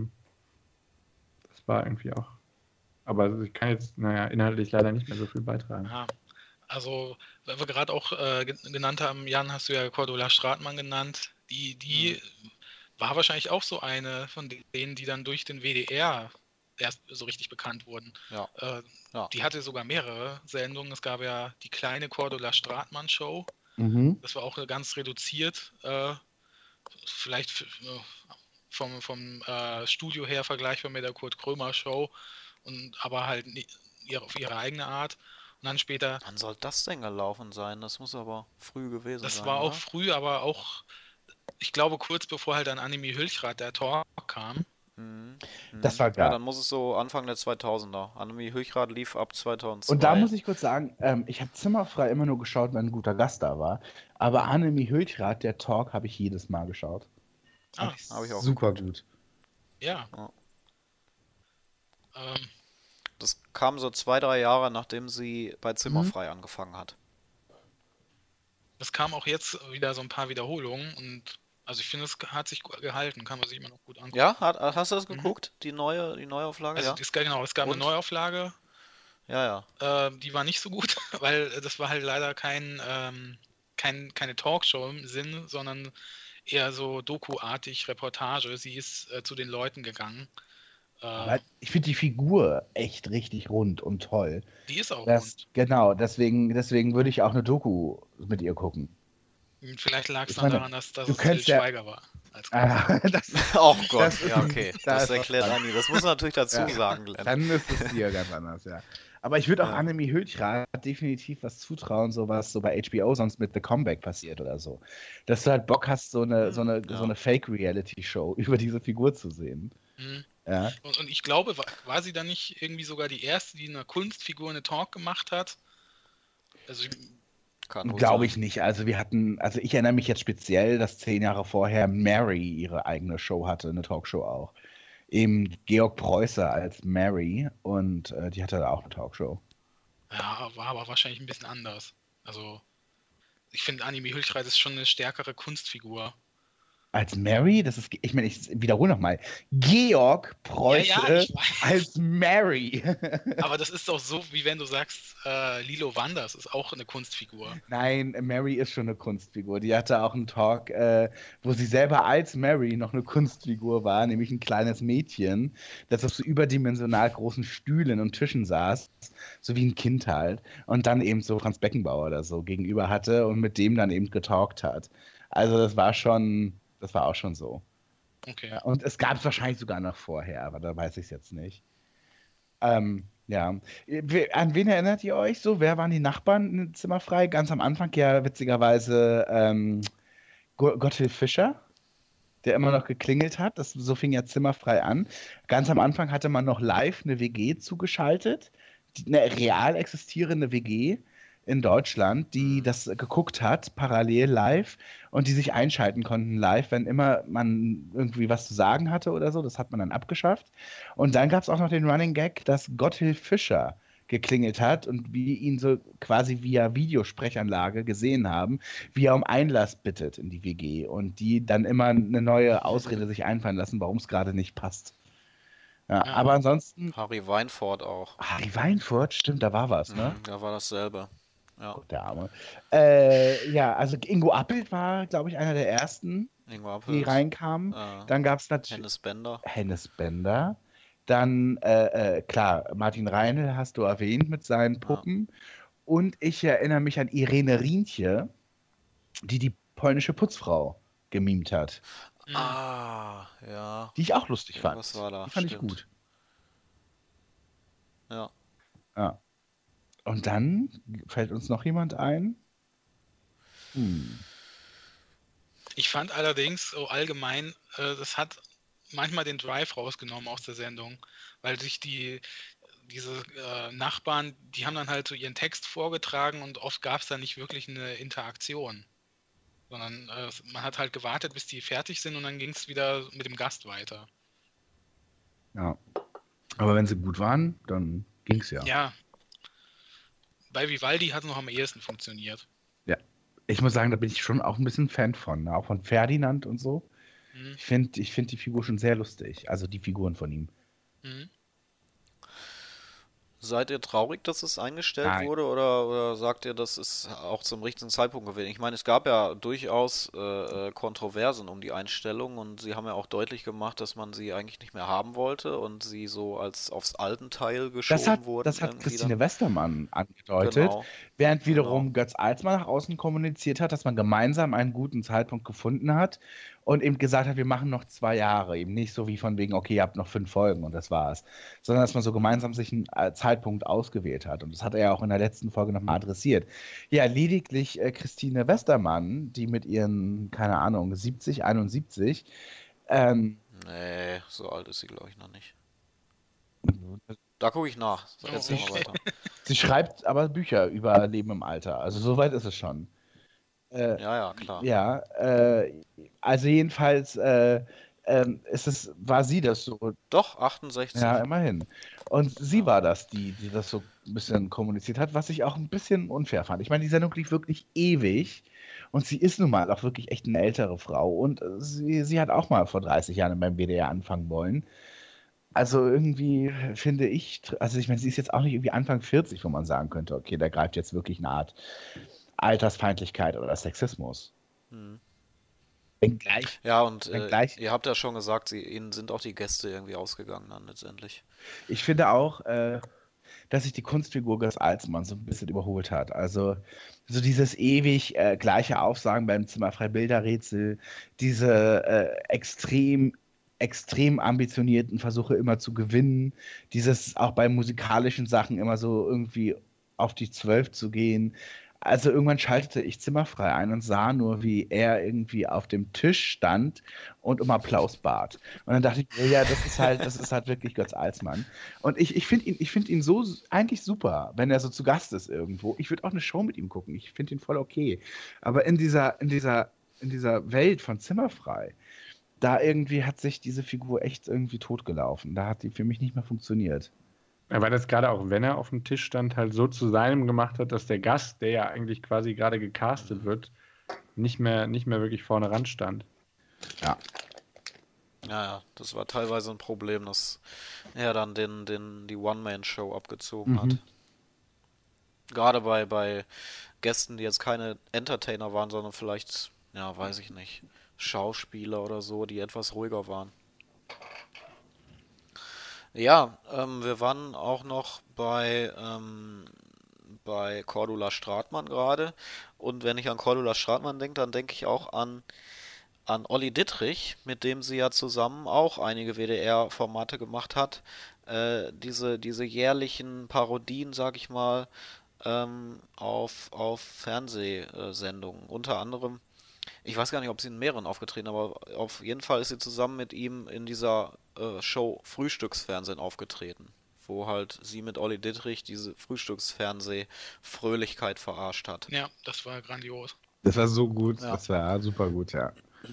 Das war irgendwie auch. Aber ich kann jetzt, inhaltlich leider nicht mehr so viel beitragen. Ja, also, wenn wir gerade auch genannt haben, Jan, hast du ja Cordula Stratmann genannt. Die war wahrscheinlich auch so eine von denen, die dann durch den WDR erst so richtig bekannt wurden. Ja. Ja. Die hatte sogar mehrere Sendungen. Es gab ja die kleine Cordula Stratmann Show. Mhm. Das war auch ganz reduziert. Vielleicht vom Studio her vergleichbar mit der Kurt Krömer Show. Aber halt auf ihre eigene Art. Und dann später... Wann soll das denn gelaufen sein? Das muss aber früh gewesen sein. Das war auch oder? früh, aber auch, ich glaube, kurz bevor halt an Annemie Hülchrath der Talk kam. Das war Ja, geil. dann muss es so Anfang der 2000er. Annemie Hülchrath lief ab 2002. Und da muss ich kurz sagen, ich habe Zimmerfrei immer nur geschaut, wenn ein guter Gast da war. Aber Annemie Hülchrath, der Talk, habe ich jedes Mal geschaut. Habe ich auch Super geguckt. gut. Ja. Ja. Ähm, Das kam so 2-3 Jahre, nachdem sie bei Zimmerfrei angefangen hat. das kam auch jetzt wieder so ein paar Wiederholungen und also ich finde, es hat sich gehalten, kann man sich immer noch gut angucken. Ja, hast du das geguckt? Die Neuauflage? Also Ja. es gab eine Und? Neuauflage, Ja. die war nicht so gut, weil das war halt leider keine Talkshow im Sinn, sondern eher so Doku-artig Reportage. Sie ist zu den Leuten gegangen. Aber ich finde die Figur echt richtig rund und toll. Die ist auch Das, rund. genau, deswegen würde ich auch eine Doku mit ihr gucken. Vielleicht lag es Ich dann meine, daran, dass du es Til könntest ja- Schweiger war. Als Das, Oh Gott, Das ist- ja, okay. da Das ist was erklärt dran. Anni. Das muss man natürlich dazu Ja. sagen, Glenn. dann ist es hier ganz anders, ja. Aber ich würde auch Ja. Annemie Hülchrath definitiv was zutrauen, so was so bei HBO sonst mit The Comeback passiert oder so. Dass du halt Bock hast, so eine Fake-Reality-Show über diese Figur zu sehen. Mhm. Ja. Und ich glaube, war sie dann nicht irgendwie sogar die erste, die einer Kunstfigur eine Talk gemacht hat? Also Kann wohl Glaube sein. ich nicht. Also ich erinnere mich jetzt speziell, dass 10 Jahre vorher Mary ihre eigene Show hatte, eine Talkshow auch. Eben Georg Preußer als Mary und die hatte da auch eine Talkshow. ja, war aber wahrscheinlich ein bisschen anders. Also ich finde, Annemie Hülchrath ist schon eine stärkere Kunstfigur. Als Mary? Das ist, ich meine, ich wiederhole nochmal. Georg Preußer Ja, ich weiß. als Mary. Aber das ist doch so, wie wenn du sagst, Lilo Wanders ist auch eine Kunstfigur. Nein, Mary ist schon eine Kunstfigur. Die hatte auch einen Talk, wo sie selber als Mary noch eine Kunstfigur war, nämlich ein kleines Mädchen, das auf so überdimensional großen Stühlen und Tischen saß, so wie ein Kind halt, und dann eben so Franz Beckenbauer oder so gegenüber hatte und mit dem dann eben getalkt hat. Also das war auch schon so. Okay. Ja, und es gab es wahrscheinlich sogar noch vorher, aber da weiß ich es jetzt nicht. Ja. An wen erinnert ihr euch so? Wer waren die Nachbarn in Zimmerfrei? Ganz am Anfang ja witzigerweise Gottfried Fischer, der immer noch geklingelt hat. So fing ja Zimmerfrei an. Ganz am Anfang hatte man noch live eine WG zugeschaltet, eine real existierende WG in Deutschland, die das geguckt hat, parallel live, und die sich einschalten konnten live, wenn immer man irgendwie was zu sagen hatte oder so. Das hat man dann abgeschafft. Und dann gab es auch noch den Running Gag, dass Gottfried Fischer geklingelt hat und wir ihn so quasi via Videosprechanlage gesehen haben, wie er um Einlass bittet in die WG und die dann immer eine neue Ausrede sich einfallen lassen, warum es gerade nicht passt. Ja, Ja. aber ansonsten, Harry Weinfurt auch. Harry Weinfurt, stimmt, da war was, ne? Da war dasselbe. Ja, Der Arme. Ja, also Ingo Appelt war, glaube ich, einer der ersten, Ingwer die reinkamen. Dann gab es natürlich Hennes Bender. Hennes Bender. Dann, klar, Martin Reinl hast du erwähnt mit seinen Puppen. Und ich erinnere mich an Irene Rientje, die polnische Putzfrau gemimt hat. Ah, ja. Die ich auch lustig fand. Was war da? Die fand ich Stimmt. gut. Ja. Ja. Und dann fällt uns noch jemand ein? Ich fand allerdings so allgemein, das hat manchmal den Drive rausgenommen aus der Sendung, weil sich diese Nachbarn, die haben dann halt so ihren Text vorgetragen und oft gab es da nicht wirklich eine Interaktion. Sondern man hat halt gewartet, bis die fertig sind und dann ging es wieder mit dem Gast weiter. Ja. Aber wenn sie gut waren, dann ging's ja. Ja. Bei Vivaldi hat es noch am ehesten funktioniert. Ja. Ich muss sagen, da bin ich schon auch ein bisschen Fan von, ne? Auch von Ferdinand und so. Mhm. Ich find die Figur schon sehr lustig. Also die Figuren von ihm. Mhm. Seid ihr traurig, dass es eingestellt Nein. wurde oder sagt ihr, das ist auch zum richtigen Zeitpunkt gewesen? Ich meine, es gab ja durchaus Kontroversen um die Einstellung und sie haben ja auch deutlich gemacht, dass man sie eigentlich nicht mehr haben wollte und sie so als aufs Altenteil geschoben wurden Das hat irgendwie Christine dann. Westermann angedeutet, Genau, während genau. wiederum Götz Alsmann nach außen kommuniziert hat, dass man gemeinsam einen guten Zeitpunkt gefunden hat und eben gesagt hat, wir machen noch 2 Jahre. Eben nicht so wie von wegen, okay, ihr habt noch 5 Folgen und das war's. Sondern dass man so gemeinsam sich einen Zeitpunkt ausgewählt hat. Und das hat er ja auch in der letzten Folge nochmal adressiert. Ja, lediglich Christine Westermann, die mit ihren, keine Ahnung, 70, 71, ähm, Nee, so alt ist sie, glaube ich, noch nicht. Da gucke ich nach. Oh, Erzähl mal okay. weiter. sie schreibt aber Bücher über Leben im Alter. Also so weit ist es schon. Äh, Ja, ja, klar. ja, also jedenfalls war sie das so, Doch, ja, 68. immerhin. Und sie Ja. war das, die das so ein bisschen kommuniziert hat, was ich auch ein bisschen unfair fand. Ich meine, die Sendung lief wirklich ewig und sie ist nun mal auch wirklich echt eine ältere Frau und sie hat auch mal vor 30 Jahren beim WDR anfangen wollen. Also irgendwie finde ich, also ich meine, sie ist jetzt auch nicht irgendwie Anfang 40, wo man sagen könnte, okay, da greift jetzt wirklich eine Art Altersfeindlichkeit oder Sexismus. Hm. Wenngleich, Ja, und wenngleich, ihr habt ja schon gesagt, ihnen sind auch die Gäste irgendwie ausgegangen dann letztendlich. ich finde auch, dass sich die Kunstfigur Götz Alsmann so ein bisschen überholt hat. Also so dieses ewig gleiche Aufsagen beim Zimmerfrei Bilderrätsel, diese extrem ambitionierten Versuche immer zu gewinnen, dieses auch bei musikalischen Sachen immer so irgendwie auf die 12 zu gehen. Also irgendwann schaltete ich Zimmerfrei ein und sah nur, wie er irgendwie auf dem Tisch stand und um Applaus bat. Und dann dachte ich mir, ja, das ist halt wirklich Götz Alsmann. Und ich finde ihn so eigentlich super, wenn er so zu Gast ist irgendwo. Ich würde auch eine Show mit ihm gucken. Ich finde ihn voll okay. Aber in dieser Welt von Zimmerfrei, da irgendwie hat sich diese Figur echt irgendwie totgelaufen. Da hat die für mich nicht mehr funktioniert. Ja, weil das gerade auch, wenn er auf dem Tisch stand, halt so zu seinem gemacht hat, dass der Gast, der ja eigentlich quasi gerade gecastet wird, nicht mehr wirklich vorne ran stand. Ja. Ja, das war teilweise ein Problem, dass er dann die One-Man-Show abgezogen hat. Gerade bei Gästen, die jetzt keine Entertainer waren, sondern vielleicht, ja, weiß ich nicht, Schauspieler oder so, die etwas ruhiger waren. Ja, wir waren auch noch bei Cordula Stratmann gerade. Und wenn ich an Cordula Stratmann denke, dann denke ich auch an Olli Dittrich, mit dem sie ja zusammen auch einige WDR-Formate gemacht hat. Diese jährlichen Parodien, sag ich mal, auf Fernsehsendungen. Unter anderem, ich weiß gar nicht, ob sie in mehreren aufgetreten, aber auf jeden Fall ist sie zusammen mit ihm in dieser Show Frühstücksfernsehen aufgetreten, wo halt sie mit Olli Dittrich diese Frühstücksfernseh-Fröhlichkeit verarscht hat. Ja, das war grandios. Das war so gut, Ja. das war super gut, ja.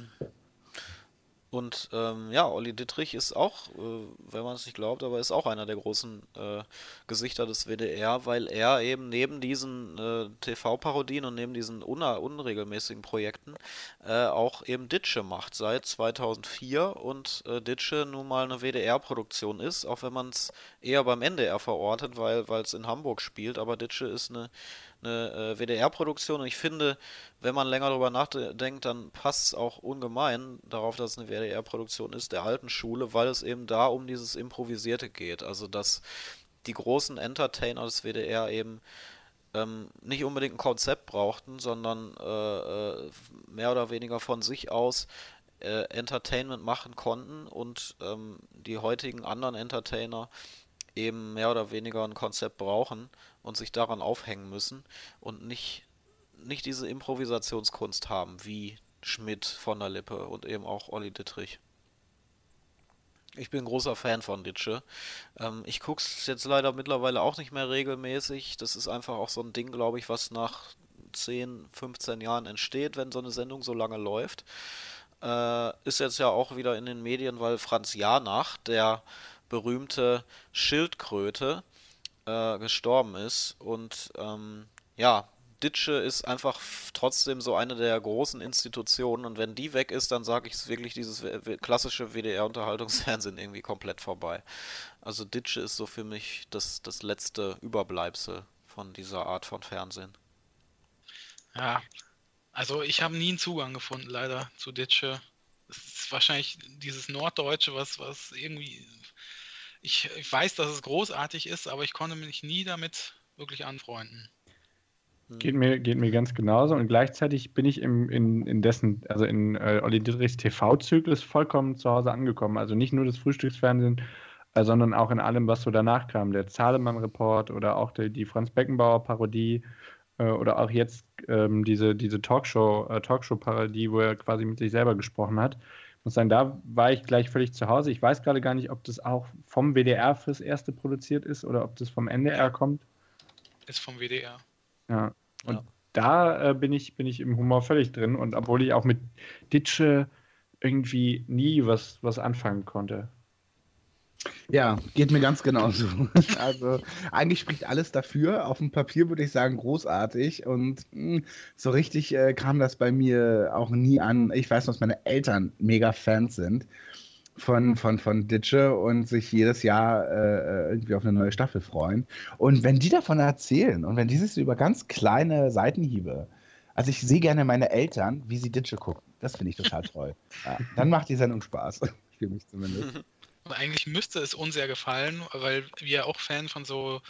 Und ja, Olli Dittrich ist auch, wenn man es nicht glaubt, aber ist auch einer der großen Gesichter des WDR, weil er eben neben diesen TV-Parodien und neben diesen unregelmäßigen Projekten auch eben Ditsche macht seit 2004 und Ditsche nun mal eine WDR-Produktion ist, auch wenn man es eher beim NDR verortet, weil es in Hamburg spielt, aber Ditsche ist eine WDR-Produktion und ich finde, wenn man länger darüber nachdenkt, dann passt es auch ungemein darauf, dass es eine WDR-Produktion ist, der alten Schule, weil es eben da um dieses Improvisierte geht. Also, dass die großen Entertainer des WDR eben nicht unbedingt ein Konzept brauchten, sondern mehr oder weniger von sich aus Entertainment machen konnten und die heutigen anderen Entertainer eben mehr oder weniger ein Konzept brauchen und sich daran aufhängen müssen und nicht diese Improvisationskunst haben, wie Schmidt, von der Lippe und eben auch Olli Dittrich. Ich bin ein großer Fan von Ditsche. Ich gucke es jetzt leider mittlerweile auch nicht mehr regelmäßig. Das ist einfach auch so ein Ding, glaube ich, was nach 10, 15 Jahren entsteht, wenn so eine Sendung so lange läuft. Ist jetzt ja auch wieder in den Medien, weil Franz Janach, der berühmte Schildkröte, gestorben ist. Und ja, Ditsche ist einfach trotzdem so eine der großen Institutionen und wenn die weg ist, dann sage ich es wirklich, dieses klassische WDR-Unterhaltungsfernsehen irgendwie komplett vorbei. Also Ditsche ist so für mich das letzte Überbleibsel von dieser Art von Fernsehen. Ja, also ich habe nie einen Zugang gefunden, leider, zu Ditsche. Es ist wahrscheinlich dieses Norddeutsche, was irgendwie... Ich weiß, dass es großartig ist, aber ich konnte mich nie damit wirklich anfreunden. Geht mir ganz genauso und gleichzeitig bin ich in dessen, also in Olli Dittrichs TV-Zyklus vollkommen zu Hause angekommen. Also nicht nur das Frühstücksfernsehen, sondern auch in allem, was so danach kam. Der Zahlemann-Report oder auch die Franz Beckenbauer-Parodie oder auch jetzt diese Talkshow-Parodie, wo er quasi mit sich selber gesprochen hat. Ich muss sagen, da war ich gleich völlig zu Hause. Ich weiß gerade gar nicht, ob das auch vom WDR fürs Erste produziert ist oder ob das vom NDR kommt. Ist vom WDR. Ja. Und Ja. da bin ich im Humor völlig drin und obwohl ich auch mit Ditsche irgendwie nie was anfangen konnte. Ja, geht mir ganz genauso. Also eigentlich spricht alles dafür. Auf dem Papier würde ich sagen, großartig. Und so richtig kam das bei mir auch nie an. Ich weiß noch, dass meine Eltern mega Fans sind von Ditsche und sich jedes Jahr irgendwie auf eine neue Staffel freuen. Und wenn die davon erzählen und wenn die sich so über ganz kleine Seitenhiebe, also ich sehe gerne meine Eltern, wie sie Ditsche gucken. Das finde ich total toll. Ja, dann macht die Sendung Spaß. Für mich zumindest. Und eigentlich müsste es uns ja gefallen, weil wir auch Fan von so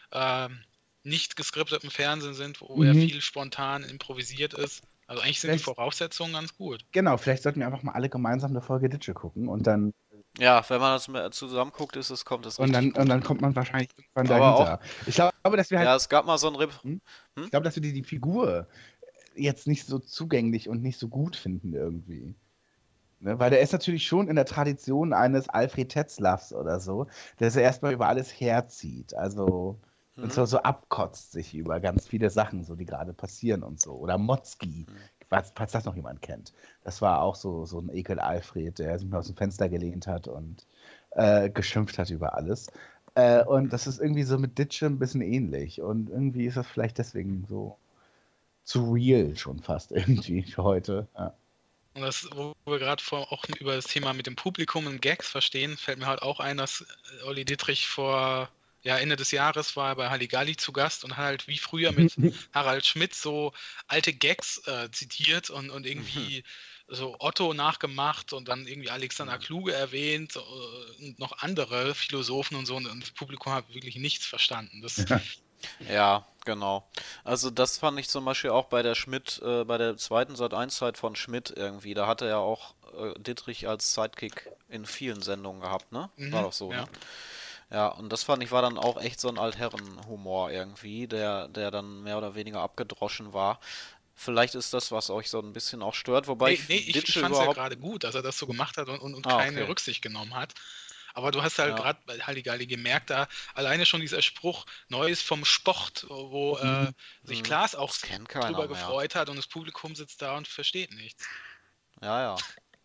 nicht geskriptetem Fernsehen sind, wo ja viel spontan improvisiert ist. Also eigentlich sind die Voraussetzungen ganz gut. Genau, vielleicht sollten wir einfach mal alle gemeinsam eine Folge Ditsche gucken und dann Ja, wenn man das zusammen guckt, kommt es richtig und dann kommt man wahrscheinlich irgendwann Aber dahinter. Ich glaube, dass wir halt, Ja, es gab mal so ein ich glaube, dass wir die Figur jetzt nicht so zugänglich und nicht so gut finden irgendwie. Ne? Weil der ist natürlich schon in der Tradition eines Alfred Tetzlaffs oder so, der so erstmal über alles herzieht. Also und so abkotzt sich über ganz viele Sachen, so die gerade passieren und so. Oder Motzki, falls das noch jemand kennt. Das war auch so ein Ekel-Alfred, der sich mal aus dem Fenster gelehnt hat und geschimpft hat über alles. Und das ist irgendwie so mit Ditsche ein bisschen ähnlich. Und irgendwie ist das vielleicht deswegen so zu real schon fast irgendwie für heute. Ja. Und das, wo wir gerade auch über das Thema mit dem Publikum und Gags verstehen, fällt mir halt auch ein, dass Olli Dittrich Ende des Jahres war bei Halligalli zu Gast und hat halt wie früher mit Harald Schmidt so alte Gags zitiert und irgendwie so Otto nachgemacht und dann irgendwie Alexander Kluge erwähnt und noch andere Philosophen und so und das Publikum hat wirklich nichts verstanden. Das, Ja, genau. Also das fand ich zum Beispiel auch bei der bei der zweiten Sat.1-Zeit von Schmidt irgendwie. Da hatte er auch Dittrich als Sidekick in vielen Sendungen gehabt, ne? War doch so, ja. ne? Ja, und das fand ich war dann auch echt so ein Altherrenhumor irgendwie, der dann mehr oder weniger abgedroschen war. Vielleicht ist das, was euch so ein bisschen auch stört, wobei Nee, ich ich Ditsche fand es ja überhaupt... gerade gut, dass er das so gemacht hat und Ah, keine okay. Rücksicht genommen hat. Aber du hast halt Ja. gerade bei Halligalli gemerkt, da alleine schon dieser Spruch Neues vom Sport, wo sich Klaas auch Das kennt keiner drüber mehr. gefreut hat und das Publikum sitzt da und versteht nichts. Ja,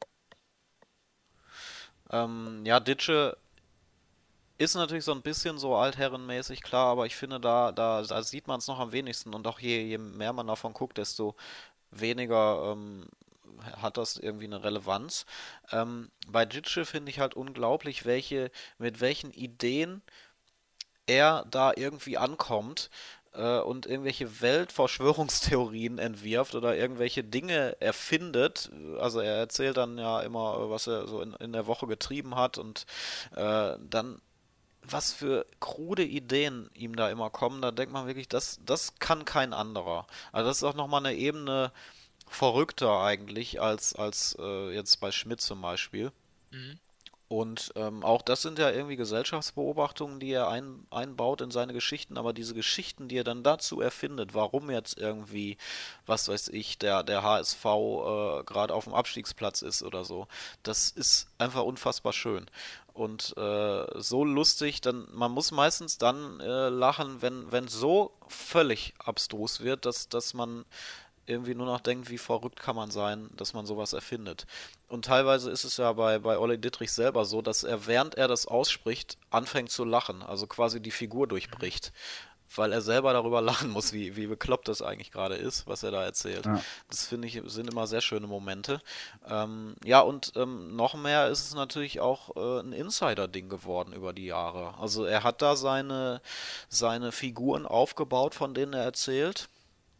ja. Ditsche ist natürlich so ein bisschen so altherrenmäßig, klar, aber ich finde, da sieht man es noch am wenigsten und auch je mehr man davon guckt, desto weniger hat das irgendwie eine Relevanz. Bei Ditsche finde ich halt unglaublich, mit welchen Ideen er da irgendwie ankommt und irgendwelche Weltverschwörungstheorien entwirft oder irgendwelche Dinge erfindet. Also er erzählt dann ja immer, was er so in der Woche getrieben hat und dann was für krude Ideen ihm da immer kommen, da denkt man wirklich, das kann kein anderer. Also das ist auch nochmal eine Ebene verrückter eigentlich als jetzt bei Schmidt zum Beispiel. Mhm. Und auch das sind ja irgendwie Gesellschaftsbeobachtungen, die er einbaut in seine Geschichten, aber diese Geschichten, die er dann dazu erfindet, warum jetzt irgendwie, was weiß ich, der HSV gerade auf dem Abstiegsplatz ist oder so, das ist einfach unfassbar schön. Und so lustig, man muss meistens dann lachen, wenn so völlig abstrus wird, dass man irgendwie nur noch denkt, wie verrückt kann man sein, dass man sowas erfindet. Und teilweise ist es ja bei Olli Dittrich selber so, dass er, während er das ausspricht, anfängt zu lachen, also quasi die Figur durchbricht. weil er selber darüber lachen muss, wie bekloppt das eigentlich gerade ist, was er da erzählt. Ja. Das finde ich, sind immer sehr schöne Momente. Ja, und noch mehr ist es natürlich auch ein Insider-Ding geworden über die Jahre. Also er hat da seine Figuren aufgebaut, von denen er erzählt.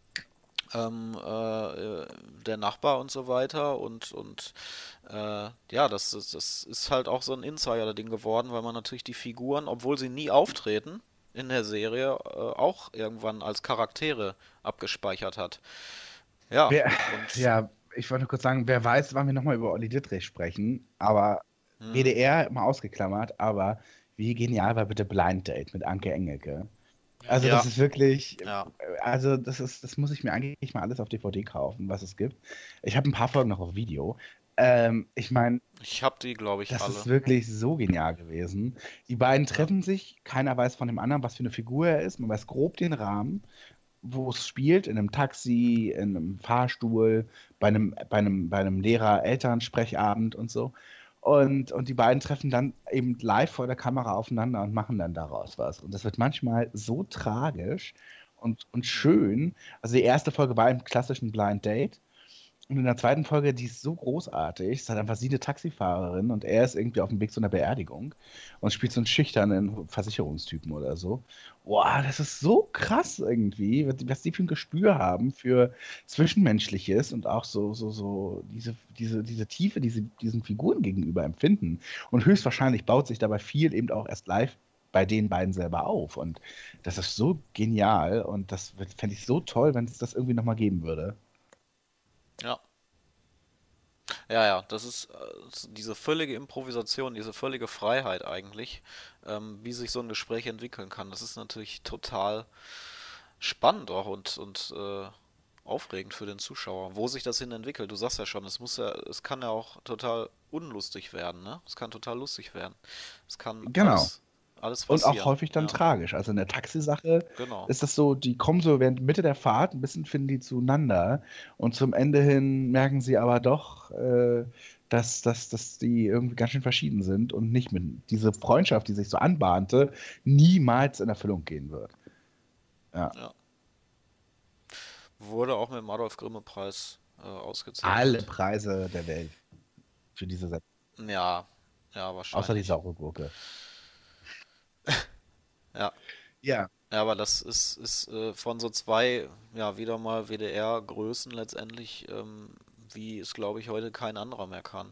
Der Nachbar und so weiter und ja, das ist halt auch so ein Insider-Ding geworden, weil man natürlich die Figuren, obwohl sie nie auftreten in der Serie, auch irgendwann als Charaktere abgespeichert hat. Ja, Wer, und ja, ich wollte nur kurz sagen, wer weiß, wann wir nochmal über Olli Dittrich sprechen, aber WDR mal ausgeklammert, aber wie genial war bitte Blind Date mit Anke Engelke? Also Ja. das ist wirklich, ja, also das muss ich mir eigentlich mal alles auf DVD kaufen, was es gibt. Ich habe ein paar Folgen noch auf Video. Ich meine, ich habe die, glaube ich, das alle. ist wirklich so genial gewesen. Die beiden treffen sich, keiner weiß von dem anderen, was für eine Figur er ist. Man weiß grob den Rahmen, wo es spielt, in einem Taxi, in einem Fahrstuhl, bei einem Lehrer-Eltern-Sprechabend und so. Und die beiden treffen dann eben live vor der Kamera aufeinander und machen dann daraus was. Und das wird manchmal so tragisch und schön. Also die erste Folge war im klassischen Blind Date. Und in der zweiten Folge, die ist so großartig, ist halt einfach sie eine Taxifahrerin und er ist irgendwie auf dem Weg zu einer Beerdigung und spielt so einen schüchternen Versicherungstypen oder so. Boah, das ist so krass irgendwie, was die für ein Gespür haben für Zwischenmenschliches und auch so diese Tiefe, die sie diesen Figuren gegenüber empfinden. Und höchstwahrscheinlich baut sich dabei viel eben auch erst live bei den beiden selber auf. Und das ist so genial und das fände ich so toll, wenn es das irgendwie nochmal geben würde. Ja. Ja, das ist diese völlige Improvisation, diese völlige Freiheit eigentlich, wie sich so ein Gespräch entwickeln kann. Das ist natürlich total spannend auch und aufregend für den Zuschauer, wo sich das hin entwickelt. Du sagst ja schon, es kann ja auch total unlustig werden, ne? Es kann total lustig werden. Es kann Genau. alles Und passieren. auch häufig dann Ja, tragisch. Also in der Taxisache genau. ist das so, die kommen so während Mitte der Fahrt, ein bisschen finden die zueinander und zum Ende hin merken sie aber doch, dass die irgendwie ganz schön verschieden sind und nicht mit diese Freundschaft, die sich so anbahnte, niemals in Erfüllung gehen wird. Ja. Ja. Wurde auch mit dem Adolf-Grimme-Preis Alle ausgezeichnet. Preise der Welt für diese Sendung. Ja, Außer die wahrscheinlich. saure Gurke. Ja. Ja. Ja, aber das ist von so zwei, ja, wieder mal WDR-Größen letztendlich, wie es, glaube ich, heute kein anderer mehr kann.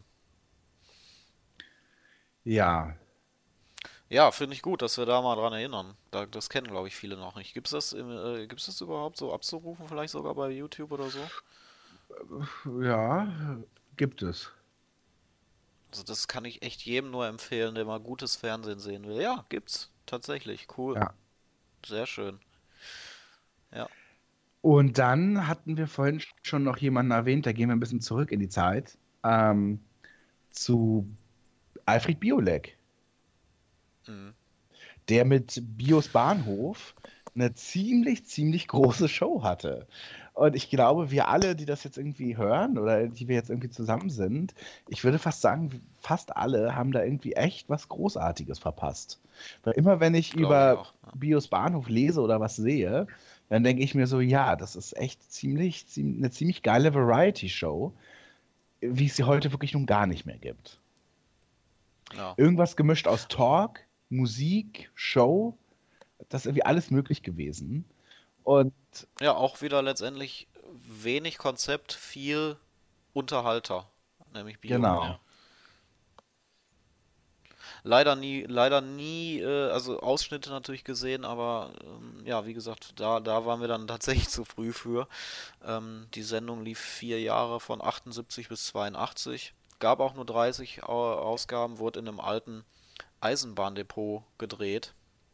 Ja. Ja, finde ich gut, dass wir da mal dran erinnern. Das kennen, glaube ich, viele noch nicht. Gibt's das überhaupt so abzurufen, vielleicht sogar bei YouTube oder so? Ja, gibt es. Also das kann ich echt jedem nur empfehlen, der mal gutes Fernsehen sehen will. Ja, gibt's. Tatsächlich. Cool. Ja. Sehr schön. Ja. Und dann hatten wir vorhin schon noch jemanden erwähnt, da gehen wir ein bisschen zurück in die Zeit, zu Alfred Biolek, Mhm. der mit Bios Bahnhof eine ziemlich große Show hatte. Und ich glaube, wir alle, die das jetzt irgendwie hören oder die wir jetzt irgendwie zusammen sind, ich würde fast sagen, fast alle haben da irgendwie echt was Großartiges verpasst. Weil immer wenn ich Glaube ich über auch. Ja. Bios Bahnhof lese oder was sehe, dann denke ich mir so, ja, das ist echt eine ziemlich geile Variety-Show, wie es sie heute wirklich nun gar nicht mehr gibt. Ja. Irgendwas gemischt aus Talk, Musik, Show, das ist irgendwie alles möglich gewesen. Und Ja, auch wieder letztendlich wenig Konzept, viel Unterhalter, nämlich Bio. genau. Ja. Leider nie, also Ausschnitte natürlich gesehen, aber ja, wie gesagt, da waren wir dann tatsächlich zu früh für. Die Sendung lief 4 Jahre von 78 bis 82. Gab auch nur 30 Ausgaben, wurde in einem alten Eisenbahndepot gedreht.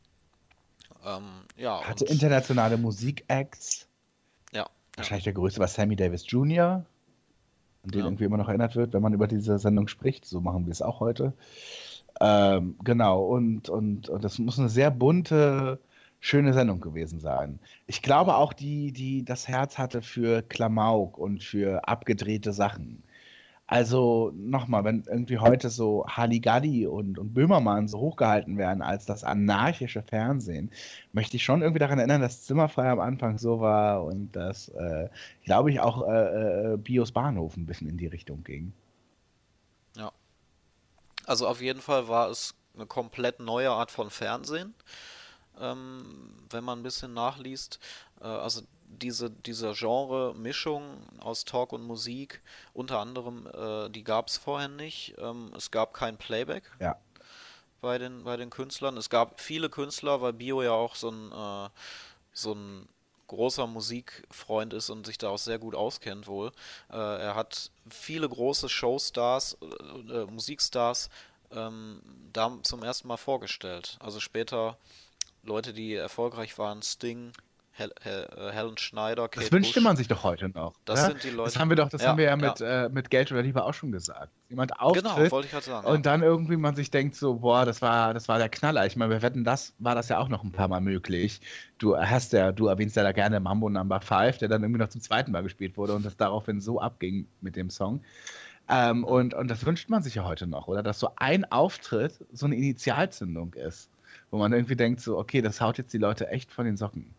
Ja, Hatte und internationale Musikacts. ja, Wahrscheinlich der größte war Sammy Davis Jr., an den Ja. irgendwie immer noch erinnert wird, wenn man über diese Sendung spricht. So machen wir es auch heute. Genau, und das muss eine sehr bunte, schöne Sendung gewesen sein. Ich glaube auch, die das Herz hatte für Klamauk und für abgedrehte Sachen. Also nochmal, wenn irgendwie heute so Halligalli und Böhmermann so hochgehalten werden als das anarchische Fernsehen, möchte ich schon irgendwie daran erinnern, dass Zimmerfrei am Anfang so war und dass, glaube ich, auch Bios Bahnhof ein bisschen in die Richtung ging. Ja. Also auf jeden Fall war es eine komplett neue Art von Fernsehen, wenn man ein bisschen nachliest. Also diese Genre-Mischung aus Talk und Musik, unter anderem, die gab es vorher nicht. Es gab kein Playback Ja. bei den Künstlern. Es gab viele Künstler, weil Bio ja auch so ein großer Musikfreund ist und sich da auch sehr gut auskennt wohl. Er hat viele große Showstars, Musikstars da zum ersten Mal vorgestellt. Also später Leute, die erfolgreich waren, Sting, Helen Schneider, Das Kate wünschte Bush. man sich doch heute noch. Das Oder? sind die Leute. Das haben wir ja mit Geld oder Liebe auch schon gesagt. Jemand Genau, auftritt wollte ich gerade sagen. und dann irgendwie man sich denkt so, boah, das war der Knaller. Ich meine, wir Wetten, das war das ja auch noch ein paar Mal möglich. Du erwähnst ja da gerne Mambo Number 5, der dann irgendwie noch zum zweiten Mal gespielt wurde und das daraufhin so abging mit dem Song. Und das wünscht man sich ja heute noch, oder? Dass so ein Auftritt so eine Initialzündung ist, wo man irgendwie denkt so, okay, das haut jetzt die Leute echt von den Socken.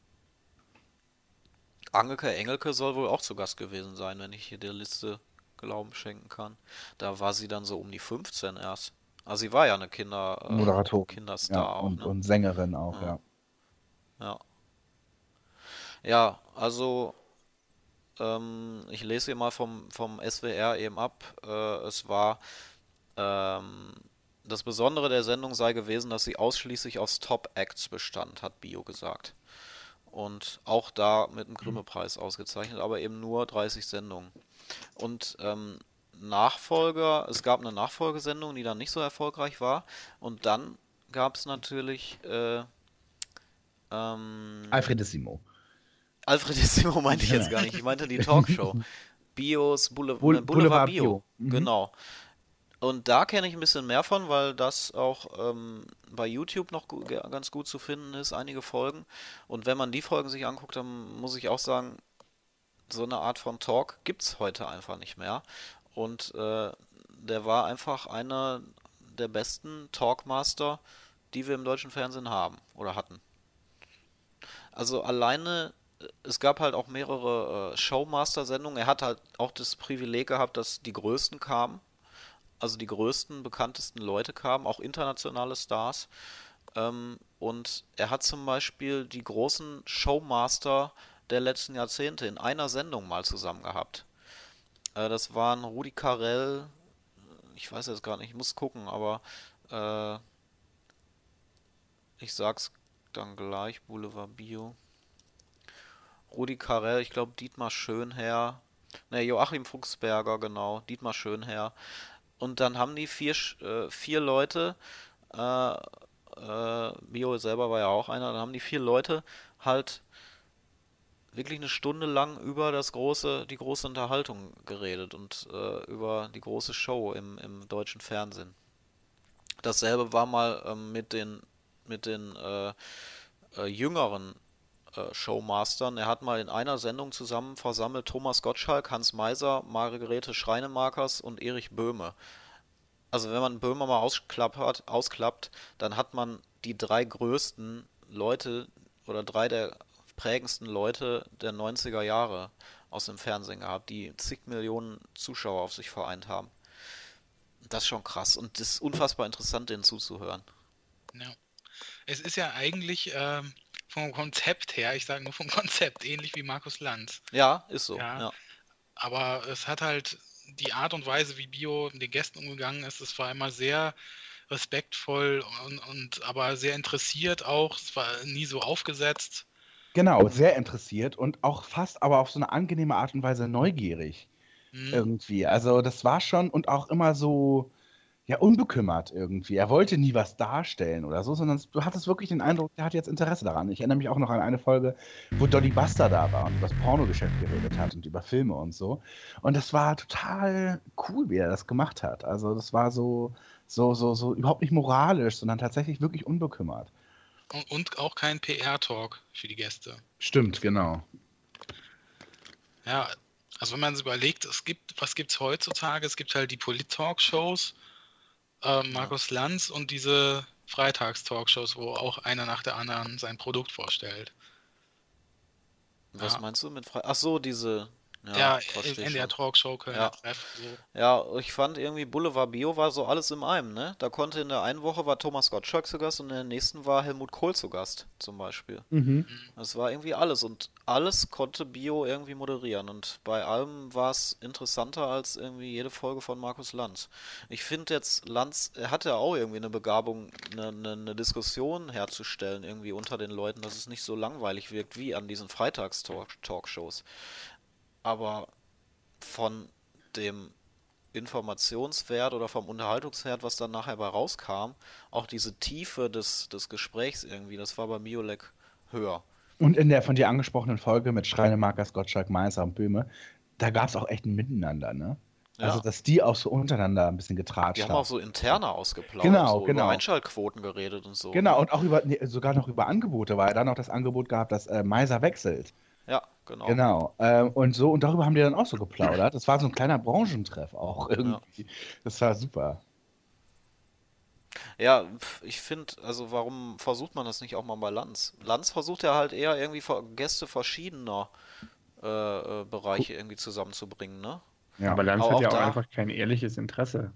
Angelke Engelke soll wohl auch zu Gast gewesen sein, wenn ich hier der Liste Glauben schenken kann. Da war sie dann so um die 15 erst. Also sie war ja eine Moderatorin. Kinderstar Ja, auch, und, ne? und Sängerin auch, Ja. ja. Ja. Ja, also ich lese hier mal vom SWR eben ab. Es war das Besondere der Sendung sei gewesen, dass sie ausschließlich aus Top-Acts bestand, hat Bio gesagt. Und auch da mit dem Grimme-Preis ausgezeichnet, aber eben nur 30 Sendungen. Und es gab eine Nachfolgesendung, die dann nicht so erfolgreich war. Und dann gab es natürlich Alfredissimo. Alfredissimo meinte ich jetzt gar nicht, ich meinte die Talkshow. Bios Boulevard Bio. Mhm. Genau. Und da kenne ich ein bisschen mehr von, weil das auch bei YouTube noch ganz gut zu finden ist, einige Folgen. Und wenn man die Folgen sich anguckt, dann muss ich auch sagen, so eine Art von Talk gibt es heute einfach nicht mehr. Und der war einfach einer der besten Talkmaster, die wir im deutschen Fernsehen haben oder hatten. Also alleine, es gab halt auch mehrere Showmaster-Sendungen. Er hat halt auch das Privileg gehabt, dass die Größten kamen. Also die größten, bekanntesten Leute kamen, auch internationale Stars. Und er hat zum Beispiel die großen Showmaster der letzten Jahrzehnte in einer Sendung mal zusammen gehabt. Das waren Rudi Carrell, ich weiß jetzt gar nicht, ich muss gucken, aber ich sag's dann gleich, Boulevard Bio. Rudi Carrell, ich glaube Dietmar Schönherr, ne, Joachim Fuchsberger, genau, Dietmar Schönherr. Und dann haben die vier Leute, Bio selber war ja auch einer, dann haben die 4 Leute halt wirklich eine Stunde lang über die große Unterhaltung geredet und über die große Show im deutschen Fernsehen. Dasselbe war mal mit den jüngeren Showmastern. Er hat mal in einer Sendung zusammen versammelt Thomas Gottschalk, Hans Meiser, Margarete Schreinemakers und Erich Böhme. Also wenn man Böhme mal ausklappt, dann hat man die 3 größten Leute oder 3 der prägendsten Leute der 90er Jahre aus dem Fernsehen gehabt, die zig Millionen Zuschauer auf sich vereint haben. Das ist schon krass und das ist unfassbar interessant, denen zuzuhören. Ja. Es ist ja eigentlich vom Konzept her, ich sage nur vom Konzept, ähnlich wie Markus Lanz. Ja, ist so. Ja. Ja. Aber es hat halt die Art und Weise, wie Bio mit den Gästen umgegangen ist, es war immer sehr respektvoll und aber sehr interessiert auch. Es war nie so aufgesetzt. Genau, sehr interessiert und auch fast aber auf so eine angenehme Art und Weise neugierig irgendwie. Also das war schon und auch immer so, ja, unbekümmert irgendwie. Er wollte nie was darstellen oder so, sondern du hattest wirklich den Eindruck, der hat jetzt Interesse daran. Ich erinnere mich auch noch an eine Folge, wo Dolly Buster da war und über das Pornogeschäft geredet hat und über Filme und so. Und das war total cool, wie er das gemacht hat. Also das war so überhaupt nicht moralisch, sondern tatsächlich wirklich unbekümmert. Und auch kein PR-Talk für die Gäste. Stimmt, genau. Ja, Also wenn man es überlegt, was gibt's heutzutage? Es gibt halt die Polit-Talkshows, Markus Lanz und diese Freitags-Talkshows, wo auch einer nach der anderen sein Produkt vorstellt. Was Ja. meinst du mit Ach so, diese... Ja, verstehe in der schon. Talkshow Kölner Ja. Treff. So. Ja, ich fand irgendwie Boulevard Bio war so alles im einem, ne? Da konnte in der einen Woche war Thomas Gottschalk zu Gast und in der nächsten war Helmut Kohl zu Gast, zum Beispiel. Das war irgendwie alles und alles konnte Bio irgendwie moderieren und bei allem war es interessanter als irgendwie jede Folge von Markus Lanz. Ich finde jetzt, Lanz, er hat ja auch irgendwie eine Begabung, eine Diskussion herzustellen irgendwie unter den Leuten, dass es nicht so langweilig wirkt wie an diesen Freitags-Talkshows. Aber von dem Informationswert oder vom Unterhaltungswert, was dann nachher bei rauskam, auch diese Tiefe des Gesprächs irgendwie, das war bei Biolek höher. Und in der von dir angesprochenen Folge mit Schreinemakers, Gottschalk, Meiser und Böhme, da gab es auch echt ein Miteinander, ne? Ja. Also, dass die auch so untereinander ein bisschen getratscht Die haben auch so interner ausgeplaudert, Genau, so genau. über Einschaltquoten geredet und so. Genau, Ne? und auch sogar noch über Angebote, weil er dann noch das Angebot gab, dass Meiser wechselt. Ja, genau. Genau. Und darüber haben die dann auch so geplaudert. Das war so ein kleiner Branchentreff auch irgendwie. Das war super. Ja, ich finde, also warum versucht man das nicht auch mal bei Lanz? Lanz versucht ja halt eher irgendwie Gäste verschiedener Bereiche irgendwie zusammenzubringen, ne? Ja. Aber Lanz Aber hat auch ja auch da- einfach kein ehrliches Interesse.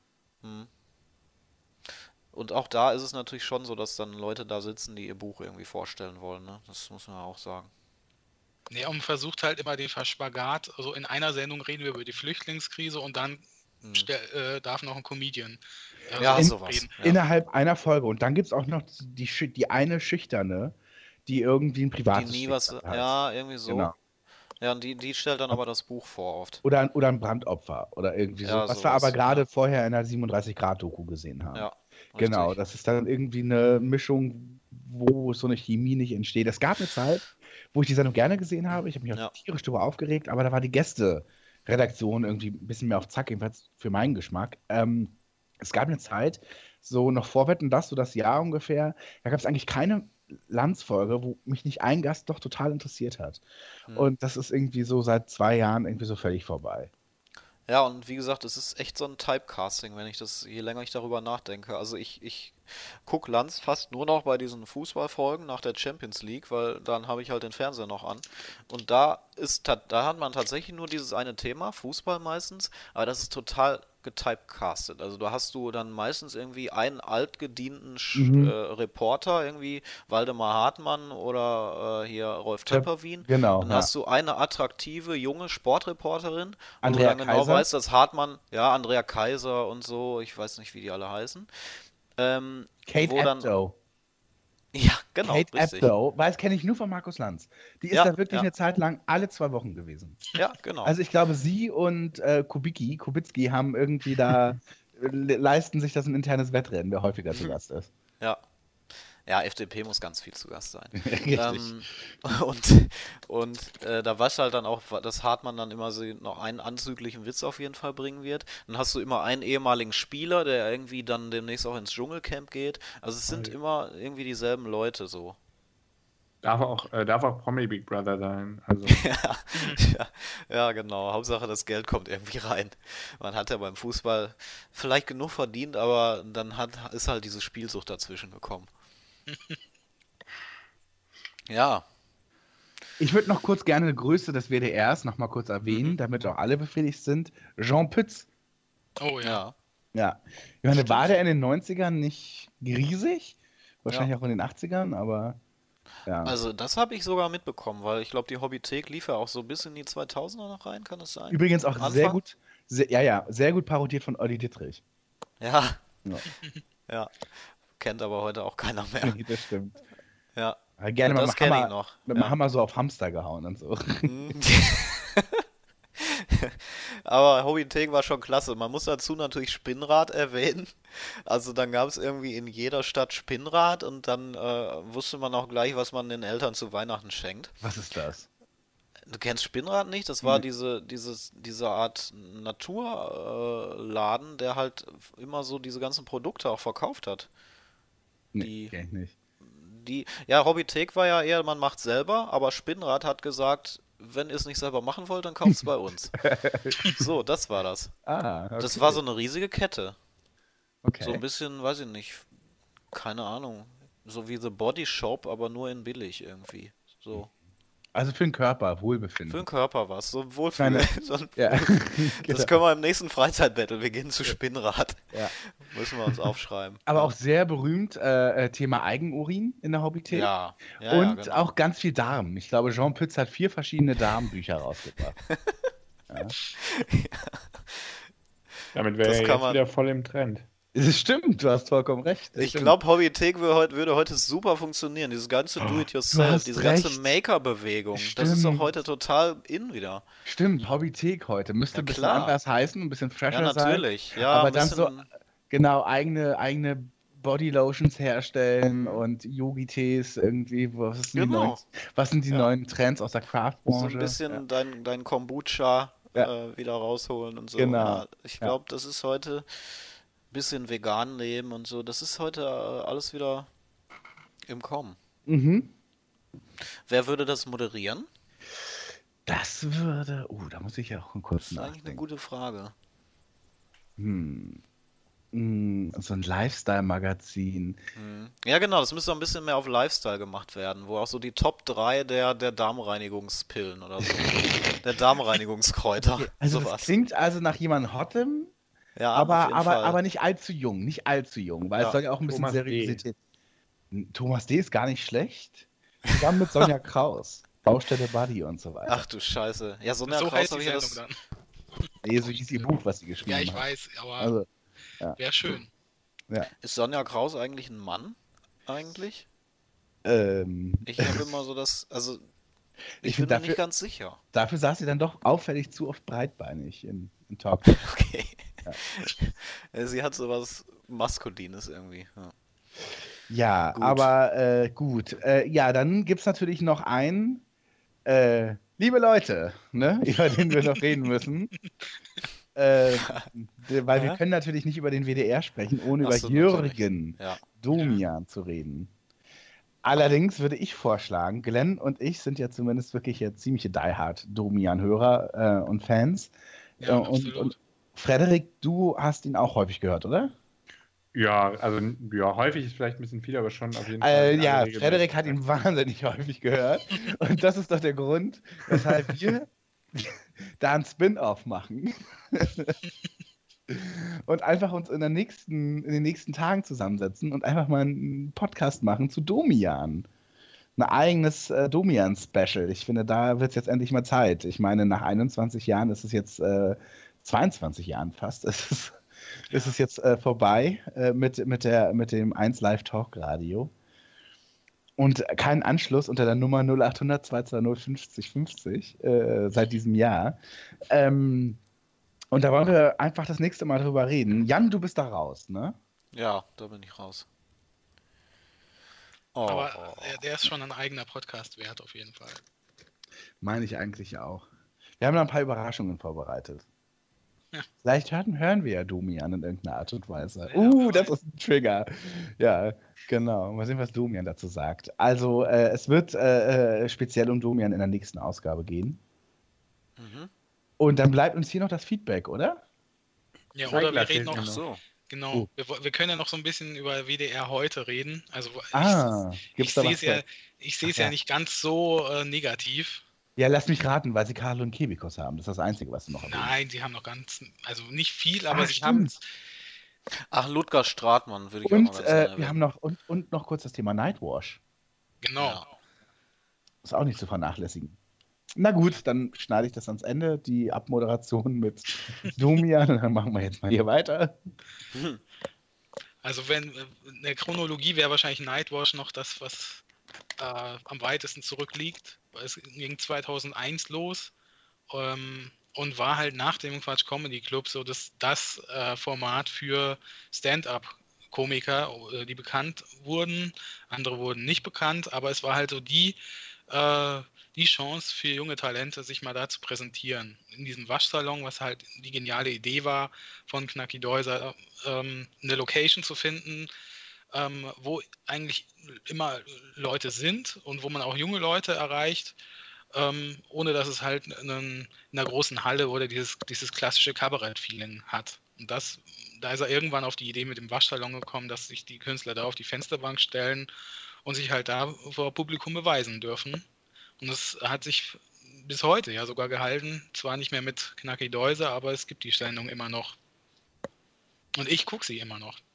Und auch da ist es natürlich schon so, dass dann Leute da sitzen, die ihr Buch irgendwie vorstellen wollen, ne? Das muss man ja auch sagen. Nee, und versucht halt immer den Spagat. Also in einer Sendung reden wir über die Flüchtlingskrise und dann darf noch ein Comedian Ja, so sowas. reden. Ja. Innerhalb einer Folge. Und dann gibt es auch noch die eine Schüchterne, die irgendwie ein Die privates nie was, Schicksal hat. ja, irgendwie so. Genau. Ja, und die stellt dann aber das Buch vor oft. Oder ein Brandopfer oder irgendwie so. Ja, Was wir sowas, aber gerade ja. vorher in der 37-Grad-Doku gesehen haben. Ja, Genau, richtig. das ist dann irgendwie eine Mischung, wo so eine Chemie nicht entsteht. Es gab eine Zeit, wo ich die Sendung gerne gesehen habe. Ich habe mich Ja. auch tierisch darüber aufgeregt, aber da war die Gäste-Redaktion irgendwie ein bisschen mehr auf Zack, jedenfalls für meinen Geschmack. Es gab eine Zeit, so noch vor Wetten, das, so das Jahr ungefähr, da gab es eigentlich keine Lanz-Folge, wo mich nicht ein Gast doch total interessiert hat. Und das ist irgendwie so seit 2 Jahren irgendwie so völlig vorbei. Ja, und wie gesagt, es ist echt so ein Typecasting, je länger ich darüber nachdenke. Also ich gucke Lanz fast nur noch bei diesen Fußballfolgen nach der Champions League, weil dann habe ich halt den Fernseher noch an. Und da hat man tatsächlich nur dieses eine Thema, Fußball meistens, aber das ist total getypecastet. Also da hast du dann meistens irgendwie einen altgedienten Reporter, irgendwie Waldemar Hartmann oder hier Rolf Töpperwien. Genau, Dann ja. hast du eine attraktive junge Sportreporterin, wo Andrea du dann genau Kaiser. weißt, dass Hartmann, ja, Andrea Kaiser und so, ich weiß nicht, wie die alle heißen. Kate wo dann- Abdo. Ja, genau, Kate richtig. Abdo, das kenne ich nur von Markus Lanz. Die ist Ja, da wirklich ja. eine Zeit lang alle 2 Wochen gewesen. Ja, genau. Also ich glaube, sie und Kubicki haben irgendwie da, leisten sich das ein internes Wettrennen, wer häufiger zu Gast ist. Ja. Ja, FDP muss ganz viel zu Gast sein. Richtig. Da weiß halt dann auch, dass Hartmann dann immer so noch einen anzüglichen Witz auf jeden Fall bringen wird. Dann hast du immer einen ehemaligen Spieler, der irgendwie dann demnächst auch ins Dschungelcamp geht. Also es sind immer irgendwie dieselben Leute so. Darf auch Promi Big Brother sein. Also Ja, genau. Hauptsache das Geld kommt irgendwie rein. Man hat ja beim Fußball vielleicht genug verdient, aber dann ist halt diese Spielsucht dazwischen gekommen. Ja, Ich würde noch kurz gerne eine Größe des WDRs noch mal kurz erwähnen, damit auch alle befriedigt sind. Jean Pütz. Oh ja. ja. Ja. Ich meine, war der in den 90ern nicht riesig? Wahrscheinlich auch in den 80ern, aber ja. Also das habe ich sogar mitbekommen, weil ich glaube, die Hobbythek lief ja auch so bis in die 2000er noch rein, kann das sein? Übrigens auch sehr Anfang? gut, sehr gut parodiert von Olli Dittrich. Ja, Ja, ja. Kennt aber heute auch keiner mehr. das stimmt. Ja. Gerne Ja, mal das kenn ich Hammer, noch. mit dem Ja. Hammer so auf Hamster gehauen und so. Aber Hobbythek war schon klasse. Man muss dazu natürlich Spinnrad erwähnen. Also dann gab es irgendwie in jeder Stadt Spinnrad und dann wusste man auch gleich, was man den Eltern zu Weihnachten schenkt. Was ist das? Du kennst Spinnrad nicht? Das war diese Art Naturladen, der halt immer so diese ganzen Produkte auch verkauft hat. Nee, kenn ich nicht. Ja, Hobbythek war ja eher, man macht selber, aber Spinnrad hat gesagt, wenn ihr es nicht selber machen wollt, dann kauft es bei uns. So, das war das. Okay. Das war so eine riesige Kette. Okay. So ein bisschen, weiß ich nicht, keine Ahnung. So wie The Body Shop, aber nur in billig irgendwie. So. Also für den Körper, Für Wohlbefinden. den Körper was. So ein Wohlfühl. Keine- Ja. Das können wir im nächsten Freizeitbattle. Wir gehen zu Spinnrad. Ja. Müssen wir uns aufschreiben. Aber auch sehr berühmt, Thema Eigenurin in der Hobbythek. Ja. Ja, Und genau. auch ganz viel Darm. Ich glaube, Jean Pütz hat 4 verschiedene Darmbücher rausgebracht. Damit wäre Das er kann jetzt man- wieder voll im Trend. Das stimmt, du hast vollkommen recht. Das Ich stimmt. glaube, Hobbythek würde heute super funktionieren. Dieses ganze du Do-it-yourself, hast diese ganze recht. Maker-Bewegung. Das ist auch Stimmt. heute total in wieder. Stimmt, Hobbythek heute. Müsste Ja, ein bisschen klar. anders heißen, ein bisschen fresher Ja, sein. natürlich. Ja, Aber ein dann so, bisschen- genau, eigene Bodylotions herstellen und Yogi-Tees irgendwie. Was sind Genau. die neuen Trends aus der so Craft-Branche? ein bisschen dein Kombucha Ja. wieder rausholen und so. Genau. Ja, ich glaube, das ist heute ein bisschen vegan leben und so. Das ist heute alles wieder im Kommen. Mhm. Wer würde das moderieren? Das würde. Da muss ich ja auch kurz Das ist eigentlich eine nachdenken. gute Frage. So ein Lifestyle-Magazin. Ja, genau, das müsste ein bisschen mehr auf Lifestyle gemacht werden, wo auch so die Top 3 der Darmreinigungspillen oder so. Der Darmreinigungskräuter. Also das sowas. klingt also nach jemandem Hottem, Ja, auf jeden Fall. aber nicht allzu jung. Nicht allzu jung, weil Ja. es soll ja auch ein bisschen Thomas D. Seriosität. Thomas D. ist gar nicht schlecht. Zusammen mit Sonja Kraus. Baustelle Buddy und so weiter. Ach du Scheiße. Ja, Sonja So Kraus heißt habe die ich ja Sendung das. dann. Nee, so hieß ihr Buch, was sie geschrieben Ja, ich hat. weiß, aber Also, wäre schön. Ist Sonja Kraus eigentlich ein Mann? Eigentlich? ähm, Ich habe immer so das. Also, Ich ich find bin mir nicht dafür- ganz sicher. dafür saß sie dann doch auffällig zu oft breitbeinig in Talk. Okay. Sie hat sowas Maskulines irgendwie. Ja. Ja, Gut. aber gut. Ja, dann gibt es natürlich noch einen, liebe Leute, ne, über den wir noch reden müssen. Weil wir Ja? können natürlich nicht über den WDR sprechen, ohne Ach über so, natürlich. Jürgen Ja. Domian zu reden. Allerdings würde ich vorschlagen, Glenn und ich sind ja zumindest wirklich jetzt ziemliche Die-Hard Domian-Hörer und Fans. Ja, und absolut. Frederik, du hast ihn auch häufig gehört, oder? Ja, also ja, häufig ist vielleicht ein bisschen viel, aber schon auf jeden Fall. Ja, alle Frederik hat regelmäßig. ihn wahnsinnig häufig gehört. Und das ist doch der Grund, weshalb wir da einen Spin-off machen. Und einfach uns in den nächsten Tagen zusammensetzen und einfach mal einen Podcast machen zu Domian. Ein eigenes Domian-Special. Ich finde, da wird es jetzt endlich mal Zeit. Ich meine, nach 21 Jahren ist es jetzt 22 Jahren fast. Ist es jetzt vorbei mit dem 1 Live Talk Radio. Und kein Anschluss unter der Nummer 0800 220 50 50 seit diesem Jahr. Und da wollen wir einfach das nächste Mal drüber reden. Jan, du bist da raus, ne? Ja, da bin ich raus. Oh, Aber der ist schon ein eigener Podcast wert, auf jeden Fall. Meine ich eigentlich auch. Wir haben da ein paar Überraschungen vorbereitet. Ja. Vielleicht hören wir ja Domian in irgendeiner Art und Weise. Ja, Das ist ein Trigger. Ja, genau. Mal sehen, was Domian dazu sagt. Also, es wird speziell um Domian in der nächsten Ausgabe gehen. Mhm. Und dann bleibt uns hier noch das Feedback, oder? Ja, Zeitler oder wir fehlt reden mir noch, Ach so. genau, Oh. wir können ja noch so ein bisschen über WDR heute reden. Also Gibt's da was? ich sehe es Ach ja. ja nicht ganz so negativ. Ja, lass mich raten, weil sie Carlo und Kebikus haben. Das ist das Einzige, was du noch erwähnst. Nein, sie haben noch also nicht viel, aber Ah, sie haben stimmt. Ach, Ludger Stratmann würde ich auch Und mal ganz gerne wir erwähnen. haben noch kurz das Thema Nightwash. genau. Ja. Ist auch nicht zu vernachlässigen. Na gut, dann schneide ich das ans Ende, die Abmoderation mit Domian, und dann machen wir jetzt mal hier weiter. Also wenn in der Chronologie wäre wahrscheinlich Nightwash noch das, was am weitesten zurückliegt. Es ging 2001 los und war halt nach dem Quatsch Comedy Club so das Format für Stand-up-Komiker, die bekannt wurden. Andere wurden nicht bekannt, aber es war halt so die Chance für junge Talente, sich mal da zu präsentieren. In diesem Waschsalon, was halt die geniale Idee war, von Knacki Deuser eine Location zu finden, wo eigentlich immer Leute sind und wo man auch junge Leute erreicht, ohne dass es halt in einer großen Halle oder dieses klassische Kabarett-Feeling hat. Und da ist er irgendwann auf die Idee mit dem Waschsalon gekommen, dass sich die Künstler da auf die Fensterbank stellen und sich halt da vor Publikum beweisen dürfen. Und das hat sich bis heute ja sogar gehalten. Zwar nicht mehr mit Knacki Deuse, aber es gibt die Sendung immer noch. Und ich gucke sie immer noch.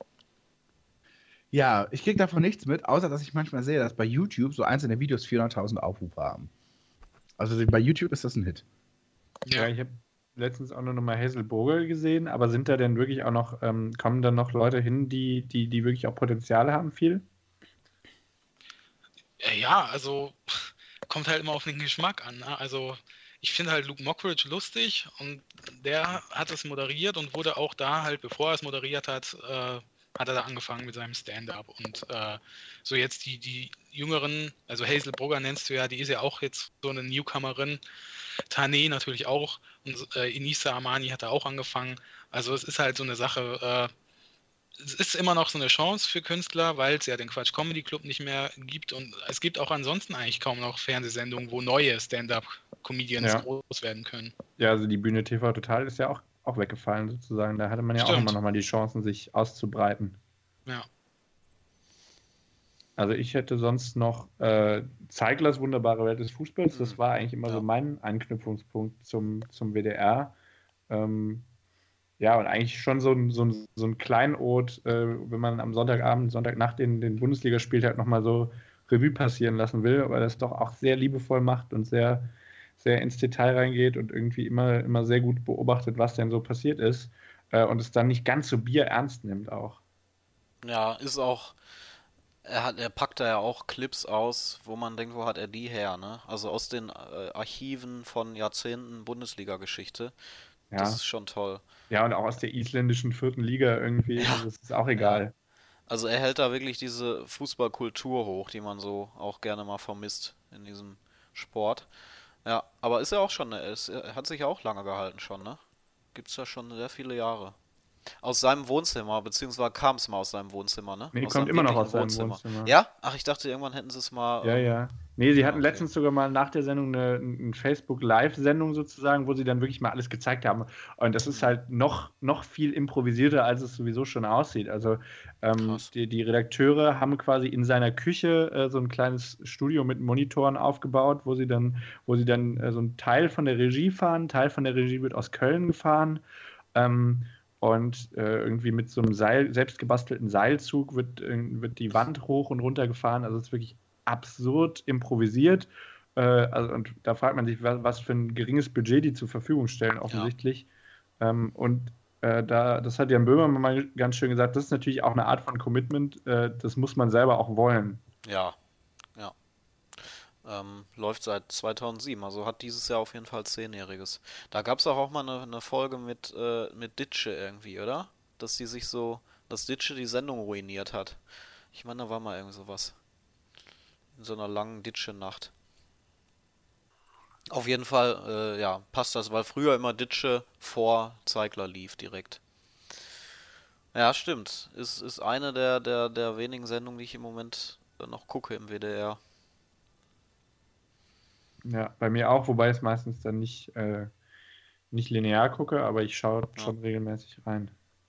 Ja, ich kriege davon nichts mit, außer dass ich manchmal sehe, dass bei YouTube so einzelne Videos 400.000 Aufrufe haben. Also bei YouTube ist das ein Hit. Ja, ich habe letztens auch noch mal Hazel Brugger gesehen, aber sind da denn wirklich auch noch, kommen da noch Leute hin, die wirklich auch Potenziale haben, viel? Ja, also kommt halt immer auf den Geschmack an. Ne? Also ich finde halt Luke Mockridge lustig und der hat es moderiert und wurde auch da halt, bevor er es moderiert hat, hat er da angefangen mit seinem Stand-up. Und so jetzt die Jüngeren, also Hazel Brugger nennst du ja, die ist ja auch jetzt so eine Newcomerin. Tane natürlich auch und Inisa Amani hat da auch angefangen. Also es ist halt so eine Sache, es ist immer noch so eine Chance für Künstler, weil es ja den Quatsch Comedy Club nicht mehr gibt und es gibt auch ansonsten eigentlich kaum noch Fernsehsendungen, wo neue Stand-up-Comedians groß werden können. Ja, also die Bühne TV Total ist ja auch weggefallen sozusagen. Da hatte man ja auch immer noch mal die Chancen, sich auszubreiten. Ja. Also ich hätte sonst noch Zeiglers wunderbare Welt des Fußballs. Das war eigentlich immer so mein Anknüpfungspunkt zum WDR. Ja, und eigentlich schon so ein Kleinod, wenn man am Sonntagnacht den Bundesligaspieltag halt nochmal so Revue passieren lassen will, weil das doch auch sehr liebevoll macht und sehr, sehr ins Detail reingeht und irgendwie immer sehr gut beobachtet, was denn so passiert ist und es dann nicht ganz so bierernst nimmt auch. Ja, ist auch, er packt da ja auch Clips aus, wo man denkt, wo hat er die her, ne? Also aus den Archiven von Jahrzehnten Bundesliga-Geschichte. Ja. Das ist schon toll. Ja, und auch aus der isländischen 4. Liga irgendwie, das ist auch egal. Ja. Also er hält da wirklich diese Fußballkultur hoch, die man so auch gerne mal vermisst in diesem Sport. Ja, aber ist ja auch schon, er hat sich ja auch lange gehalten schon, ne? Gibt's ja schon sehr viele Jahre. Aus seinem Wohnzimmer, beziehungsweise kam es mal aus seinem Wohnzimmer, ne? Nee, kommt immer noch aus seinem Wohnzimmer. Ja? Ach, ich dachte, irgendwann hätten sie es mal... Ja. Nee, sie hatten letztens sogar mal nach der Sendung eine Facebook-Live-Sendung sozusagen, wo sie dann wirklich mal alles gezeigt haben. Und das ist halt noch viel improvisierter, als es sowieso schon aussieht. Also die Redakteure haben quasi in seiner Küche so ein kleines Studio mit Monitoren aufgebaut, wo sie dann so einen Teil von der Regie fahren. Ein Teil von der Regie wird aus Köln gefahren. Und irgendwie mit so einem selbst gebastelten Seilzug wird die Wand hoch und runter gefahren. Also es ist wirklich absurd improvisiert. Und da fragt man sich, was für ein geringes Budget die zur Verfügung stellen, offensichtlich. Ja. Das hat Jan Böhmermann mal ganz schön gesagt, das ist natürlich auch eine Art von Commitment, das muss man selber auch wollen. Ja. Läuft seit 2007, also hat dieses Jahr auf jeden Fall 10-Jähriges. Da gab es auch mal eine Folge mit Ditsche irgendwie, oder? Dass Ditsche die Sendung ruiniert hat. Ich meine, da war mal irgendwie sowas. In so einer langen Ditsche-Nacht. Auf jeden Fall, passt das, weil früher immer Ditsche vor Zeigler lief direkt. Ja, stimmt. Ist eine der wenigen Sendungen, die ich im Moment noch gucke im WDR. Ja, bei mir auch, wobei ich es meistens dann nicht linear gucke, aber ich schaue schon regelmäßig rein.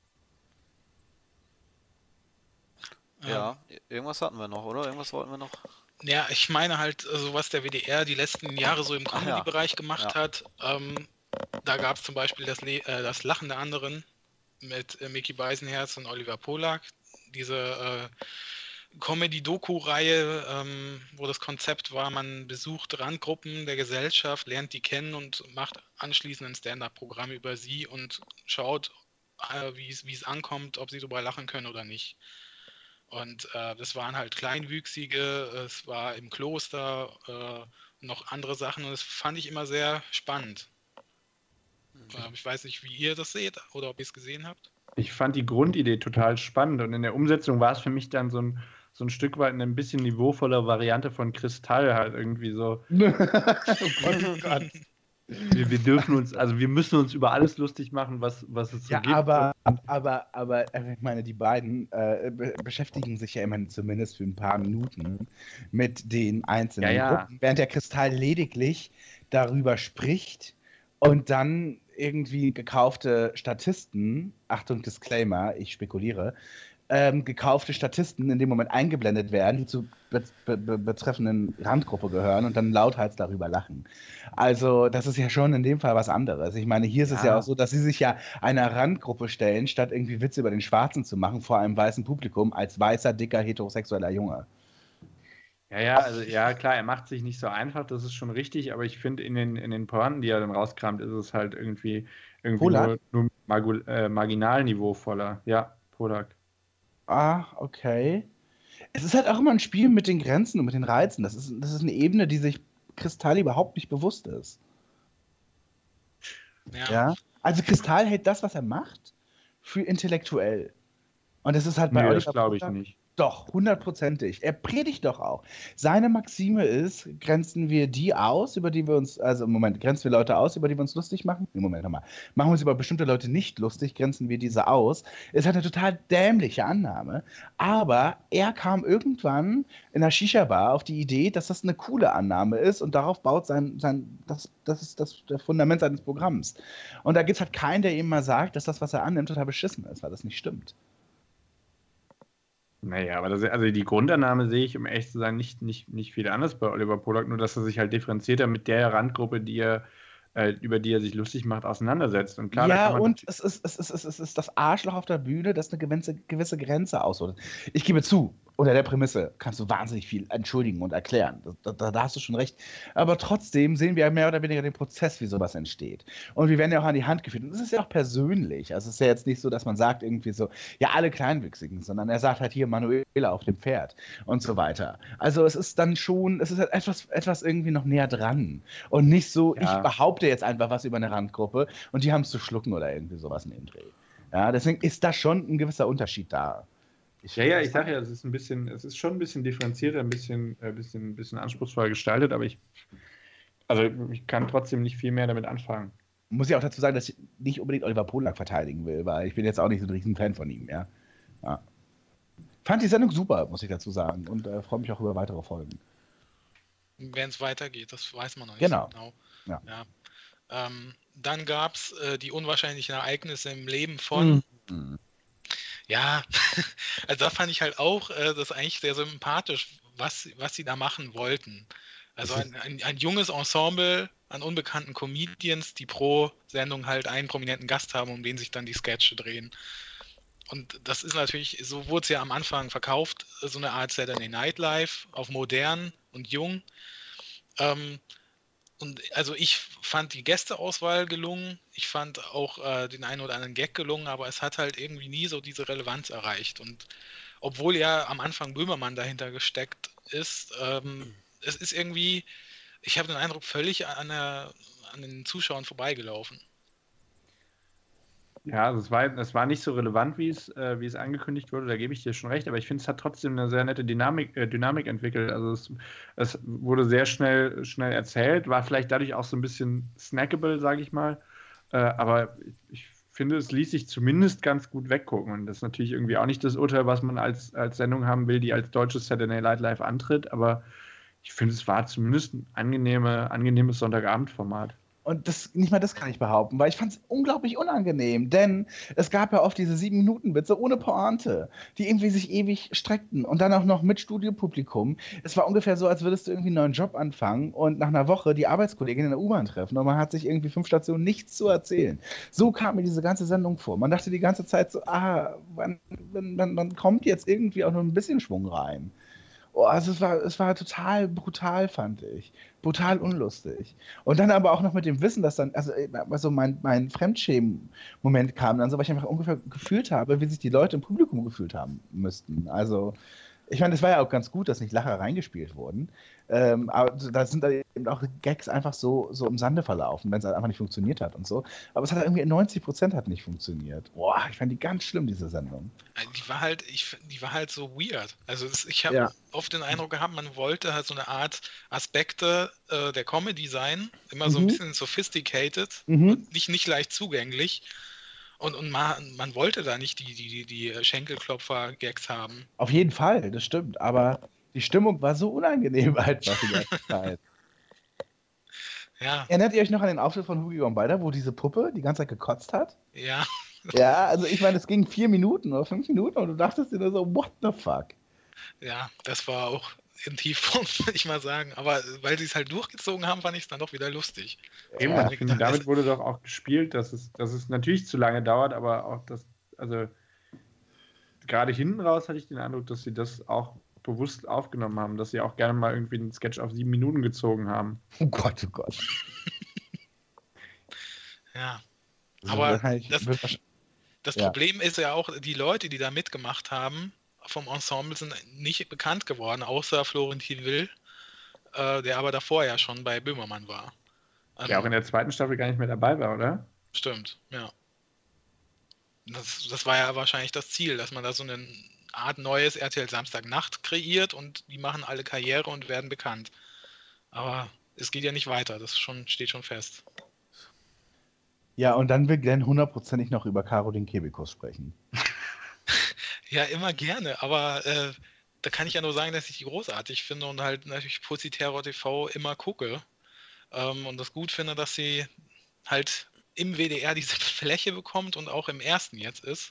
Ja, irgendwas hatten wir noch, oder? Irgendwas wollten wir noch? Ja, ich meine halt, so was der WDR die letzten Jahre so im Comedy-Bereich gemacht hat. Da gab es zum Beispiel das Lachen der anderen mit Micky Beisenherz und Oliver Polak. Diese Comedy-Doku-Reihe, wo das Konzept war, man besucht Randgruppen der Gesellschaft, lernt die kennen und macht anschließend ein Stand-up-Programm über sie und schaut, wie es ankommt, ob sie darüber lachen können oder nicht. Und das waren halt Kleinwüchsige, es war im Kloster, noch andere Sachen und das fand ich immer sehr spannend. Ich weiß nicht, wie ihr das seht oder ob ihr es gesehen habt. Ich fand die Grundidee total spannend und in der Umsetzung war es für mich dann so ein Stück weit eine ein bisschen niveauvoller Variante von Kristall halt irgendwie so. Oh Gott. Wir dürfen uns, also wir müssen uns über alles lustig machen, was es so Ja, gibt. aber ich meine, die beiden beschäftigen sich ja immerhin zumindest für ein paar Minuten mit den einzelnen Ja. Gruppen, während der Kristall lediglich darüber spricht und dann irgendwie gekaufte Statisten, Achtung, Disclaimer, ich spekuliere, gekaufte Statisten in dem Moment eingeblendet werden, die zur betreffenden Randgruppe gehören und dann lauthals darüber lachen. Also das ist ja schon in dem Fall was anderes. Ich meine, hier ist es ja auch so, dass sie sich ja einer Randgruppe stellen, statt irgendwie Witze über den Schwarzen zu machen, vor einem weißen Publikum, als weißer, dicker, heterosexueller Junge. Also klar, er macht sich nicht so einfach, das ist schon richtig, aber ich finde in den Pointen, die er dann rauskramt, ist es halt irgendwie nur marginalniveauvoller. Ja, Polak. Ah, okay. Es ist halt auch immer ein Spiel mit den Grenzen und mit den Reizen. Das ist eine Ebene, die sich Kristall überhaupt nicht bewusst ist. Ja? Also Kristall hält das, was er macht, für intellektuell. Und das ist halt bei das glaube ich nicht. Doch, 100%. Er predigt doch auch. Seine Maxime ist, grenzen wir die aus, über die wir uns, also im Moment, grenzen wir Leute aus, über die wir uns lustig machen? Im Moment nochmal. Machen wir uns über bestimmte Leute nicht lustig, grenzen wir diese aus. Ist halt eine total dämliche Annahme. Aber er kam irgendwann in der Shisha-Bar auf die Idee, dass das eine coole Annahme ist und darauf baut das ist das Fundament seines Programms. Und da gibt es halt keinen, der ihm mal sagt, dass das, was er annimmt, total beschissen ist, weil das nicht stimmt. Naja, aber also die Grundannahme sehe ich, um ehrlich zu sein, nicht viel anders bei Oliver Polak, nur dass er sich halt differenzierter mit der Randgruppe, über die er sich lustig macht, auseinandersetzt. Und klar, ja, und es ist das Arschloch auf der Bühne, das eine gewisse Grenze auslotet. Ich gebe zu, unter der Prämisse kannst du wahnsinnig viel entschuldigen und erklären. Da hast du schon recht. Aber trotzdem sehen wir ja mehr oder weniger den Prozess, wie sowas entsteht. Und wir werden ja auch an die Hand geführt. Und es ist ja auch persönlich. Also es ist ja jetzt nicht so, dass man sagt irgendwie so, ja, alle Kleinwüchsigen, sondern er sagt halt hier Manuela auf dem Pferd und so weiter. Also es ist dann schon, es ist halt etwas irgendwie noch näher dran. Und nicht so, ich behaupte jetzt einfach was über eine Randgruppe und die haben es zu schlucken oder irgendwie sowas in dem Dreh. Ja, deswegen ist da schon ein gewisser Unterschied da. Ich sage ja, es ist schon ein bisschen differenzierter, ein bisschen anspruchsvoll gestaltet, aber ich kann trotzdem nicht viel mehr damit anfangen. Muss ich auch dazu sagen, dass ich nicht unbedingt Oliver Polak verteidigen will, weil ich bin jetzt auch nicht so ein riesen Fan von ihm, ja. Fand die Sendung super, muss ich dazu sagen, und freue mich auch über weitere Folgen. Wenn es weitergeht, das weiß man noch nicht genau. so genau. Ja. Dann gab es die unwahrscheinlichen Ereignisse im Leben von... Ja, also da fand ich halt auch das eigentlich sehr sympathisch, was sie da machen wollten. Also ein junges Ensemble an unbekannten Comedians, die pro Sendung halt einen prominenten Gast haben, um den sich dann die Sketche drehen. Und das ist natürlich, so wurde es ja am Anfang verkauft, so eine Art Saturday Night Live auf modern und jung. Und also ich fand die Gästeauswahl gelungen, ich fand auch den einen oder anderen Gag gelungen, aber es hat halt irgendwie nie so diese Relevanz erreicht. Und obwohl ja am Anfang Böhmermann dahinter gesteckt ist, es ist irgendwie, ich habe den Eindruck, völlig an den Zuschauern vorbeigelaufen. Ja, also es war nicht so relevant, wie es angekündigt wurde, da gebe ich dir schon recht, aber ich finde, es hat trotzdem eine sehr nette Dynamik entwickelt. Also es wurde sehr schnell erzählt, war vielleicht dadurch auch so ein bisschen snackable, sage ich mal. Aber ich finde, es ließ sich zumindest ganz gut weggucken. Und das ist natürlich irgendwie auch nicht das Urteil, was man als Sendung haben will, die als deutsches Saturday Night Live antritt, aber ich finde, es war zumindest ein angenehmes Sonntagabendformat. Und nicht mal das kann ich behaupten, weil ich fand es unglaublich unangenehm, denn es gab ja oft diese 7-Minuten-Witze ohne Pointe, die irgendwie sich ewig streckten und dann auch noch mit Studiopublikum. Es war ungefähr so, als würdest du irgendwie einen neuen Job anfangen und nach einer Woche die Arbeitskollegin in der U-Bahn treffen und man hat sich irgendwie 5 Stationen nichts zu erzählen. So kam mir diese ganze Sendung vor. Man dachte die ganze Zeit so, wann kommt jetzt irgendwie auch nur ein bisschen Schwung rein? Oh, also es war total brutal, fand ich. Brutal unlustig. Und dann aber auch noch mit dem Wissen, dass dann, also mein Fremdschämen-Moment kam dann so, weil ich einfach ungefähr gefühlt habe, wie sich die Leute im Publikum gefühlt haben müssten. Also, Ich meine, es war ja auch ganz gut, dass nicht Lacher reingespielt wurden. Aber da sind da eben auch Gags einfach so im Sande verlaufen, wenn es halt einfach nicht funktioniert hat und so. Aber es hat irgendwie 90% hat nicht funktioniert. Boah, ich fand die ganz schlimm, diese Sendung. Die war halt so weird. Also ich habe oft den Eindruck gehabt, man wollte halt so eine Art Aspekte der Comedy sein, immer so ein bisschen sophisticated und nicht leicht zugänglich. Und man wollte da nicht die Schenkelklopfer-Gags haben. Auf jeden Fall, das stimmt. Aber die Stimmung war so unangenehm einfach die ganze Zeit. Ja. Erinnert ihr euch noch an den Auftritt von Hugi Bombalda, wo diese Puppe die ganze Zeit gekotzt hat? Ja. Ja, also ich meine, es ging 4 Minuten oder 5 Minuten und du dachtest dir nur so, what the fuck? Ja, das war auch im Tiefpunkt, würde ich mal sagen. Aber weil sie es halt durchgezogen haben, fand ich es dann doch wieder lustig. Eben, Ja, ich finde, damit wurde doch auch gespielt, dass es natürlich zu lange dauert, aber auch also gerade hinten raus hatte ich den Eindruck, dass sie das auch bewusst aufgenommen haben, dass sie auch gerne mal irgendwie einen Sketch auf 7 Minuten gezogen haben. Oh Gott, oh Gott. Ja. Also Aber das Ja. Problem ist ja auch, die Leute, die da mitgemacht haben, vom Ensemble sind nicht bekannt geworden, außer Florentin Will, der aber davor ja schon bei Böhmermann war. Der auch in der zweiten Staffel gar nicht mehr dabei war, oder? Stimmt, ja. Das war ja wahrscheinlich das Ziel, dass man da so eine Art neues RTL Samstagnacht kreiert und die machen alle Karriere und werden bekannt. Aber es geht ja nicht weiter, steht schon fest. Ja, und dann will Glenn hundertprozentig noch über Caroline Kebekus sprechen. Ja, immer gerne, aber da kann ich ja nur sagen, dass ich die großartig finde und halt natürlich Pussy Terror TV immer gucke und das gut finde, dass sie halt im WDR diese Fläche bekommt und auch im ersten jetzt ist.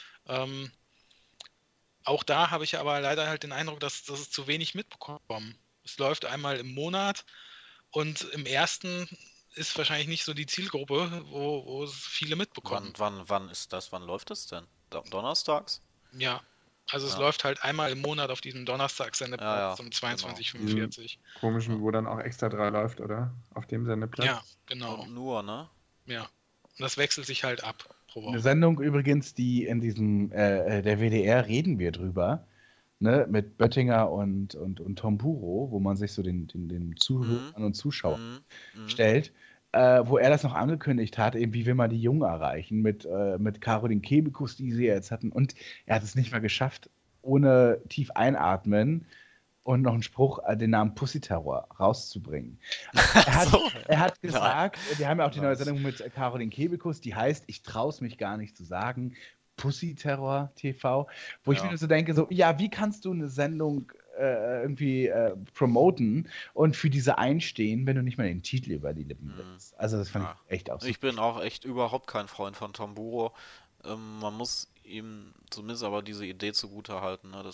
Auch da habe ich aber leider halt den Eindruck, dass es zu wenig mitbekommen. Es läuft einmal im Monat und im ersten ist wahrscheinlich nicht so die Zielgruppe, wo es viele mitbekommen. Wann ist das? Wann läuft das denn? Donnerstags? Ja, also es läuft halt einmal im Monat auf diesem Donnerstag-Sendeplatz um 22:45. Komischen, wo dann auch Extra 3 läuft, oder? Auf dem Sendeplatz. Ja, genau. Und nur, ne? Ja. Und das wechselt sich halt ab pro Eine Woche. Sendung übrigens, die in diesem, der WDR reden wir drüber, ne, mit Böttinger und Tom Buro, wo man sich so den Zuhörern und Zuschauern stellt, wo er das noch angekündigt hat, eben wie will man die Jungen erreichen, mit Caroline Kebekus, die sie jetzt hatten. Und er hat es nicht mal geschafft, ohne tief einatmen und noch einen Spruch, den Namen Pussy Terror rauszubringen. Er hat gesagt, wir haben ja auch die neue Sendung mit Caroline Kebekus, die heißt, ich traue es mich gar nicht zu sagen, Pussy Terror TV, wo ich mir so denke, so, ja, wie kannst du eine Sendung irgendwie promoten und für diese einstehen, wenn du nicht mal den Titel über die Lippen bringst? Also das fand ich echt auch so. Ich bin auch echt überhaupt kein Freund von Tom Buro. Man muss ihm zumindest aber diese Idee zugute halten, ne?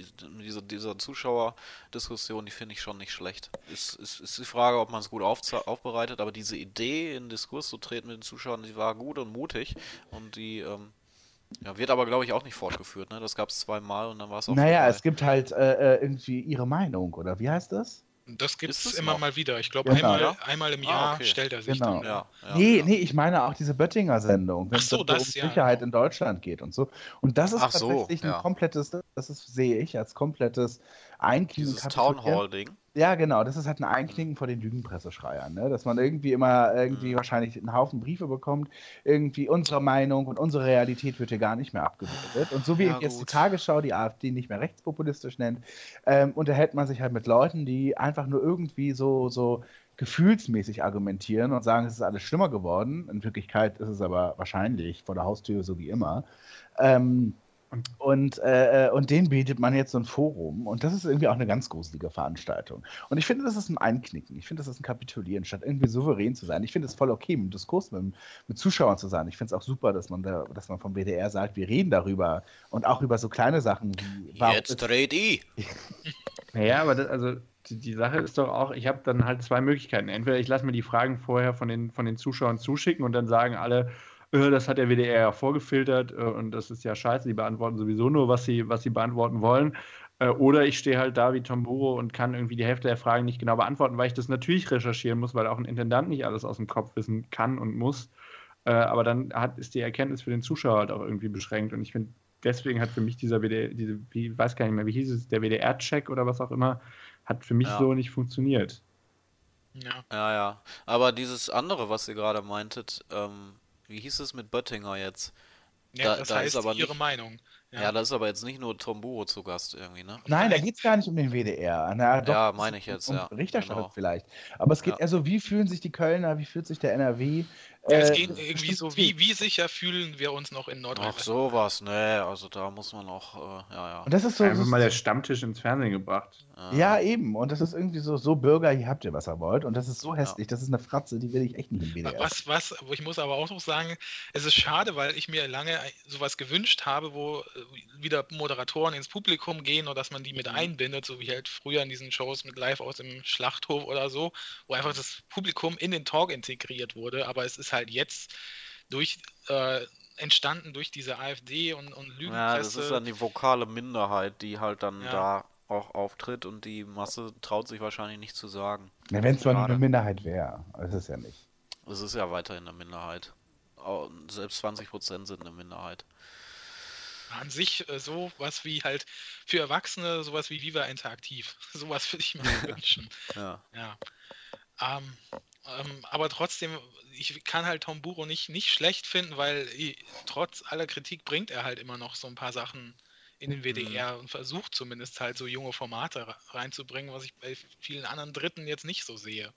Diese Zuschauerdiskussion, die finde ich schon nicht schlecht. Ist die Frage, ob man es gut aufbereitet, aber diese Idee, in Diskurs zu treten mit den Zuschauern, die war gut und mutig und die wird aber, glaube ich, auch nicht fortgeführt. Ne? Das gab es 2 Mal und dann war es auch Naja, vorbei. es gibt halt irgendwie ihre Meinung, oder wie heißt das? Das gibt Ist es es immer noch? mal wieder. Ich glaube, Genau. einmal im Jahr okay. stellt er sich Genau. dann. Ja, Nee, ich meine auch diese Böttinger-Sendung, wenn Ach so, es um das, ja, Sicherheit genau. in Deutschland geht und so. Und das ist Ach so, tatsächlich ein ja. komplettes, sehe ich als komplettes Einknicken. Dieses Townhall-Ding. Ja, genau, das ist halt ein Einknicken vor den Lügenpresseschreiern, ne? Dass man irgendwie immer wahrscheinlich einen Haufen Briefe bekommt, irgendwie unsere Meinung und unsere Realität wird hier gar nicht mehr abgebildet. Und so wie Ja, jetzt die gut. Tagesschau die AfD nicht mehr rechtspopulistisch nennt, unterhält man sich halt mit Leuten, die einfach nur irgendwie so gefühlsmäßig argumentieren und sagen, es ist alles schlimmer geworden. In Wirklichkeit ist es aber wahrscheinlich vor der Haustür so wie immer. Und denen bietet man jetzt so ein Forum und das ist irgendwie auch eine ganz gruselige Veranstaltung. Und ich finde, das ist ein Einknicken. Ich finde, das ist ein Kapitulieren, statt irgendwie souverän zu sein. Ich finde es voll okay, im Diskurs mit Zuschauern zu sein. Ich finde es auch super, dass man vom WDR sagt, wir reden darüber und auch über so kleine Sachen wie Jetzt dreht i. Naja, aber die Sache ist doch auch, ich habe dann halt 2 Möglichkeiten. Entweder ich lasse mir die Fragen vorher von den Zuschauern zuschicken und dann sagen alle, das hat der WDR ja vorgefiltert und das ist ja scheiße, die beantworten sowieso nur, was sie beantworten wollen. Oder ich stehe halt da wie Tom Buro und kann irgendwie die Hälfte der Fragen nicht genau beantworten, weil ich das natürlich recherchieren muss, weil auch ein Intendant nicht alles aus dem Kopf wissen kann und muss. Aber dann ist die Erkenntnis für den Zuschauer halt auch irgendwie beschränkt und ich finde, deswegen hat für mich dieser WDR, ich weiß gar nicht mehr, wie hieß es, der WDR-Check oder was auch immer, hat für mich so nicht funktioniert. Ja. Ja. Aber dieses andere, was ihr gerade meintet, wie hieß es mit Böttinger jetzt? Ja, Da das ist heißt aber ihre nicht. Meinung. Ja, da ist aber jetzt nicht nur Tom Buro zu Gast irgendwie, ne? Nein, da Nein. geht es gar nicht um den WDR. Na, doch, Ja, es meine ist ich jetzt, um ja, Berichterstattung genau. vielleicht. Aber es geht Ja. eher so, wie fühlen sich die Kölner, wie fühlt sich der NRW? Ja, es geht Mit irgendwie bestimmten so, Themen. wie sicher fühlen wir uns noch in Ach, Nordrhein-Westfalen? sowas, ne, also da muss man auch, ja. Und das ist so, Einfach mal der Stammtisch ins Fernsehen gebracht. ja, eben. Und das ist irgendwie so Bürger, hier habt ihr, was ihr wollt. Und das ist so Ja. hässlich. Das ist eine Fratze, die will ich echt nicht im WDR. Ich muss aber auch noch sagen, es ist schade, weil ich mir lange sowas gewünscht habe, wo wieder Moderatoren ins Publikum gehen oder dass man die mit einbindet, so wie halt früher in diesen Shows mit Live aus dem Schlachthof oder so, wo einfach das Publikum in den Talk integriert wurde. Aber es ist halt jetzt entstanden durch diese AfD und Ja, das ist Lügenpresse. dann die vokale Minderheit, die halt dann Ja. da auch auftritt und die Masse traut sich wahrscheinlich nicht zu sagen. Ja, wenn es zwar nur Schade. eine Minderheit wäre. Aber es ist ja nicht. Es ist ja weiterhin eine Minderheit. Selbst 20% sind eine Minderheit. An sich sowas wie halt für Erwachsene, sowas wie Viva Interaktiv. Sowas würde ich mir wünschen. Ja. Ja. Aber trotzdem, ich kann halt Tom Buro nicht schlecht finden, weil trotz aller Kritik bringt er halt immer noch so ein paar Sachen in den WDR und versucht zumindest halt so junge Formate reinzubringen, was ich bei vielen anderen Dritten jetzt nicht so sehe.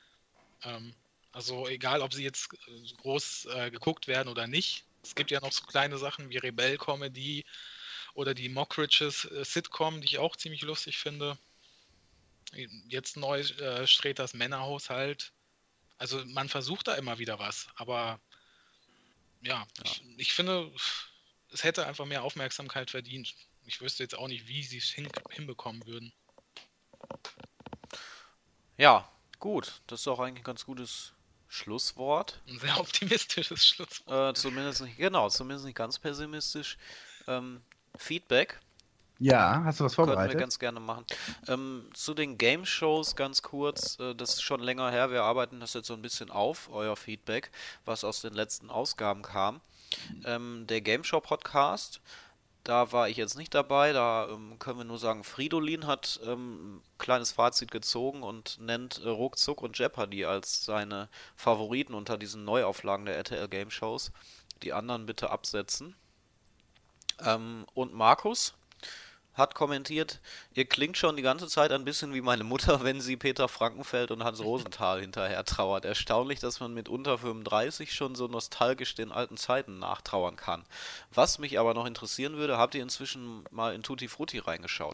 Also egal, ob sie jetzt groß geguckt werden oder nicht. Es gibt ja noch so kleine Sachen wie Rebell-Comedy oder die Mockridges Sitcom, die ich auch ziemlich lustig finde. Jetzt neu Sträters Männerhaushalt. Also man versucht da immer wieder was, aber ja. Ich finde, es hätte einfach mehr Aufmerksamkeit verdient. Ich wüsste jetzt auch nicht, wie sie es hinbekommen würden. Ja, gut. Das ist auch eigentlich ein ganz gutes Schlusswort. Ein sehr optimistisches Schlusswort. Zumindest nicht ganz pessimistisch. Feedback Ja, hast du was könnten wir vorbereitet? ganz gerne machen. Zu den Game-Shows ganz kurz, das ist schon länger her, wir arbeiten das jetzt so ein bisschen auf, euer Feedback, was aus den letzten Ausgaben kam. Der Game Show Podcast, da war ich jetzt nicht dabei, da können wir nur sagen, Fridolin hat ein kleines Fazit gezogen und nennt Ruckzuck und Jeopardy als seine Favoriten unter diesen Neuauflagen der RTL Game Shows. Die anderen bitte absetzen. Und Markus hat kommentiert, ihr klingt schon die ganze Zeit ein bisschen wie meine Mutter, wenn sie Peter Frankenfeld und Hans Rosenthal hinterher trauert. Erstaunlich, dass man mit unter 35 schon so nostalgisch den alten Zeiten nachtrauern kann. Was mich aber noch interessieren würde, habt ihr inzwischen mal in Tutti Frutti reingeschaut?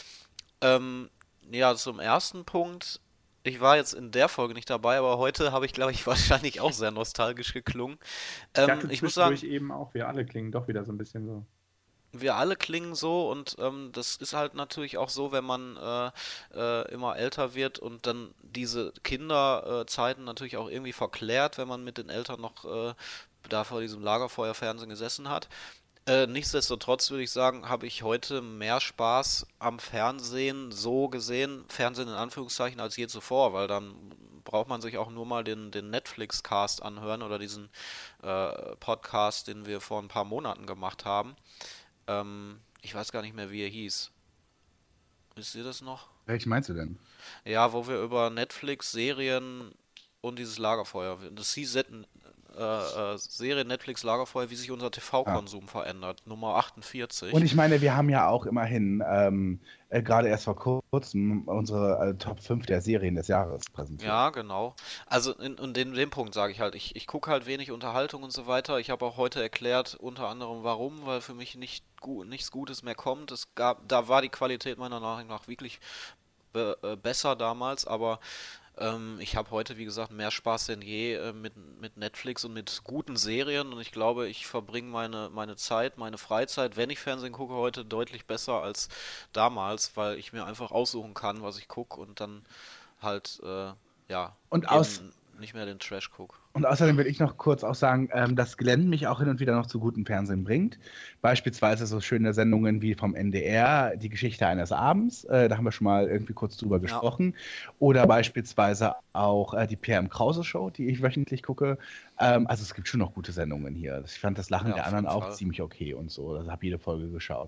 Ja, zum ersten Punkt, ich war jetzt in der Folge nicht dabei, aber heute habe ich, glaube ich, wahrscheinlich auch sehr nostalgisch geklungen. Ich dachte Ich muss sagen, zwischendurch eben auch, wir alle klingen doch wieder so ein bisschen so. wir alle klingen so und das ist halt natürlich auch so, wenn man immer älter wird und dann diese Kinderzeiten natürlich auch irgendwie verklärt, wenn man mit den Eltern noch da vor diesem Lagerfeuerfernsehen gesessen hat. Nichtsdestotrotz würde ich sagen, habe ich heute mehr Spaß am Fernsehen so gesehen, Fernsehen in Anführungszeichen, als je zuvor, weil dann braucht man sich auch nur mal den Netflix-Cast anhören oder diesen Podcast, den wir vor ein paar Monaten gemacht haben. Ich weiß gar nicht mehr, wie er hieß. Wisst ihr das noch? Welchen meinst du denn? Ja, wo wir über Netflix, Serien und dieses Lagerfeuer, das hieß Serie Netflix Lagerfeuer, wie sich unser TV-Konsum verändert. Nummer 48. Und ich meine, wir haben ja auch immerhin gerade erst vor kurzem unsere Top 5 der Serien des Jahres präsentiert. Ja, genau. Also in dem Punkt sage ich halt, ich gucke halt wenig Unterhaltung und so weiter. Ich habe auch heute erklärt, unter anderem warum, weil für mich nichts Gutes mehr kommt. Da war die Qualität meiner Meinung nach wirklich besser damals, aber ich habe heute, wie gesagt, mehr Spaß denn je mit Netflix und mit guten Serien und ich glaube, ich verbringe meine Zeit, meine Freizeit, wenn ich Fernsehen gucke, heute deutlich besser als damals, weil ich mir einfach aussuchen kann, was ich gucke und dann halt, ja, Und eben nicht mehr den Trash gucke. Und außerdem will ich noch kurz auch sagen, dass Glenn mich auch hin und wieder noch zu gutem Fernsehen bringt. Beispielsweise so schöne Sendungen wie vom NDR, die Geschichte eines Abends. Da haben wir schon mal irgendwie kurz drüber gesprochen. Oder beispielsweise auch die PM Krause Show, die ich wöchentlich gucke. Also es gibt schon noch gute Sendungen hier. Ich fand das Lachen der anderen auch ziemlich okay und so. Also habe jede Folge geschaut.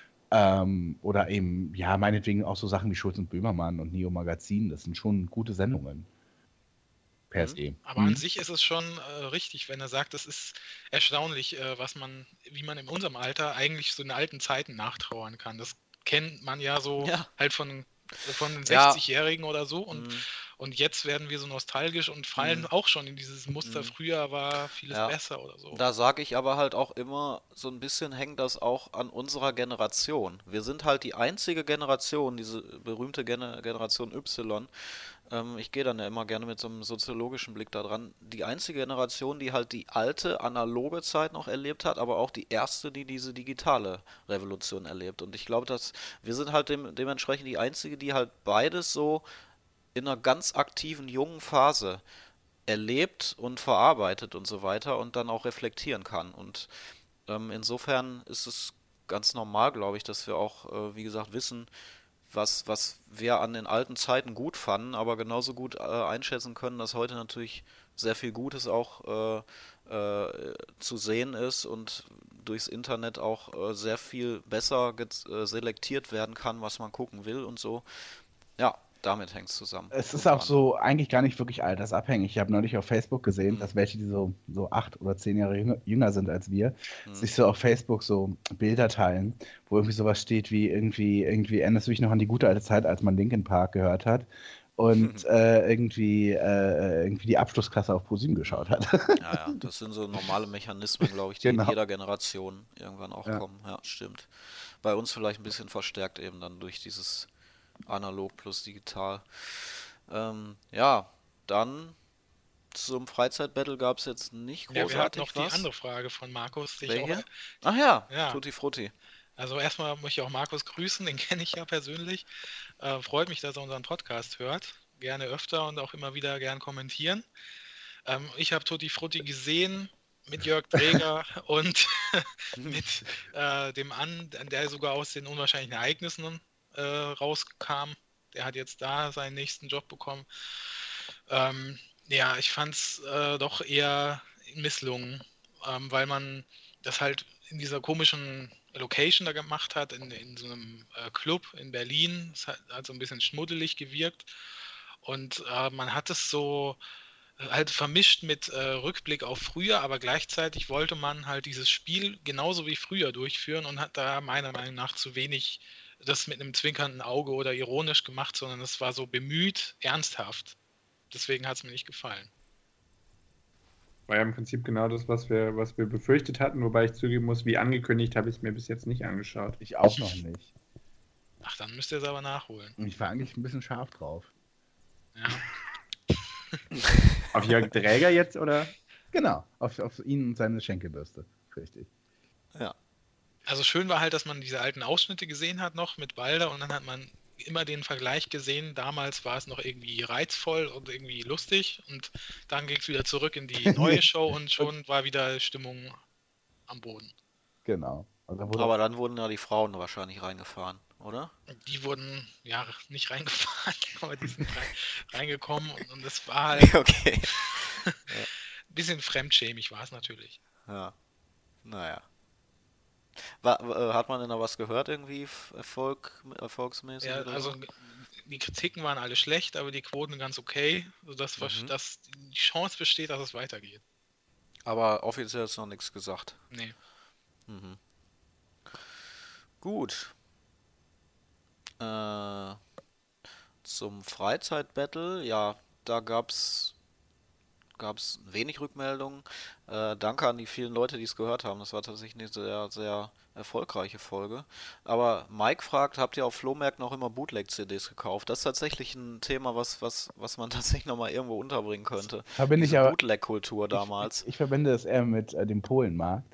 Oder eben, ja, meinetwegen auch so Sachen wie Schulz und Böhmermann und Neo Magazin. Das sind schon gute Sendungen. Per se. Aber an sich ist es schon richtig, wenn er sagt, es ist erstaunlich, wie man in unserem Alter eigentlich so in alten Zeiten nachtrauern kann. Das kennt man ja so halt von den 60-Jährigen oder so und jetzt werden wir so nostalgisch und fallen auch schon in dieses Muster, früher war vieles besser oder so. Da sage ich aber halt auch immer, so ein bisschen hängt das auch an unserer Generation. Wir sind halt die einzige Generation, diese berühmte Generation Y, ich gehe dann ja immer gerne mit so einem soziologischen Blick da dran, die einzige Generation, die halt die alte, analoge Zeit noch erlebt hat, aber auch die erste, die diese digitale Revolution erlebt. Und ich glaube, dass wir sind halt dementsprechend die einzige, die halt beides so in einer ganz aktiven, jungen Phase erlebt und verarbeitet und so weiter und dann auch reflektieren kann. Und insofern ist es ganz normal, glaube ich, dass wir auch, wie gesagt, wissen, was wir an den alten Zeiten gut fanden, aber genauso gut einschätzen können, dass heute natürlich sehr viel Gutes auch zu sehen ist und durchs Internet auch sehr viel besser selektiert werden kann, was man gucken will und so. Ja, damit hängt es zusammen. Es ist auch so eigentlich gar nicht wirklich altersabhängig. Ich habe neulich auf Facebook gesehen, dass welche, die so 8 oder 10 Jahre jünger sind als wir, sich so auf Facebook so Bilder teilen, wo irgendwie sowas steht wie irgendwie erinnerst du dich noch an die gute alte Zeit, als man Linkin Park gehört hat und irgendwie die Abschlussklasse auf ProSieben geschaut hat. Ja, das sind so normale Mechanismen, glaube ich, die in jeder Generation irgendwann auch kommen. Ja, stimmt. Bei uns vielleicht ein bisschen verstärkt eben dann durch dieses Analog plus digital. Dann zum Freizeitbattle gab es jetzt nicht großartig wir hatten noch was. Die andere Frage von Markus. Ach ja, Tutti Frutti. Also erstmal möchte ich auch Markus grüßen, den kenne ich ja persönlich. Freut mich, dass er unseren Podcast hört. Gerne öfter und auch immer wieder gern kommentieren. Ich habe Tutti Frutti gesehen mit Jörg Träger und mit der sogar aus den unwahrscheinlichen Ereignissen rauskam. Der hat jetzt da seinen nächsten Job bekommen. Ich fand es doch eher misslungen, weil man das halt in dieser komischen Location da gemacht hat, in so einem Club in Berlin. Es hat so ein bisschen schmuddelig gewirkt und man hat es so halt vermischt mit Rückblick auf früher, aber gleichzeitig wollte man halt dieses Spiel genauso wie früher durchführen und hat da meiner Meinung nach zu wenig das mit einem zwinkernden Auge oder ironisch gemacht, sondern es war so bemüht, ernsthaft. Deswegen hat es mir nicht gefallen. War ja im Prinzip genau das, was wir befürchtet hatten, wobei ich zugeben muss, wie angekündigt, habe ich es mir bis jetzt nicht angeschaut. Ich auch noch nicht. Ach, dann müsst ihr es aber nachholen. Ich war eigentlich ein bisschen scharf drauf. Ja. Auf Jörg Träger jetzt, oder? Genau, auf ihn und seine Schenkelbürste. Richtig. Ja. Also schön war halt, dass man diese alten Ausschnitte gesehen hat noch mit Balder und dann hat man immer den Vergleich gesehen. Damals war es noch irgendwie reizvoll und irgendwie lustig und dann ging es wieder zurück in die neue Show und schon war wieder Stimmung am Boden. Genau. Aber dann wurden ja die Frauen wahrscheinlich reingefahren, oder? Die wurden ja nicht reingefahren, aber die sind reingekommen und es war halt okay. ein bisschen fremdschämig war es natürlich. Ja, naja. Hat man denn da was gehört irgendwie erfolgsmäßig? Ja, also die Kritiken waren alle schlecht, aber die Quoten ganz okay, sodass dass die Chance besteht, dass es weitergeht. Aber offiziell ist noch nichts gesagt. Nee. Mhm. Gut. Zum Freizeitbattle, ja, da gab's wenig Rückmeldungen. Danke an die vielen Leute, die es gehört haben. Das war tatsächlich eine sehr, sehr erfolgreiche Folge. Aber Mike fragt, habt ihr auf Flohmärkten noch immer Bootleg-CDs gekauft? Das ist tatsächlich ein Thema, was man tatsächlich nochmal irgendwo unterbringen könnte. Diese Bootleg-Kultur damals. Ich verbinde es eher mit dem Polenmarkt.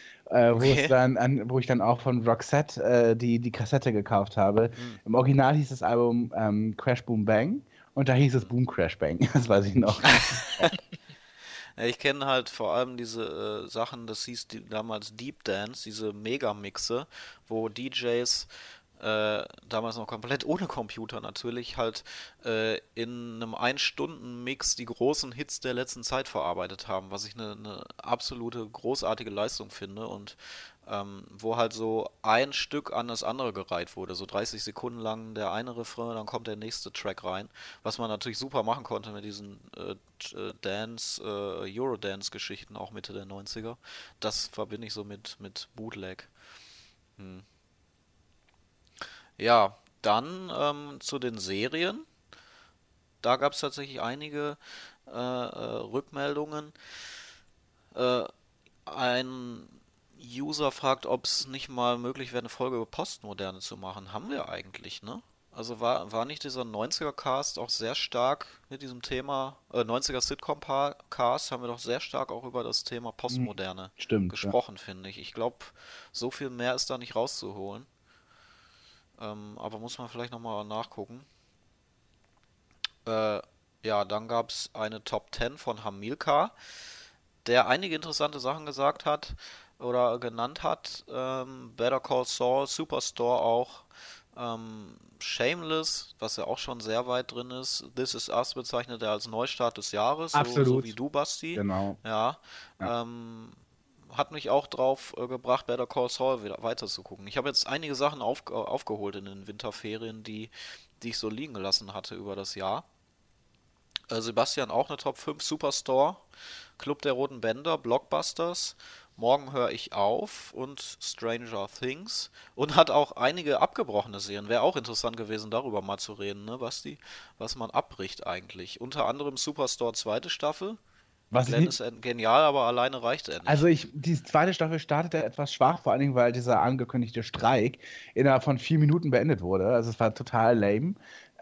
Wo ich dann auch von Roxette die Kassette gekauft habe. Im Original hieß das Album Crash Boom Bang Und da hieß es Boom Crash Bang, das weiß ich noch. Ja, ich kenne halt vor allem diese Sachen, das hieß damals Deep Dance, diese Megamixe, wo DJs damals noch komplett ohne Computer natürlich halt in einem 1-Stunden-Mix die großen Hits der letzten Zeit verarbeitet haben, was ich eine absolute großartige Leistung finde und wo halt so ein Stück an das andere gereiht wurde, so 30 Sekunden lang der eine Refrain, dann kommt der nächste Track rein, was man natürlich super machen konnte mit diesen Eurodance-Geschichten auch Mitte der 90er. Das verbinde ich so mit Bootleg. Ja, dann zu den Serien. Da gab es tatsächlich einige Rückmeldungen. Ein User fragt, ob es nicht mal möglich wäre, eine Folge über Postmoderne zu machen. Haben wir eigentlich, ne? Also war nicht dieser 90er-Cast auch sehr stark mit diesem Thema, 90er-Sitcom-Cast haben wir doch sehr stark auch über das Thema Postmoderne Stimmt, gesprochen, finde ich. Ich glaube, so viel mehr ist da nicht rauszuholen. Aber muss man vielleicht nochmal nachgucken. Ja, dann gab es eine Top 10 von Hamilcar, der einige interessante Sachen gesagt hat oder genannt hat. Better Call Saul, Superstore auch. Shameless, was ja auch schon sehr weit drin ist. This Is Us bezeichnet er als Neustart des Jahres, Absolut. so wie du, Basti. Genau. Ja. Ja. Hat mich auch drauf gebracht, Better Call Saul wieder weiter zu gucken. Ich habe jetzt einige Sachen aufgeholt in den Winterferien, die ich so liegen gelassen hatte über das Jahr. Sebastian auch eine Top 5, Superstore, Club der Roten Bänder, Blockbusters, Morgen höre ich auf und Stranger Things und hat auch einige abgebrochene Serien. Wäre auch interessant gewesen, darüber mal zu reden, ne, Basti? Was man abbricht eigentlich. Unter anderem Superstore zweite Staffel. Was Glenn ich ist genial, aber alleine reicht er nicht. Also die zweite Staffel startete etwas schwach, vor allen Dingen, weil dieser angekündigte Streik innerhalb von 4 Minuten beendet wurde. Also es war total lame.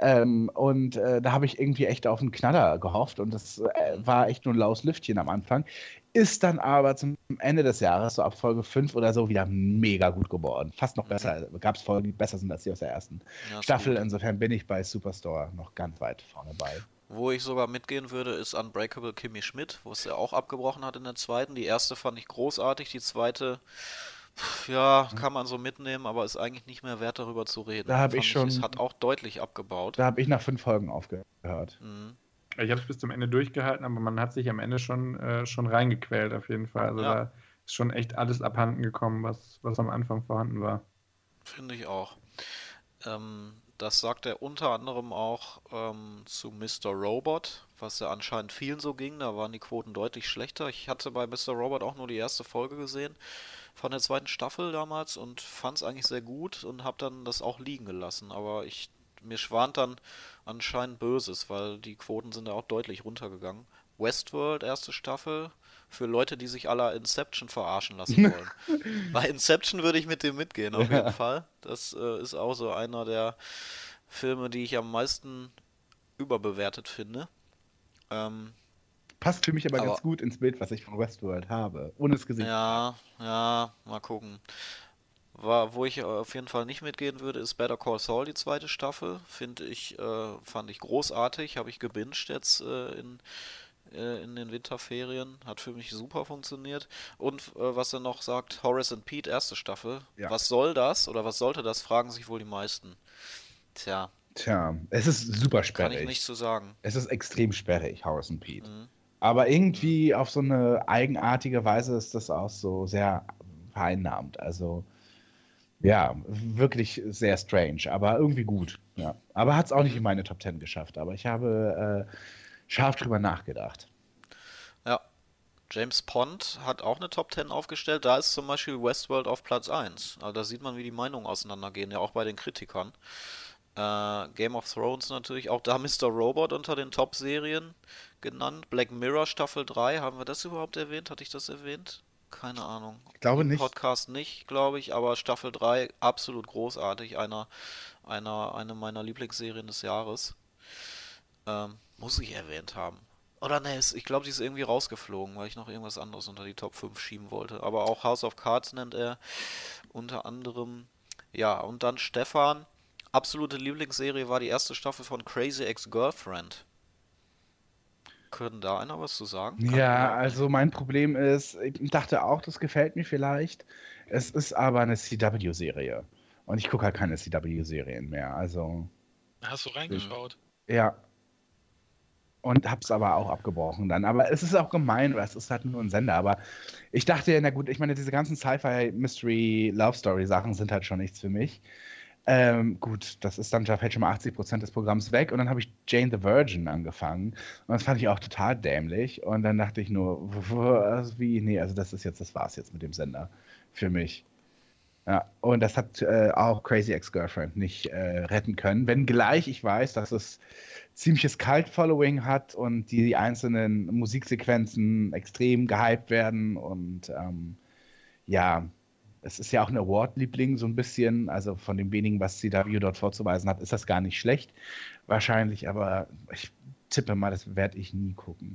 Da habe ich irgendwie echt auf einen Knaller gehofft und das war echt nur ein laues Lüftchen am Anfang. Ist dann aber zum Ende des Jahres, so ab Folge 5 oder so, wieder mega gut geworden. Fast noch besser. Gab es Folgen, die besser sind als die aus der ersten Staffel. Gut. Insofern bin ich bei Superstore noch ganz weit vorne bei. Wo ich sogar mitgehen würde, ist Unbreakable Kimmy Schmidt, wo es ja auch abgebrochen hat in der zweiten. Die erste fand ich großartig, die zweite, ja, kann man so mitnehmen, aber ist eigentlich nicht mehr wert, darüber zu reden. Da habe ich schon. Es hat auch deutlich abgebaut. Da habe ich nach 5 Folgen aufgehört. Mhm. Ich habe es bis zum Ende durchgehalten, aber man hat sich am Ende schon reingequält auf jeden Fall. Also da ist schon echt alles abhanden gekommen, was am Anfang vorhanden war. Finde ich auch. Das sagt er unter anderem auch zu Mr. Robot, was ja anscheinend vielen so ging. Da waren die Quoten deutlich schlechter. Ich hatte bei Mr. Robot auch nur die erste Folge gesehen von der zweiten Staffel damals und fand es eigentlich sehr gut und habe dann das auch liegen gelassen. Aber mir schwant dann anscheinend Böses, weil die Quoten sind ja auch deutlich runtergegangen. Westworld, erste Staffel, für Leute, die sich aller Inception verarschen lassen wollen. Bei Inception würde ich mit dem mitgehen, auf jeden Fall. Das ist auch so einer der Filme, die ich am meisten überbewertet finde. Passt für mich aber ganz gut ins Bild, was ich von Westworld habe, ohne es gesehen. Ja, mal gucken. Wo ich auf jeden Fall nicht mitgehen würde, ist Better Call Saul, die zweite Staffel. Fand ich großartig, habe ich gebinged jetzt in den Winterferien. Hat für mich super funktioniert. Und was er noch sagt, Horace and Pete, erste Staffel. Ja. Was soll das oder was sollte das, fragen sich wohl die meisten. Tja, es ist super sperrig. Kann ich nicht so sagen. Es ist extrem sperrig, Horace and Pete. Aber irgendwie auf so eine eigenartige Weise ist das auch so sehr vereinnahmt. Also ja, wirklich sehr strange, aber irgendwie gut. Ja. Aber hat es auch nicht in meine Top 10 geschafft. Aber ich habe scharf drüber nachgedacht. Ja, James Pond hat auch eine Top 10 aufgestellt. Da ist zum Beispiel Westworld auf Platz 1. Also da sieht man, wie die Meinungen auseinandergehen, ja auch bei den Kritikern. Game of Thrones natürlich, auch da Mr. Robot unter den Top-Serien genannt. Black Mirror Staffel 3, haben wir das überhaupt erwähnt? Hatte ich das erwähnt? Keine Ahnung. Ich glaube nicht. Podcast nicht, glaube ich, aber Staffel 3 absolut großartig. Eine meiner Lieblingsserien des Jahres. Muss ich erwähnt haben. Oder ne, ich glaube, die ist irgendwie rausgeflogen, weil ich noch irgendwas anderes unter die Top 5 schieben wollte. Aber auch House of Cards nennt er unter anderem. Ja, und dann Stefan. absolute Lieblingsserie war die erste Staffel von Crazy Ex-Girlfriend. Können da einer was zu sagen? Ja, also mein Problem ist, ich dachte auch, das gefällt mir vielleicht. Es ist aber eine CW-Serie. Und ich gucke halt keine CW-Serien mehr. Also, Hast du reingeschaut? ja. Und hab's aber auch abgebrochen dann. Aber es ist auch gemein, weil es ist halt nur ein Sender. Aber ich dachte ja, na gut, ich meine, diese ganzen Sci-Fi-Mystery-Love-Story-Sachen sind halt schon nichts für mich. Gut, das ist dann, da fällt schon mal 80% des Programms weg. Und dann habe ich Jane the Virgin angefangen. Und das fand ich auch total dämlich. Und dann dachte ich nur, also nee, also das war's jetzt mit dem Sender für mich. Ja, und das hat auch Crazy Ex-Girlfriend nicht retten können. Wenngleich ich weiß, dass es ziemliches Cult-Following hat und die einzelnen Musiksequenzen extrem gehypt werden. Und ja, es ist ja auch ein Award-Liebling so ein bisschen. Also von dem wenigen, was CW dort vorzuweisen hat, ist das gar nicht schlecht. Wahrscheinlich, aber ich tippe mal, das werde ich nie gucken.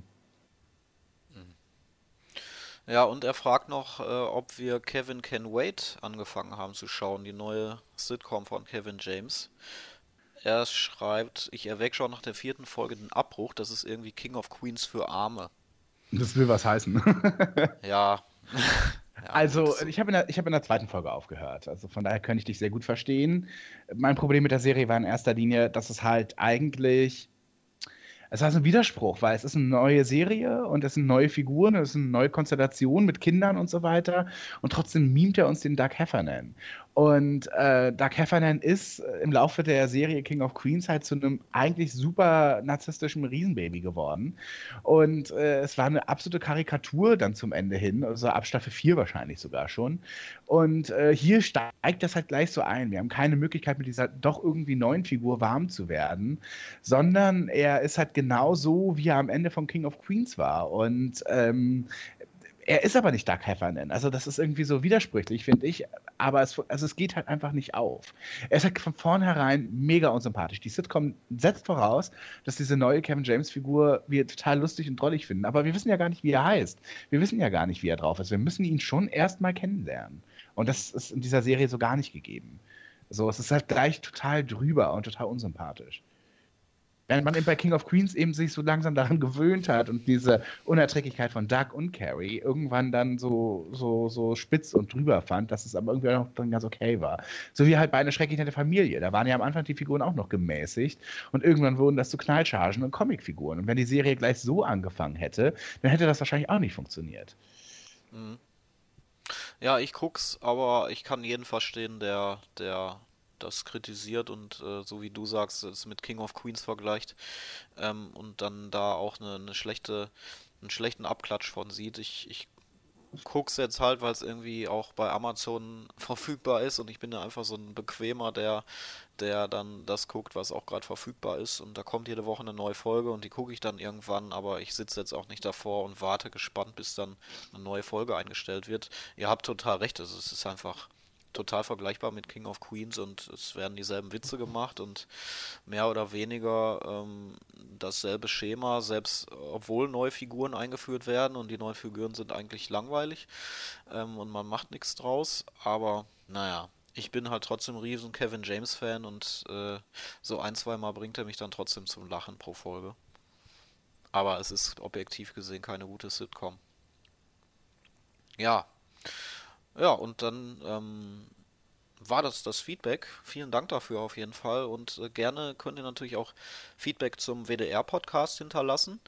Ja, und er fragt noch, ob wir Kevin Can Wait angefangen haben zu schauen, die neue Sitcom von Kevin James. Er schreibt, ich erwecke schon nach der 4. Folge den Abbruch, das ist irgendwie King of Queens für Arme. Das will was heißen. Ja. Ja, Also, gut. ich habe in der 2. Folge aufgehört. Also von daher könnte ich dich sehr gut verstehen. Mein Problem mit der Serie war in erster Linie, dass es halt eigentlich. Es war so ein Widerspruch, weil es ist eine neue Serie und es sind neue Figuren, es ist eine neue Konstellation mit Kindern und so weiter. Und trotzdem mimt er uns den Doug Heffernan. Und Doug Heffernan ist im Laufe der Serie King of Queens halt zu einem eigentlich super narzisstischen Riesenbaby geworden. Und es war eine absolute Karikatur dann zum Ende hin, also ab Staffel 4 wahrscheinlich sogar schon. Und hier steigt das halt gleich so ein. Wir haben keine Möglichkeit, mit dieser doch irgendwie neuen Figur warm zu werden, sondern er ist halt genauso, wie er am Ende von King of Queens war. Und er ist aber nicht Doug Heffernan. Also das ist irgendwie so widersprüchlich, finde ich. Aber es geht halt einfach nicht auf. Er ist halt von vornherein mega unsympathisch. Die Sitcom setzt voraus, dass diese neue Kevin James-Figur wir total lustig und drollig finden. Aber wir wissen ja gar nicht, wie er heißt. Wir wissen ja gar nicht, wie er drauf ist. Wir müssen ihn schon erstmal kennenlernen. Und das ist in dieser Serie so gar nicht gegeben. So, es ist halt gleich total drüber und total unsympathisch. Während man eben bei King of Queens eben sich so langsam daran gewöhnt hat und diese Unerträglichkeit von Doug und Carrie irgendwann dann so spitz und drüber fand, dass es aber irgendwie auch dann ganz okay war. So wie halt bei einer schrecklich nette Familie. Da waren ja am Anfang die Figuren auch noch gemäßigt und irgendwann wurden das zu Knallchargen und Comicfiguren. Und wenn die Serie gleich so angefangen hätte, dann hätte das wahrscheinlich auch nicht funktioniert. Mhm. Ja, ich guck's, aber ich kann jeden verstehen, der das kritisiert und so wie du sagst, es mit King of Queens vergleicht und dann da auch einen schlechten Abklatsch von sieht. Ich guck's jetzt halt, weil es irgendwie auch bei Amazon verfügbar ist und ich bin ja einfach so ein Bequemer, der dann das guckt, was auch gerade verfügbar ist und da kommt jede Woche eine neue Folge und die gucke ich dann irgendwann, aber ich sitze jetzt auch nicht davor und warte gespannt, bis dann eine neue Folge eingestellt wird. Ihr habt total recht, also es ist einfach total vergleichbar mit King of Queens und es werden dieselben Witze gemacht und mehr oder weniger dasselbe Schema, selbst obwohl neue Figuren eingeführt werden und die neuen Figuren sind eigentlich langweilig und man macht nichts draus, aber naja, ich bin halt trotzdem ein riesen Kevin James Fan und so ein, zwei Mal bringt er mich dann trotzdem zum Lachen pro Folge. Aber es ist objektiv gesehen keine gute Sitcom. Ja, ja, und dann war das Feedback. Vielen Dank dafür auf jeden Fall. Und gerne könnt ihr natürlich auch Feedback zum WDR-Podcast hinterlassen.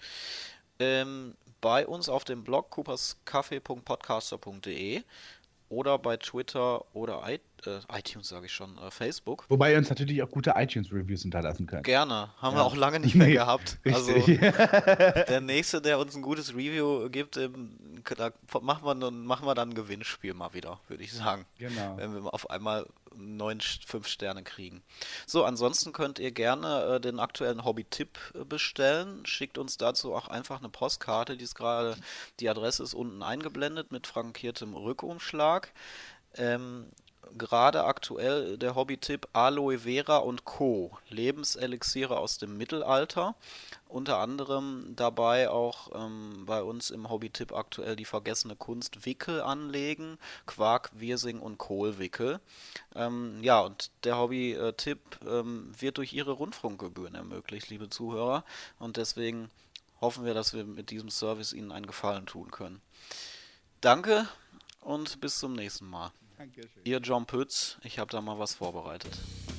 Bei uns auf dem Blog cooperscafé.podcaster.de oder bei Twitter oder iTunes, sage ich schon, Facebook. Wobei ihr uns natürlich auch gute iTunes-Reviews hinterlassen könnt. Gerne. Haben wir auch lange nicht mehr gehabt. Also Richtig. der Nächste, der uns ein gutes Review gibt, da machen wir dann ein Gewinnspiel mal wieder, würde ich sagen. Genau. Wenn wir auf einmal 5 Sterne kriegen. So, ansonsten könnt ihr gerne den aktuellen Hobby-Tipp bestellen. Schickt uns dazu auch einfach eine Postkarte. Die Adresse ist unten eingeblendet mit frankiertem Rückumschlag. gerade aktuell der Hobby-Tipp Aloe Vera und Co. Lebenselixiere aus dem Mittelalter. Unter anderem dabei auch bei uns im Hobby-Tipp aktuell die vergessene Kunst Wickel anlegen, Quark, Wirsing und Kohlwickel. Ja, und der Hobby-Tipp wird durch Ihre Rundfunkgebühren ermöglicht, liebe Zuhörer. Und deswegen hoffen wir, dass wir mit diesem Service Ihnen einen Gefallen tun können. Danke und bis zum nächsten Mal. Dankeschön. Ihr John Pütz, ich habe da mal was vorbereitet.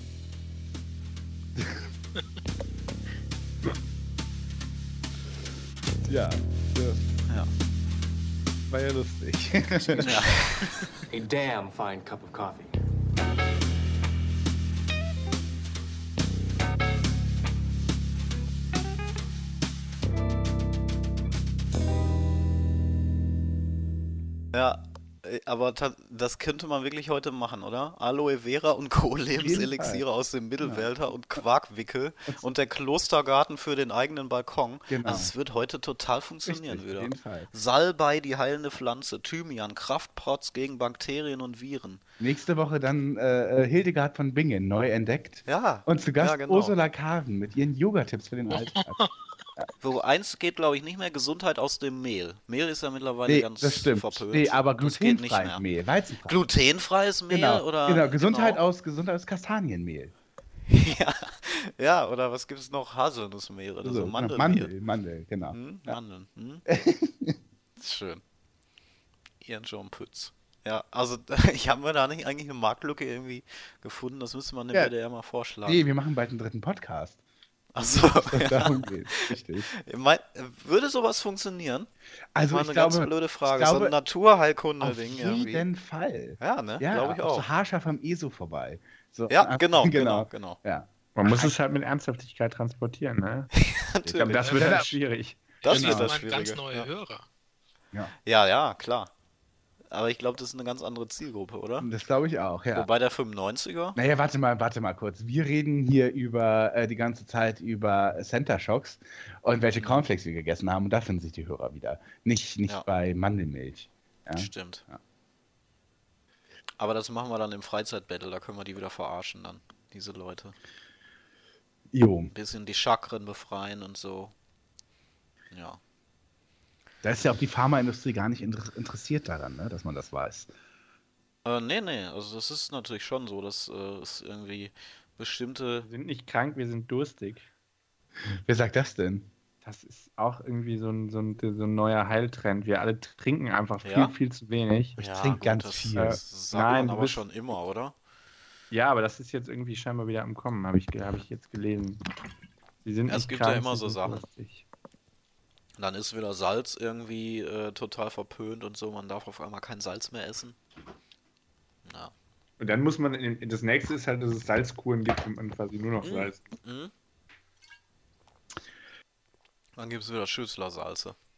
Ja, Ja. war ja lustig. Ja. A damn fine cup of coffee. Ja, aber das könnte man wirklich heute machen, oder? Aloe Vera und Co. Lebenselixiere aus dem Mittelwälder und Quarkwickel und der Klostergarten für den eigenen Balkon. Genau. Also es wird heute total funktionieren Richtig, wieder. auf jeden Fall. Salbei, die heilende Pflanze, Thymian, Kraftprotz gegen Bakterien und Viren. Nächste Woche dann Hildegard von Bingen, neu entdeckt. Ja, Und zu Gast ja, genau. Ursula Carven mit ihren Yoga-Tipps für den Alltag. Wo eins geht, glaube ich, nicht mehr, Gesundheit aus dem Mehl. Mehl ist ja mittlerweile Nee, ganz das stimmt. verpönt. Nee, aber Das geht nicht glutenfrei mehr. Mehl, Weizenfrei. Glutenfreies Mehl Genau, oder? genau. Gesundheit aus Kastanienmehl. Ja, ja, oder was gibt es noch? Haselnussmehl oder so, Mandelmehl. Mandel, genau. Mandeln. Ist schön. Ian John Pütz. Ja, also ich habe mir da nicht eigentlich eine Marktlücke irgendwie gefunden. Das müsste man dem Ja. WDR mal vorschlagen. Nee, wir machen bald einen dritten Podcast. Achso, Was ja. darum geht. Richtig. Würde sowas funktionieren? Also Mal ich eine glaube, ganz blöde Frage. ich So glaube, ein auf Naturheilkunde-Ding irgendwie. jeden Fall. Ja, ne? Ja, Glaube ich auch. So haarscharf am ESO vorbei. So, Ja, genau. Ja. Man muss es halt mit Ernsthaftigkeit transportieren, ne? Ich glaube, Natürlich. das wird Ja, halt schwierig. Das Genau. wird das Das waren ganz Schwierige. neue Ja. Hörer. Ja, klar. Aber ich glaube, das ist eine ganz andere Zielgruppe, oder? Das glaube ich auch, ja. Wobei der 95er? Naja, warte mal kurz. Wir reden hier über die ganze Zeit über Center Shocks und welche Cornflakes wir gegessen haben und da finden sich die Hörer wieder. Nicht Ja. bei Mandelmilch. Ja? Stimmt. Ja. Aber das machen wir dann im Freizeitbattle, da können wir die wieder verarschen dann, diese Leute. Jo. Ein bisschen die Chakren befreien und so. Ja. Da ist ja auch die Pharmaindustrie gar nicht interessiert daran, ne, dass man das weiß. Nee, also das ist natürlich schon so, dass es irgendwie bestimmte... Wir sind nicht krank, wir sind durstig. Wer sagt das denn? Das ist auch irgendwie so ein neuer Heiltrend. Wir alle trinken einfach Ja? viel zu wenig. Ich trinke ganz das, viel. Das sagt Nein, man du aber bist- schon immer, oder? Ja, aber das ist jetzt irgendwie scheinbar wieder am Kommen, habe ich jetzt gelesen. Sie sind Ja, es nicht gibt krank, ja immer sie so sind Sachen. durstig. Dann ist wieder Salz irgendwie total verpönt und so, man darf auf einmal kein Salz mehr essen. Ja. Und dann muss man, das nächste ist halt, dass es Salzkuren gibt und man quasi nur noch Salz. Mhm. Dann gibt es wieder Schüssler Salze.